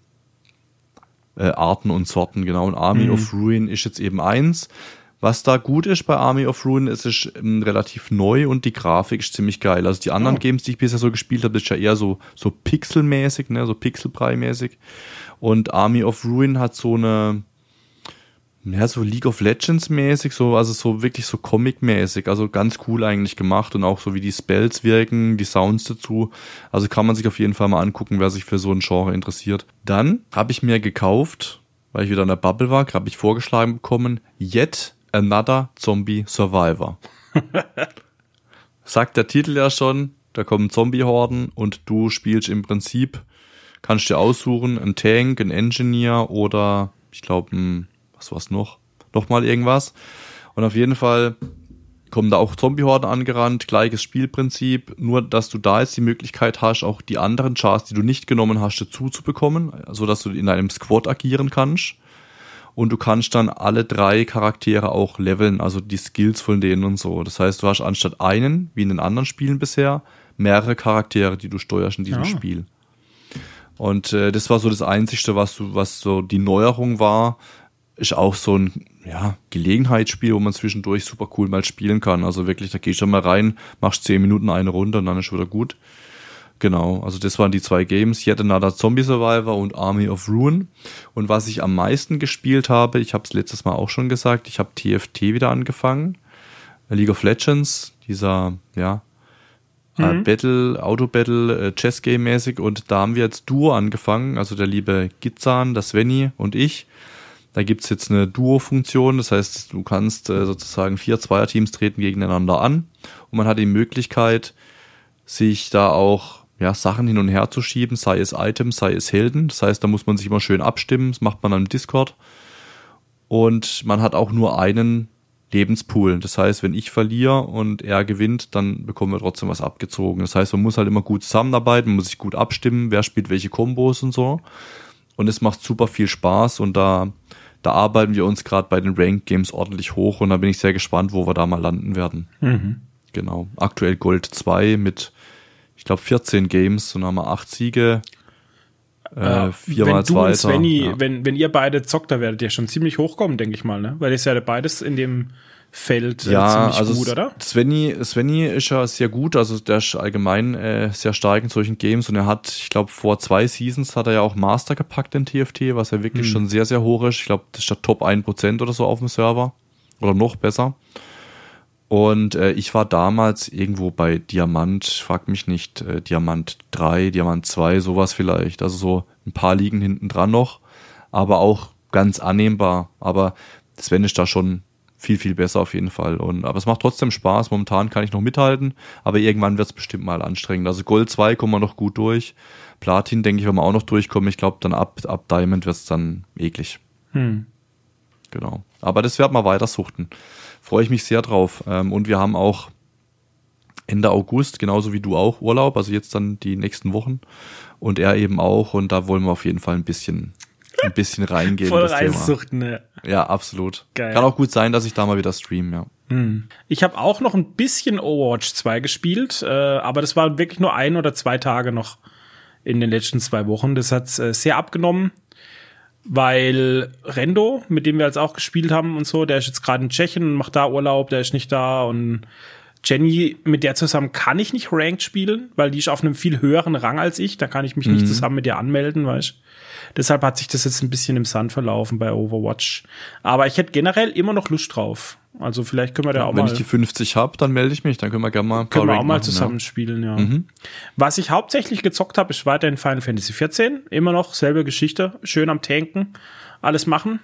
Arten und Sorten, genau. Und Army of Ruin ist jetzt eben eins. Was da gut ist bei Army of Ruin, es ist relativ neu und die Grafik ist ziemlich geil. Also die anderen Games, die ich bisher so gespielt habe, ist ja eher so pixelmäßig, ne, so Pixelbrei-mäßig. Und Army of Ruin hat so eine, so League of Legends mäßig, also so wirklich so Comic-mäßig, also ganz cool eigentlich gemacht und auch so wie die Spells wirken, die Sounds dazu. Also kann man sich auf jeden Fall mal angucken, wer sich für so ein Genre interessiert. Dann habe ich mir gekauft, weil ich wieder in der Bubble war, habe ich vorgeschlagen bekommen, Yet Another Zombie Survivor. Sagt der Titel ja schon, da kommen Zombie-Horden und du spielst im Prinzip, kannst dir aussuchen, einen Tank, einen Engineer oder ich glaube was war's noch? Nochmal irgendwas. Und auf jeden Fall kommen da auch Zombie-Horden angerannt, gleiches Spielprinzip, nur dass du da jetzt die Möglichkeit hast, auch die anderen Chars, die du nicht genommen hast, dazu zu bekommen, so dass du in einem Squad agieren kannst. Und du kannst dann alle 3 Charaktere auch leveln, also die Skills von denen und so. Das heißt, du hast anstatt einen, wie in den anderen Spielen bisher, mehrere Charaktere, die du steuerst in diesem Spiel. Und das war so das Einzige, was so die Neuerung war. Ist auch so ein Gelegenheitsspiel, wo man zwischendurch super cool mal spielen kann. Also wirklich, da gehst du mal rein, machst 10 Minuten eine Runde und dann ist wieder gut. Genau, also das waren die 2 Games, Yet Another Zombie Survivor und Army of Ruin. Und was ich am meisten gespielt habe, ich habe es letztes Mal auch schon gesagt, ich habe TFT wieder angefangen. League of Legends, dieser Auto-Battle, Chess-Game-mäßig. Und da haben wir jetzt Duo angefangen, also der liebe Gizan, der Svenny und ich. Da gibt's jetzt eine Duo-Funktion, das heißt, du kannst sozusagen 4 Zweierteams treten gegeneinander an und man hat die Möglichkeit, sich da auch Sachen hin und her zu schieben, sei es Items, sei es Helden. Das heißt, da muss man sich immer schön abstimmen. Das macht man dann im Discord. Und man hat auch nur einen Lebenspool. Das heißt, wenn ich verliere und er gewinnt, dann bekommen wir trotzdem was abgezogen. Das heißt, man muss halt immer gut zusammenarbeiten, man muss sich gut abstimmen, wer spielt welche Kombos und so. Und es macht super viel Spaß und da arbeiten wir uns gerade bei den Ranked Games ordentlich hoch und da bin ich sehr gespannt, wo wir da mal landen werden. Mhm. Genau. Aktuell Gold 2 mit, ich glaube, 14 Games und haben wir 8 Siege. 4-mal Zweiter. Svenny, wenn ihr beide zockt, da werdet ihr schon ziemlich hochkommen, denke ich mal, ne? Weil ihr ja beides in dem Feld ziemlich also gut, oder? Svenny ist ja sehr gut, also der ist allgemein sehr stark in solchen Games und er hat, ich glaube, vor 2 Seasons hat er ja auch Master gepackt in TFT, was ja wirklich schon sehr, sehr hoch ist. Ich glaube, das ist der Top 1% oder so auf dem Server. Oder noch besser. Und ich war damals irgendwo bei Diamant, frag mich nicht, Diamant 3, Diamant 2, sowas vielleicht. Also so ein paar liegen hinten dran noch, aber auch ganz annehmbar. Aber Sven ist da schon viel, viel besser auf jeden Fall. Aber es macht trotzdem Spaß. Momentan kann ich noch mithalten, aber irgendwann wird es bestimmt mal anstrengend. Also Gold 2 kommen wir noch gut durch. Platin, denke ich, werden wir auch noch durchkommen. Ich glaube, dann ab Diamond wird es dann eklig. Genau. Aber das werden wir weiter suchten. Freue ich mich sehr drauf. Und wir haben auch Ende August, genauso wie du auch, Urlaub. Also jetzt dann die nächsten Wochen. Und er eben auch. Und da wollen wir auf jeden Fall ein bisschen reingehen. Voll reinsuchten, ne? Ja, absolut. Geil. Kann auch gut sein, dass ich da mal wieder streame, ja. Ich habe auch noch ein bisschen Overwatch 2 gespielt, aber das war wirklich nur 1 oder 2 Tage noch in den letzten 2 Wochen. Das hat sehr abgenommen, weil Rendo, mit dem wir jetzt auch gespielt haben und so, der ist jetzt gerade in Tschechien und macht da Urlaub, der ist nicht da und Jenny, mit der zusammen kann ich nicht Ranked spielen, weil die ist auf einem viel höheren Rang als ich, da kann ich mich nicht zusammen mit ihr anmelden, weißt du. Deshalb hat sich das jetzt ein bisschen im Sand verlaufen bei Overwatch. Aber ich hätte generell immer noch Lust drauf. Also vielleicht können wir da auch mal... Wenn ich die 50 habe, dann melde ich mich. Dann können wir gerne mal ein paar Können wir auch Rank mal machen, zusammen spielen, ja. Was ich hauptsächlich gezockt habe, ist weiterhin Final Fantasy 14. Immer noch selbe Geschichte. Schön am Tanken. Alles machen.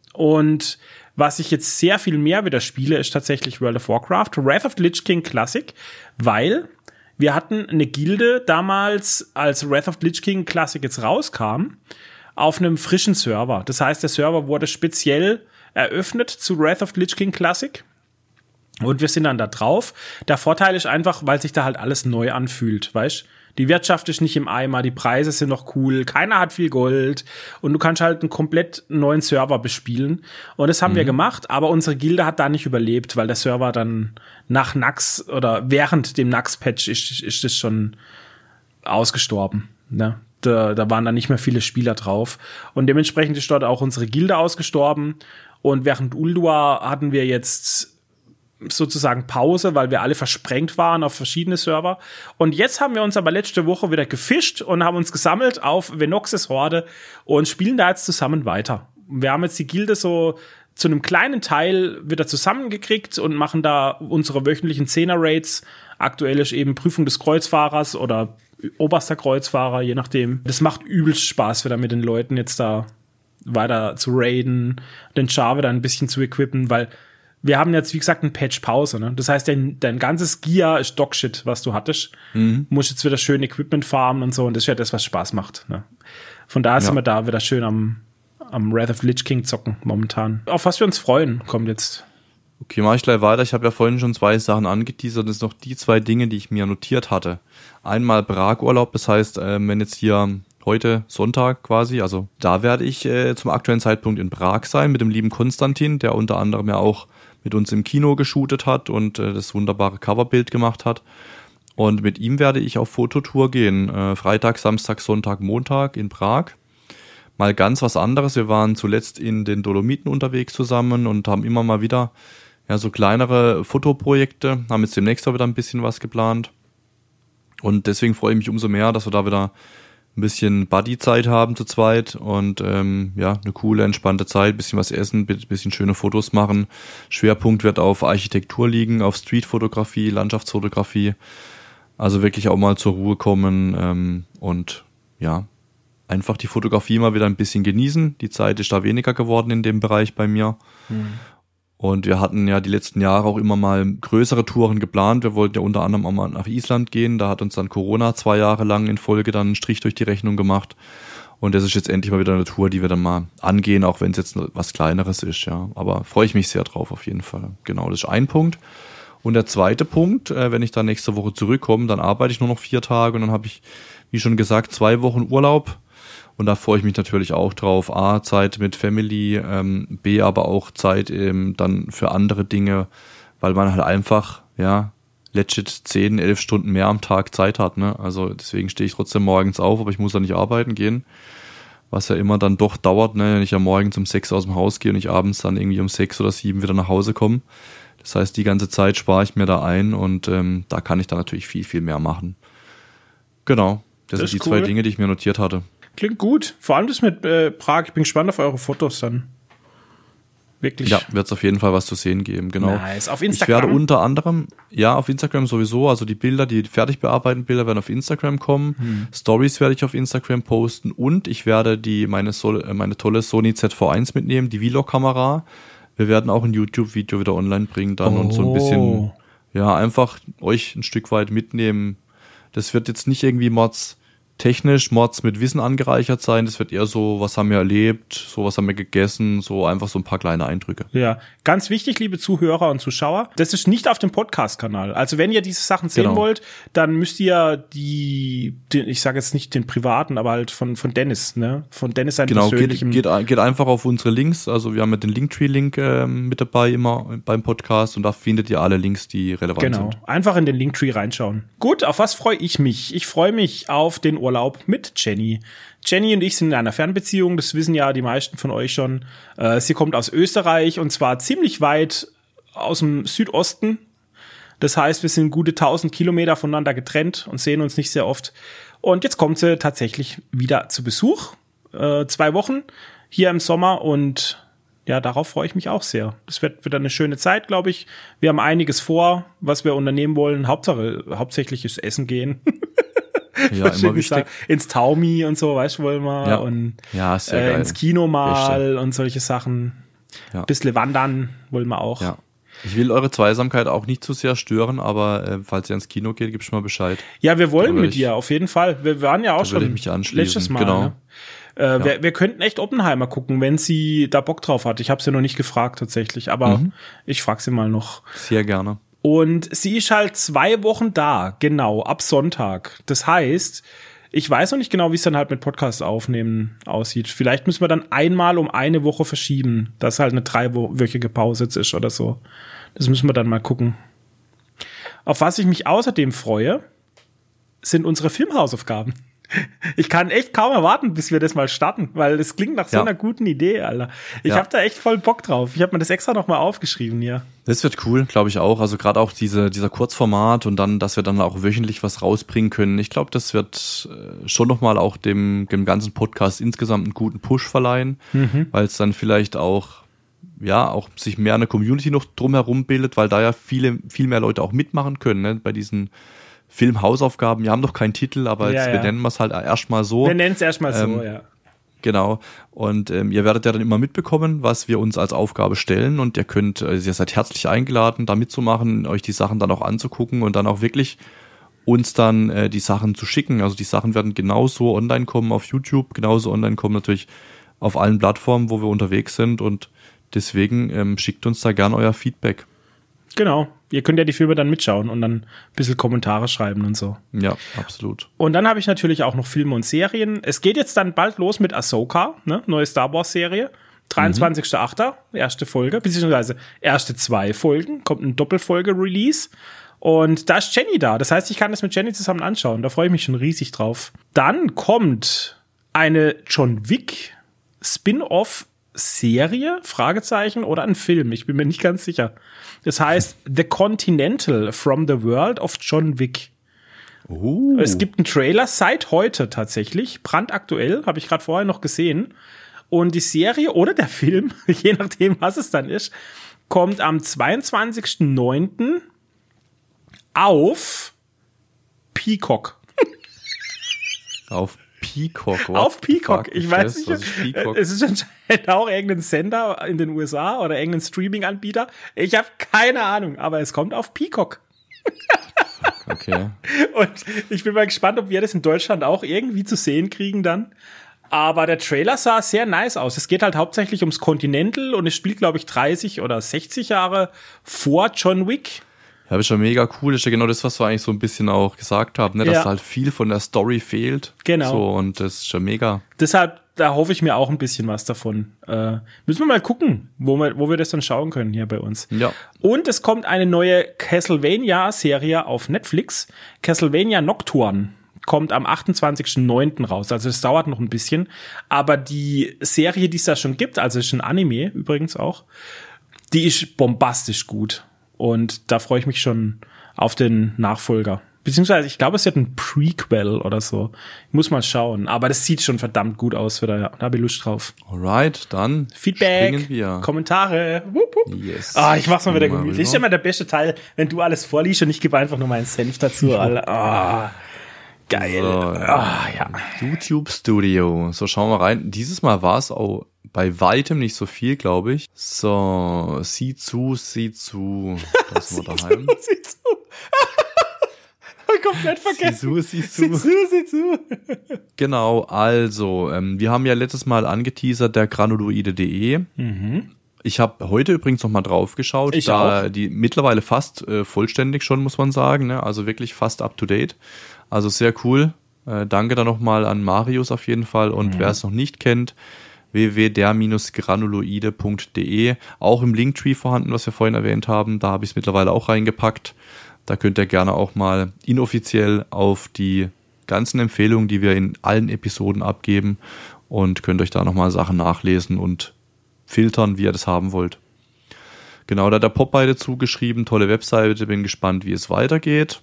Und was ich jetzt sehr viel mehr wieder spiele, ist tatsächlich World of Warcraft. Wrath of the Lich King Classic. Weil wir hatten eine Gilde damals, als Wrath of the Lich King Classic jetzt rauskam, auf einem frischen Server. Das heißt, der Server wurde speziell eröffnet zu Wrath of the Lich King Classic. Und wir sind dann da drauf. Der Vorteil ist einfach, weil sich da halt alles neu anfühlt, weißt? Die Wirtschaft ist nicht im Eimer, die Preise sind noch cool, keiner hat viel Gold und du kannst halt einen komplett neuen Server bespielen. Und das haben wir gemacht, aber unsere Gilde hat da nicht überlebt, weil der Server dann nach Nax oder während dem Nax-Patch ist das schon ausgestorben, ne? Da waren dann nicht mehr viele Spieler drauf. Und dementsprechend ist dort auch unsere Gilde ausgestorben. Und während Ulduar hatten wir jetzt sozusagen Pause, weil wir alle versprengt waren auf verschiedene Server. Und jetzt haben wir uns aber letzte Woche wieder gefischt und haben uns gesammelt auf Venoxes Horde und spielen da jetzt zusammen weiter. Wir haben jetzt die Gilde so zu einem kleinen Teil wieder zusammengekriegt und machen da unsere wöchentlichen 10er-Raids. Aktuell ist eben Prüfung des Kreuzfahrers oder oberster Kreuzfahrer, je nachdem. Das macht übelst Spaß, wieder mit den Leuten jetzt da weiter zu raiden, den Char wieder ein bisschen zu equippen, weil wir haben jetzt, wie gesagt, eine Patch-Pause, ne? Das heißt, dein ganzes Gear ist Dogshit, was du hattest. Musst jetzt wieder schön Equipment farmen und so, und das ist ja das, was Spaß macht, ne? Von daher sind wir da wieder schön am Wrath of the Lich King zocken momentan. Auf was wir uns freuen, kommt jetzt. Okay, mach ich gleich weiter. Ich habe ja vorhin schon 2 Sachen angeteasert. Das sind noch die 2 Dinge, die ich mir notiert hatte. Einmal Prag-Urlaub, das heißt, wenn jetzt hier heute Sonntag quasi, also da werde ich zum aktuellen Zeitpunkt in Prag sein mit dem lieben Konstantin, der unter anderem ja auch mit uns im Kino geshootet hat und das wunderbare Coverbild gemacht hat. Und mit ihm werde ich auf Fototour gehen. Freitag, Samstag, Sonntag, Montag in Prag. Mal ganz was anderes. Wir waren zuletzt in den Dolomiten unterwegs zusammen und haben immer mal wieder so kleinere Fotoprojekte. Haben jetzt demnächst auch wieder ein bisschen was geplant. Und deswegen freue ich mich umso mehr, dass wir da wieder ein bisschen Buddy-Zeit haben zu zweit und eine coole, entspannte Zeit, bisschen was essen, bisschen schöne Fotos machen. Schwerpunkt wird auf Architektur liegen, auf Streetfotografie, Landschaftsfotografie. Also wirklich auch mal zur Ruhe kommen und einfach die Fotografie mal wieder ein bisschen genießen. Die Zeit ist da weniger geworden in dem Bereich bei mir. Und wir hatten ja die letzten Jahre auch immer mal größere Touren geplant. Wir wollten ja unter anderem auch mal nach Island gehen. Da hat uns dann Corona 2 Jahre lang in Folge dann einen Strich durch die Rechnung gemacht. Und das ist jetzt endlich mal wieder eine Tour, die wir dann mal angehen, auch wenn es jetzt was Kleineres ist, ja. Aber freue ich mich sehr drauf auf jeden Fall. Genau, das ist ein Punkt. Und der zweite Punkt, wenn ich dann nächste Woche zurückkomme, dann arbeite ich nur noch 4 Tage und dann habe ich, wie schon gesagt, 2 Wochen Urlaub. Und da freue ich mich natürlich auch drauf. A, Zeit mit Family, B, aber auch Zeit dann für andere Dinge, weil man halt einfach, ja, legit 10, 11 Stunden mehr am Tag Zeit hat, ne? Also deswegen stehe ich trotzdem morgens auf, aber ich muss dann nicht arbeiten gehen, was ja immer dann doch dauert, ne? Wenn ich ja morgens um 6 aus dem Haus gehe und ich abends dann irgendwie um 6 oder 7 wieder nach Hause komme. Das heißt, die ganze Zeit spare ich mir da ein und da kann ich dann natürlich viel, viel mehr machen. Genau, das sind die cool. 2 Dinge, die ich mir notiert hatte. Klingt gut. Vor allem das mit Prag. Ich bin gespannt auf eure Fotos dann. Wirklich. Ja, wird es auf jeden Fall was zu sehen geben, genau. Nice. Auf Instagram? Ich werde unter anderem, ja, auf Instagram sowieso, also die Bilder, die fertig bearbeiteten Bilder werden auf Instagram kommen. Stories werde ich auf Instagram posten und ich werde meine tolle Sony ZV-1 mitnehmen, die Vlog-Kamera. Wir werden auch ein YouTube-Video wieder online bringen dann und so ein bisschen, ja, einfach euch ein Stück weit mitnehmen. Das wird jetzt nicht irgendwie Mods mit Wissen angereichert sein. Das wird eher so, was haben wir erlebt, so was haben wir gegessen, so einfach so ein paar kleine Eindrücke. Ja, ganz wichtig, liebe Zuhörer und Zuschauer, das ist nicht auf dem Podcast-Kanal. Also wenn ihr diese Sachen sehen wollt, dann müsst ihr ich sage jetzt nicht den privaten, aber halt von Dennis, ne? Von Dennis sein persönlichem. Geht einfach auf unsere Links. Also wir haben ja den Linktree-Link mit dabei immer beim Podcast und da findet ihr alle Links, die relevant sind. Genau, einfach in den Linktree reinschauen. Gut, auf was freue ich mich? Ich freue mich auf den Urlaub mit Jenny. Jenny und ich sind in einer Fernbeziehung, das wissen ja die meisten von euch schon. Sie kommt aus Österreich und zwar ziemlich weit aus dem Südosten. Das heißt, wir sind gute 1000 Kilometer voneinander getrennt und sehen uns nicht sehr oft. Und jetzt kommt sie tatsächlich wieder zu Besuch. 2 Wochen hier im Sommer und ja, darauf freue ich mich auch sehr. Das wird wieder eine schöne Zeit, glaube ich. Wir haben einiges vor, was wir unternehmen wollen. Hauptsächlich ist Essen gehen. Ja, immer wichtig. Ins Taumi und so, weißt du, wollen wir. Ja. Und ja, sehr geil. ins Kino mal Richtig. und solche Sachen. Ja. Ein bisschen wandern wollen wir auch. Ja. Ich will eure Zweisamkeit auch nicht zu sehr stören, aber falls ihr ins Kino geht, gibst du mal Bescheid. Ja, wir wollen mit dir, auf jeden Fall. Wir waren ja auch schon letztes Mal. Genau. Ne? Wir könnten echt Oppenheimer gucken, wenn sie da Bock drauf hat. Ich habe sie noch nicht gefragt tatsächlich, aber ich frage sie mal noch. Sehr gerne. Und sie ist halt 2 Wochen da, genau, ab Sonntag. Das heißt, ich weiß noch nicht genau, wie es dann halt mit Podcast aufnehmen aussieht. Vielleicht müssen wir dann einmal um eine Woche verschieben, dass halt eine 3-wöchige Pause jetzt ist oder so. Das müssen wir dann mal gucken. Auf was ich mich außerdem freue, sind unsere Filmhausaufgaben. Ich kann echt kaum erwarten, bis wir das mal starten, weil es klingt nach so einer guten Idee, Alter. Ich habe da echt voll Bock drauf. Ich habe mir das extra nochmal aufgeschrieben hier. Das wird cool, glaube ich auch. Also gerade auch dieser Kurzformat und dann, dass wir dann auch wöchentlich was rausbringen können. Ich glaube, das wird schon nochmal auch dem ganzen Podcast insgesamt einen guten Push verleihen, weil es dann vielleicht auch sich mehr eine Community noch drumherum bildet, weil da ja viel mehr Leute auch mitmachen können, ne, bei diesen Filmhausaufgaben. Wir haben doch keinen Titel, aber wir nennen es halt erstmal so. Wir nennen es erstmal so, ja. Genau. Und ihr werdet ja dann immer mitbekommen, was wir uns als Aufgabe stellen und ihr seid herzlich eingeladen, da mitzumachen, euch die Sachen dann auch anzugucken und dann auch wirklich uns dann die Sachen zu schicken. Also die Sachen werden genauso online kommen auf YouTube, genauso online kommen natürlich auf allen Plattformen, wo wir unterwegs sind und deswegen schickt uns da gerne euer Feedback. Genau. Ihr könnt ja die Filme dann mitschauen und dann ein bisschen Kommentare schreiben und so. Ja, absolut. Und dann habe ich natürlich auch noch Filme und Serien. Es geht jetzt dann bald los mit Ahsoka, ne? Neue Star Wars Serie. 23.8., erste Folge, beziehungsweise erste 2 Folgen. Kommt ein Doppelfolge-Release. Und da ist Jenny da. Das heißt, ich kann das mit Jenny zusammen anschauen. Da freue ich mich schon riesig drauf. Dann kommt eine John Wick Spin-off-Serie, Fragezeichen, oder ein Film. Ich bin mir nicht ganz sicher. Das heißt The Continental from the World of John Wick. Es gibt einen Trailer seit heute tatsächlich, brandaktuell, habe ich gerade vorher noch gesehen. Und die Serie oder der Film, je nachdem, was es dann ist, kommt am 22.09. auf Peacock. Auf Peacock. Auf Peacock. Ich weiß nicht, was ist Peacock? es ist anscheinend auch irgendein Sender in den USA oder irgendein Streaming-Anbieter. Ich habe keine Ahnung, aber es kommt auf Peacock. Okay. Und ich bin mal gespannt, ob wir das in Deutschland auch irgendwie zu sehen kriegen dann. Aber der Trailer sah sehr nice aus. Es geht halt hauptsächlich ums Continental und es spielt, glaube ich, 30 oder 60 Jahre vor John Wick. Ja, ist schon mega cool. Das ist ja genau das, was wir eigentlich so ein bisschen auch gesagt haben, ne? Dass da halt viel von der Story fehlt. Genau. So, und das ist schon mega. Deshalb, da hoffe ich mir auch ein bisschen was davon. Müssen wir mal gucken, wo wir das dann schauen können hier bei uns. Ja. Und es kommt eine neue Castlevania-Serie auf Netflix. Castlevania Nocturne kommt am 28.09. raus. Also es dauert noch ein bisschen. Aber die Serie, die es da schon gibt, also es ist ein Anime übrigens auch, die ist bombastisch gut. Und da freue ich mich schon auf den Nachfolger. Beziehungsweise, ich glaube, es wird ein Prequel oder so. Ich muss mal schauen. Aber das sieht schon verdammt gut aus. Da habe ich Lust drauf. Alright, dann Feedback, wir. Kommentare. Wupp, wupp. Yes. Ich mach's mal wieder gemütlich. Das ist immer der beste Teil, wenn du alles vorliest und ich gebe einfach nur meinen Senf dazu. Alter. Geil. So, ja. YouTube Studio. So, schauen wir rein. Dieses Mal war es auch bei weitem nicht so viel, glaube ich. So, sieh zu. Das sind wir daheim. Sieh zu. Komplett vergessen. Sieh zu. Genau, also, wir haben ja letztes Mal angeteasert, der granuloide.de. Mhm. Ich habe heute übrigens noch mal drauf geschaut. Ich auch. Die mittlerweile fast vollständig schon, muss man sagen. Ne? Also wirklich fast up to date. Also sehr cool. Danke da nochmal an Marius auf jeden Fall. Und wer es noch nicht kennt, www.der-granuloide.de. Auch im Linktree vorhanden, was wir vorhin erwähnt haben. Da habe ich es mittlerweile auch reingepackt. Da könnt ihr gerne auch mal inoffiziell auf die ganzen Empfehlungen, die wir in allen Episoden abgeben, und könnt euch da nochmal Sachen nachlesen und filtern, wie ihr das haben wollt. Genau, da hat der Popeye dazu geschrieben, tolle Webseite, bin gespannt, wie es weitergeht.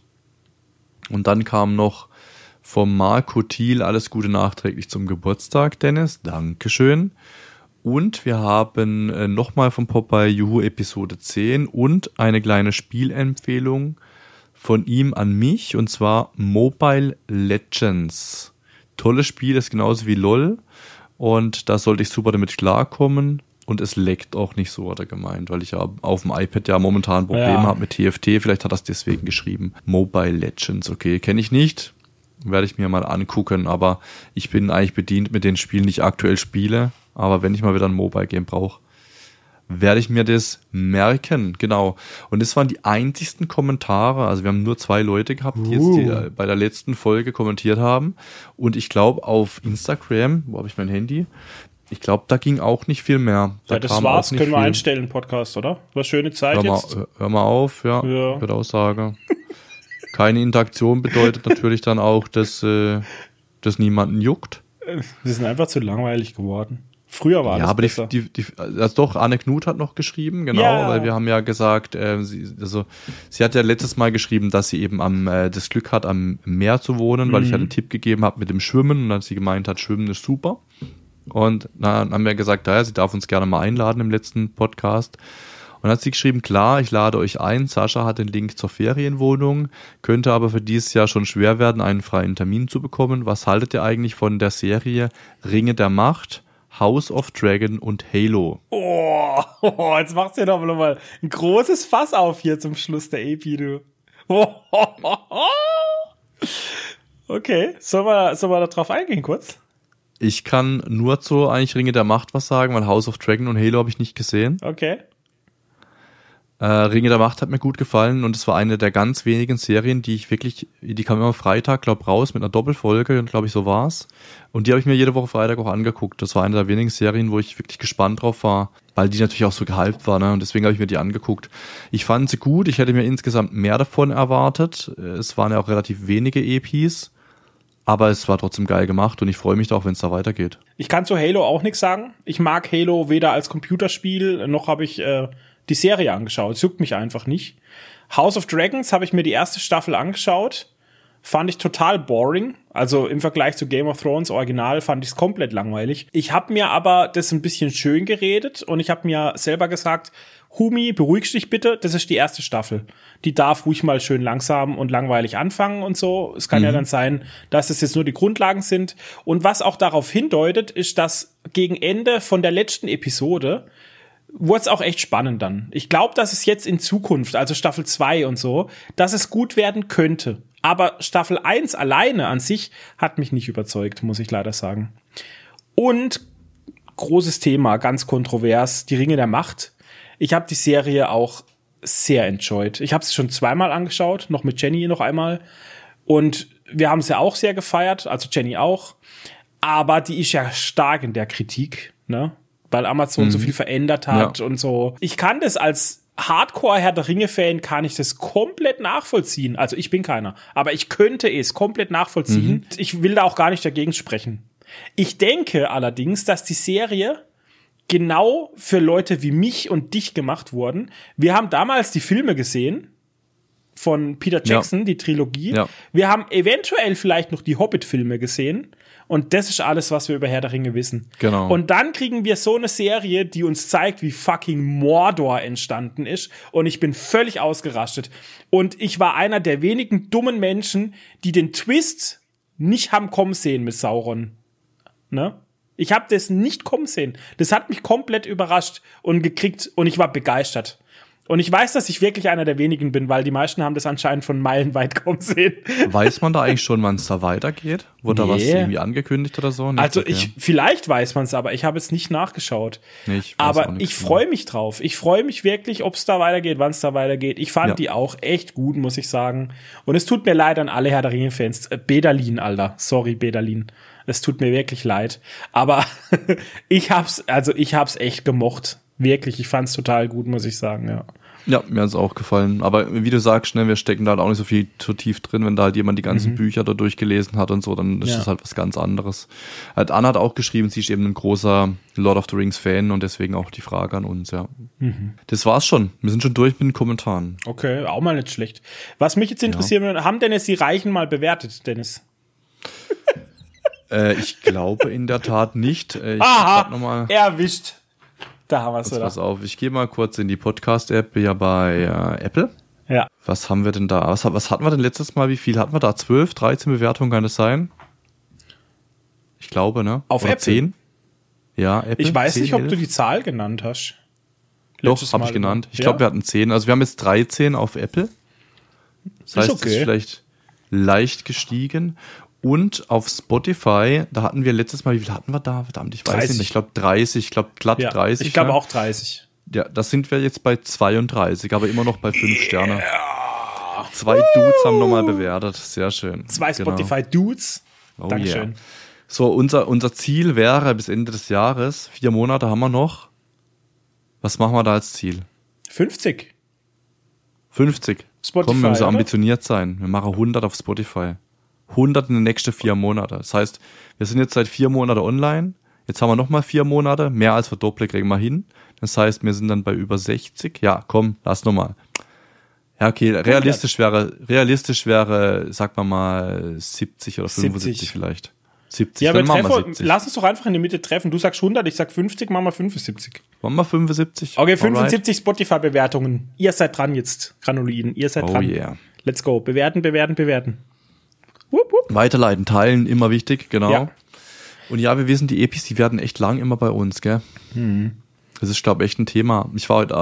Und dann kam noch vom Marco Thiel, alles Gute nachträglich zum Geburtstag, Dennis, Dankeschön. Und wir haben nochmal vom Popeye Juhu Episode 10 und eine kleine Spielempfehlung von ihm an mich, und zwar Mobile Legends. Tolles Spiel, ist genauso wie LOL, und da sollte ich super damit klarkommen, und es leckt auch nicht, so hat er gemeint, weil ich ja auf dem iPad ja momentan Probleme habe mit TFT, vielleicht hat er es deswegen geschrieben. Mobile Legends, okay, kenne ich nicht, werde ich mir mal angucken, aber ich bin eigentlich bedient mit den Spielen, die ich aktuell spiele, aber wenn ich mal wieder ein Mobile Game brauche, werde ich mir das merken, genau. Und das waren die einzigsten Kommentare, also wir haben nur 2 Leute gehabt, die jetzt bei der letzten Folge kommentiert haben, und ich glaube auf Instagram, wo habe ich mein Handy? Ich glaube, da ging auch nicht viel mehr. Da das war's, können wir einstellen, Podcast, oder? War schöne Zeit jetzt. Hör mal auf, ja. Mit Aussage. Keine Interaktion bedeutet natürlich dann auch, dass das niemanden juckt. Wir sind einfach zu langweilig geworden. Früher war das besser. Also doch, Anne Knut hat noch geschrieben, genau, weil wir haben ja gesagt, sie hat ja letztes Mal geschrieben, dass sie eben das Glück hat, am Meer zu wohnen, weil ich ja den Tipp gegeben habe mit dem Schwimmen, und dann sie gemeint hat, Schwimmen ist super. Und dann haben wir gesagt, sie darf uns gerne mal einladen im letzten Podcast. Und dann hat sie geschrieben, klar, ich lade euch ein. Sascha hat den Link zur Ferienwohnung, könnte aber für dieses Jahr schon schwer werden, einen freien Termin zu bekommen. Was haltet ihr eigentlich von der Serie Ringe der Macht, House of Dragon und Halo? Jetzt machst du ja doch mal ein großes Fass auf hier zum Schluss der Epi, du. Okay, sollen wir da drauf eingehen kurz? Ich kann nur zu eigentlich Ringe der Macht was sagen, weil House of Dragon und Halo habe ich nicht gesehen. Okay. Ringe der Macht hat mir gut gefallen, und es war eine der ganz wenigen Serien, die kam immer Freitag, raus mit einer Doppelfolge, und glaube ich, so war's. Und die habe ich mir jede Woche Freitag auch angeguckt. Das war eine der wenigen Serien, wo ich wirklich gespannt drauf war, weil die natürlich auch so gehypt war, ne? Und deswegen habe ich mir die angeguckt. Ich fand sie gut, ich hätte mir insgesamt mehr davon erwartet. Es waren ja auch relativ wenige EPs. Aber es war trotzdem geil gemacht, und ich freue mich da auch, wenn es da weitergeht. Ich kann zu Halo auch nichts sagen. Ich mag Halo weder als Computerspiel, noch habe ich die Serie angeschaut. Es juckt mich einfach nicht. House of Dragons habe ich mir die erste Staffel angeschaut. Fand ich total boring. Also im Vergleich zu Game of Thrones Original fand ich es komplett langweilig. Ich habe mir aber das ein bisschen schön geredet, und ich habe mir selber gesagt, Humi, beruhigst dich bitte, das ist die erste Staffel. Die darf ruhig mal schön langsam und langweilig anfangen und so. Es kann ja dann sein, dass es jetzt nur die Grundlagen sind. Und was auch darauf hindeutet, ist, dass gegen Ende von der letzten Episode wurde es auch echt spannend dann. Ich glaube, dass es jetzt in Zukunft, also Staffel 2 und so, dass es gut werden könnte. Aber Staffel 1 alleine an sich hat mich nicht überzeugt, muss ich leider sagen. Und großes Thema, ganz kontrovers, die Ringe der Macht. Ich habe die Serie auch sehr enjoyed. Ich habe sie schon 2-mal angeschaut, noch mit Jenny noch einmal. Und wir haben sie auch sehr gefeiert, also Jenny auch. Aber die ist ja stark in der Kritik, ne? Weil Amazon so viel verändert hat und so. Ich kann das als Hardcore-Herr der Ringe-Fan, kann ich das komplett nachvollziehen. Also ich bin keiner, aber ich könnte es komplett nachvollziehen. Ich will da auch gar nicht dagegen sprechen. Ich denke allerdings, dass die Serie genau für Leute wie mich und dich gemacht wurden. Wir haben damals die Filme gesehen von Peter Jackson, die Trilogie. Ja. Wir haben eventuell vielleicht noch die Hobbit-Filme gesehen. Und das ist alles, was wir über Herr der Ringe wissen. Genau. Und dann kriegen wir so eine Serie, die uns zeigt, wie fucking Mordor entstanden ist. Und ich bin völlig ausgerastet. Und ich war einer der wenigen dummen Menschen, die den Twist nicht haben kommen sehen mit Sauron. Ne? Ich habe das nicht kommen sehen. Das hat mich komplett überrascht und gekriegt und ich war begeistert. Und ich weiß, dass ich wirklich einer der wenigen bin, weil die meisten haben das anscheinend von meilenweit kommen sehen. Weiß man da eigentlich schon, wann es da weitergeht? Wurde da was irgendwie angekündigt oder so? Nicht? Also vielleicht weiß man es, aber ich habe jetzt nicht nachgeschaut. Nee, aber ich freue mich drauf. Ich freue mich wirklich, ob es da weitergeht, wann es da weitergeht. Ich fand die auch echt gut, muss ich sagen. Und es tut mir leid an alle Herr der Ringe-Fans. Bedalin, Alter. Sorry, Bedalin. Es tut mir wirklich leid. Aber ich hab's echt gemocht. Wirklich, ich fand's total gut, muss ich sagen, ja. Ja, mir hat's auch gefallen. Aber wie du sagst, ne, wir stecken da halt auch nicht so tief drin. Wenn da halt jemand die ganzen Bücher da durchgelesen hat und so, dann ist das halt was ganz anderes. Anna hat auch geschrieben, sie ist eben ein großer Lord of the Rings Fan und deswegen auch die Frage an uns, ja. Das war's schon. Wir sind schon durch mit den Kommentaren. Okay, auch mal nicht schlecht. Was mich jetzt interessiert, haben Dennis die Reichen mal bewertet, Dennis? Ich glaube in der Tat nicht. Aha, erwischt. Da haben wir es wieder. Pass auf, ich gehe mal kurz in die Podcast-App, ja bei Apple. Ja. Was haben wir denn da? Was hatten wir denn letztes Mal? Wie viel hatten wir da? 12, 13 Bewertungen, kann das sein? Ich glaube, ne? Auf Oder Apple? 10? Ja, Apple. Ich weiß 10, nicht, ob 11? du die Zahl genannt hast. Doch, habe ich genannt. Ich glaube, wir hatten 10. Also wir haben jetzt 13 auf Apple. Das heißt, es ist vielleicht leicht gestiegen. Und auf Spotify, da hatten wir letztes Mal, wie viel hatten wir da? Verdammt, ich weiß 30. nicht. Ich glaube 30, glatt 30. Ich glaube auch 30. Ja, da sind wir jetzt bei 32, aber immer noch bei 5 Sterne. Ja. 2 Dudes haben nochmal bewertet. Sehr schön. 2 Spotify-Dudes. Oh, Dankeschön. Yeah. So, unser Ziel wäre bis Ende des Jahres, 4 Monate haben wir noch. Was machen wir da als Ziel? 50. 50. Spotify, komm, wir müssen oder? ambitioniert sein. Wir machen 100 auf Spotify. 100 in den nächsten 4 Monate. Das heißt, wir sind jetzt seit 4 Monaten online. Jetzt haben wir nochmal 4 Monate. Mehr als verdoppelt kriegen wir hin. Das heißt, wir sind dann bei über 60. Ja, komm, lass nochmal. Ja, okay, realistisch wäre, sag mal 70 oder 75 70. Vielleicht. 70. Ja, aber lass uns doch einfach in der Mitte treffen. Du sagst 100, ich sag 50, machen wir 75. Machen wir 75. Okay, 75 Spotify-Bewertungen. Ihr seid dran jetzt, Granuloiden. Ihr seid dran. Oh yeah. Let's go. Bewerten. Wupp, wupp. Weiterleiten, teilen, immer wichtig, genau. Ja. Und ja, wir wissen, die Epis, die werden echt lang immer bei uns, gell? Das ist, glaube ich, echt ein Thema. Gestern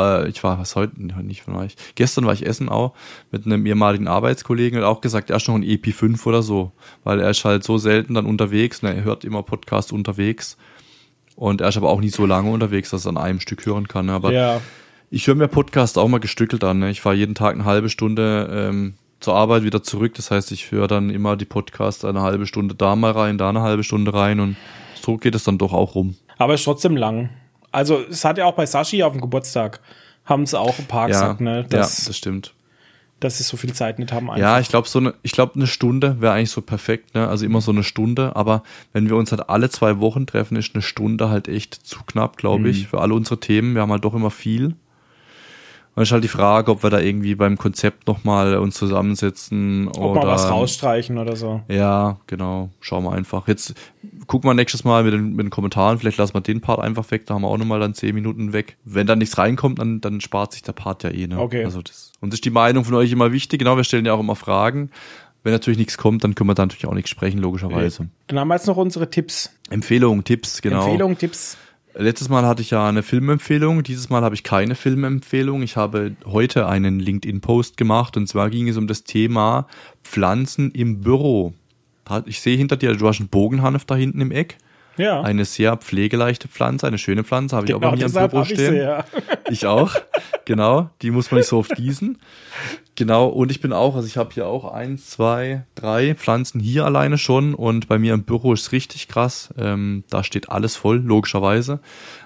war ich essen auch mit einem ehemaligen Arbeitskollegen und auch gesagt, er ist noch ein EP 5 oder so, weil er ist halt so selten dann unterwegs, ne? Er hört immer Podcast unterwegs und er ist aber auch nicht so lange unterwegs, dass er an einem Stück hören kann, ne? Aber ich höre mir Podcast auch mal gestückelt an, ne? Ich fahre jeden Tag eine halbe Stunde zur Arbeit wieder zurück, das heißt, ich höre dann immer die Podcasts eine halbe Stunde da mal rein, da eine halbe Stunde rein und so geht es dann doch auch rum. Aber ist trotzdem lang. Also es hat ja auch bei Sashi auf dem Geburtstag, haben es auch ein paar gesagt, ne? Das stimmt. Dass sie so viel Zeit nicht haben. Einfach. Ja, ich glaube, eine Stunde wäre eigentlich so perfekt, ne? Also immer so eine Stunde, aber wenn wir uns halt alle 2 Wochen treffen, ist eine Stunde halt echt zu knapp, glaube ich, für alle unsere Themen. Wir haben halt doch immer viel. Und ist halt die Frage, ob wir da irgendwie beim Konzept nochmal uns zusammensetzen Ob oder mal was rausstreichen oder so. Ja, genau. Schauen wir einfach. Jetzt gucken wir nächstes Mal mit den Kommentaren. Vielleicht lassen wir den Part einfach weg. Da haben wir auch nochmal dann 10 Minuten weg. Wenn dann nichts reinkommt, dann spart sich der Part ja eh. Ne? Okay. Also uns ist die Meinung von euch immer wichtig. Genau, wir stellen ja auch immer Fragen. Wenn natürlich nichts kommt, dann können wir da natürlich auch nichts sprechen, logischerweise. Dann haben wir jetzt noch unsere Tipps. Empfehlungen, Tipps, genau. Empfehlungen, Tipps. Letztes Mal hatte ich ja eine Filmempfehlung, dieses Mal habe ich keine Filmempfehlung. Ich habe heute einen LinkedIn-Post gemacht und zwar ging es um das Thema Pflanzen im Büro. Ich sehe hinter dir, du hast einen Bogenhanf da hinten im Eck. Ja. Eine sehr pflegeleichte Pflanze, eine schöne Pflanze, habe ich auch bei mir im Büro stehen. Ich auch, genau, die muss man nicht so oft gießen. Genau, und ich bin auch, also ich habe hier auch 1, 2, 3 Pflanzen hier alleine schon und bei mir im Büro ist es richtig krass. Da steht alles voll, logischerweise.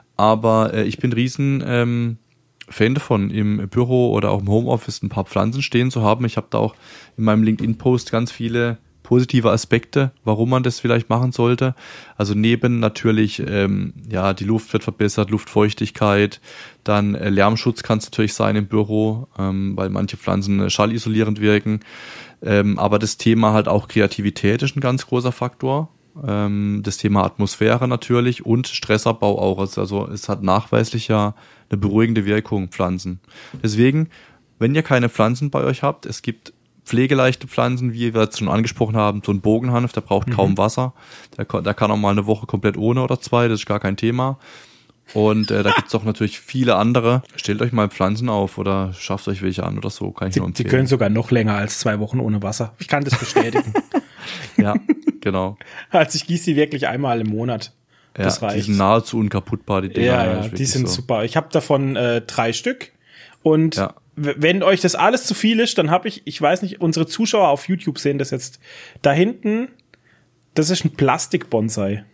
Aber ich bin riesen Fan davon, im Büro oder auch im Homeoffice ein paar Pflanzen stehen zu haben. Ich habe da auch in meinem LinkedIn-Post ganz viele positive Aspekte, warum man das vielleicht machen sollte. Also neben natürlich, die Luft wird verbessert, Luftfeuchtigkeit, dann Lärmschutz kann es natürlich sein im Büro, weil manche Pflanzen schallisolierend wirken. Aber das Thema halt auch Kreativität ist ein ganz großer Faktor. Das Thema Atmosphäre natürlich und Stressabbau auch. Also es hat nachweislich ja eine beruhigende Wirkung, Pflanzen. Deswegen, wenn ihr keine Pflanzen bei euch habt, es gibt pflegeleichte Pflanzen, wie wir jetzt schon angesprochen haben, so ein Bogenhanf, der braucht kaum Wasser. Der kann auch mal eine Woche komplett ohne oder 2, das ist gar kein Thema. Und da gibt's auch natürlich viele andere. Stellt euch mal Pflanzen auf oder schafft euch welche an oder so, kann ich nur empfehlen. Die können sogar noch länger als 2 Wochen ohne Wasser. Ich kann das bestätigen. Ja, genau. Also ich gieße sie wirklich einmal im Monat. Das reicht. Die sind nahezu unkaputtbar, die Dinger. Ja, die sind so super. Ich habe davon 3 Stück und wenn euch das alles zu viel ist, dann habe ich weiß nicht, unsere Zuschauer auf YouTube sehen das jetzt. Da hinten, das ist ein Plastik-Bonsai.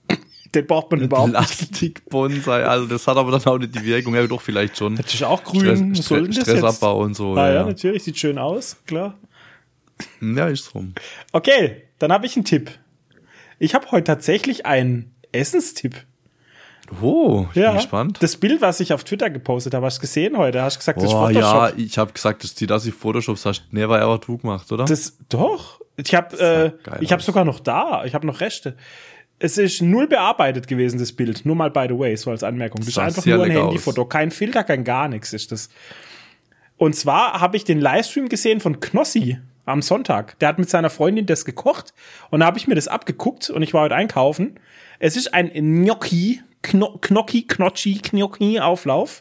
Den braucht man überhaupt nicht. Plastik-Bonsai, also das hat aber dann auch nicht die Wirkung. Ja, doch, vielleicht schon. Das ist auch grün. Stressabbau und so. Ja, natürlich, sieht schön aus, klar. Ja, ist so. Okay, dann habe ich einen Tipp. Ich habe heute tatsächlich einen Essenstipp. Oh, ich bin gespannt. Das Bild, was ich auf Twitter gepostet habe, hast du gesehen heute? Hast du gesagt, das ist Photoshop? Ja, ich habe gesagt, dass die Photoshop hast never ever du gemacht, oder? Doch. Ich habe sogar noch da. Ich habe noch Reste. Es ist 0 bearbeitet gewesen, das Bild. Nur mal by the way, so als Anmerkung. Das ist einfach nur ein Handyfoto. Kein Filter, kein gar nichts ist das. Und zwar habe ich den Livestream gesehen von Knossi am Sonntag. Der hat mit seiner Freundin das gekocht und da habe ich mir das abgeguckt und ich war heute einkaufen. Es ist ein Gnocchi-Auflauf.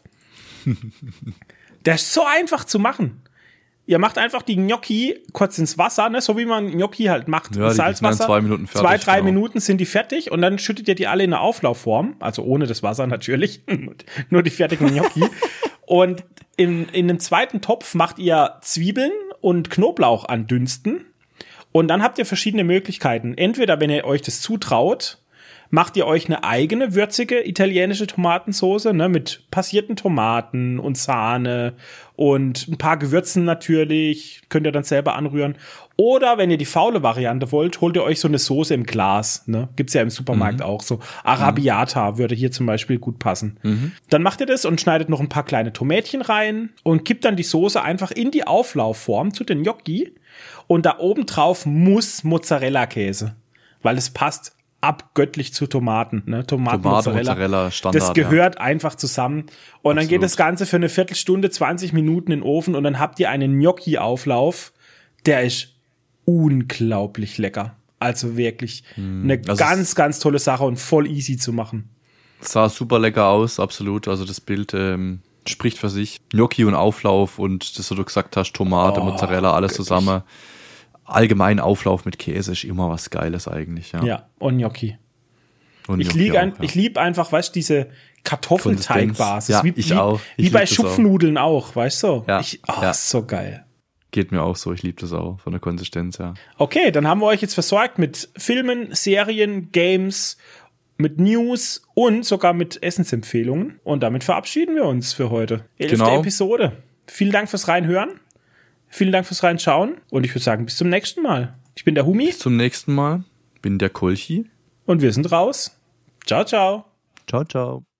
Der ist so einfach zu machen. Ihr macht einfach die Gnocchi kurz ins Wasser, ne, so wie man Gnocchi halt macht. Ja, Salzwasser. 2 Minuten fertig. 2-3 Minuten sind die fertig und dann schüttet ihr die alle in eine Auflaufform. Also ohne das Wasser natürlich. Nur die fertigen Gnocchi. Und in einem zweiten Topf macht ihr Zwiebeln und Knoblauch andünsten. Und dann habt ihr verschiedene Möglichkeiten. Entweder, wenn ihr euch das zutraut, macht ihr euch eine eigene würzige italienische Tomatensoße, ne, mit passierten Tomaten und Sahne und ein paar Gewürzen natürlich, könnt ihr dann selber anrühren. Oder wenn ihr die faule Variante wollt, holt ihr euch so eine Soße im Glas, ne, gibt's ja im Supermarkt auch so. Arrabbiata würde hier zum Beispiel gut passen. Dann macht ihr das und schneidet noch ein paar kleine Tomätchen rein und kippt dann die Soße einfach in die Auflaufform zu den Gnocchi und da oben drauf muss Mozzarella-Käse, weil es passt abgöttlich zu Tomaten, ne? Mozzarella, Standard. Das gehört einfach zusammen. Und dann geht das Ganze für eine Viertelstunde, 20 Minuten in den Ofen und dann habt ihr einen Gnocchi-Auflauf, der ist unglaublich lecker. Also wirklich eine ganz, ganz tolle Sache und voll easy zu machen. Sah super lecker aus, absolut. Also das Bild spricht für sich. Gnocchi und Auflauf und das, was du gesagt hast, Tomate, Mozzarella, alles zusammen. Allgemein Auflauf mit Käse ist immer was Geiles eigentlich. Ja, und Gnocchi. Ich liebe einfach, weißt du, diese Kartoffelteigbasis. Ja, ich auch. Wie bei Schupfnudeln auch, weißt du? Ja. Ist so geil. Geht mir auch so, ich liebe das auch, von der Konsistenz, ja. Okay, dann haben wir euch jetzt versorgt mit Filmen, Serien, Games, mit News und sogar mit Essensempfehlungen. Und damit verabschieden wir uns für heute. 11. Episode. Vielen Dank fürs Reinhören. Vielen Dank fürs Reinschauen. Und ich würde sagen, bis zum nächsten Mal. Ich bin der Humi. Bis zum nächsten Mal. Bin der Kolchi. Und wir sind raus. Ciao, ciao. Ciao, ciao.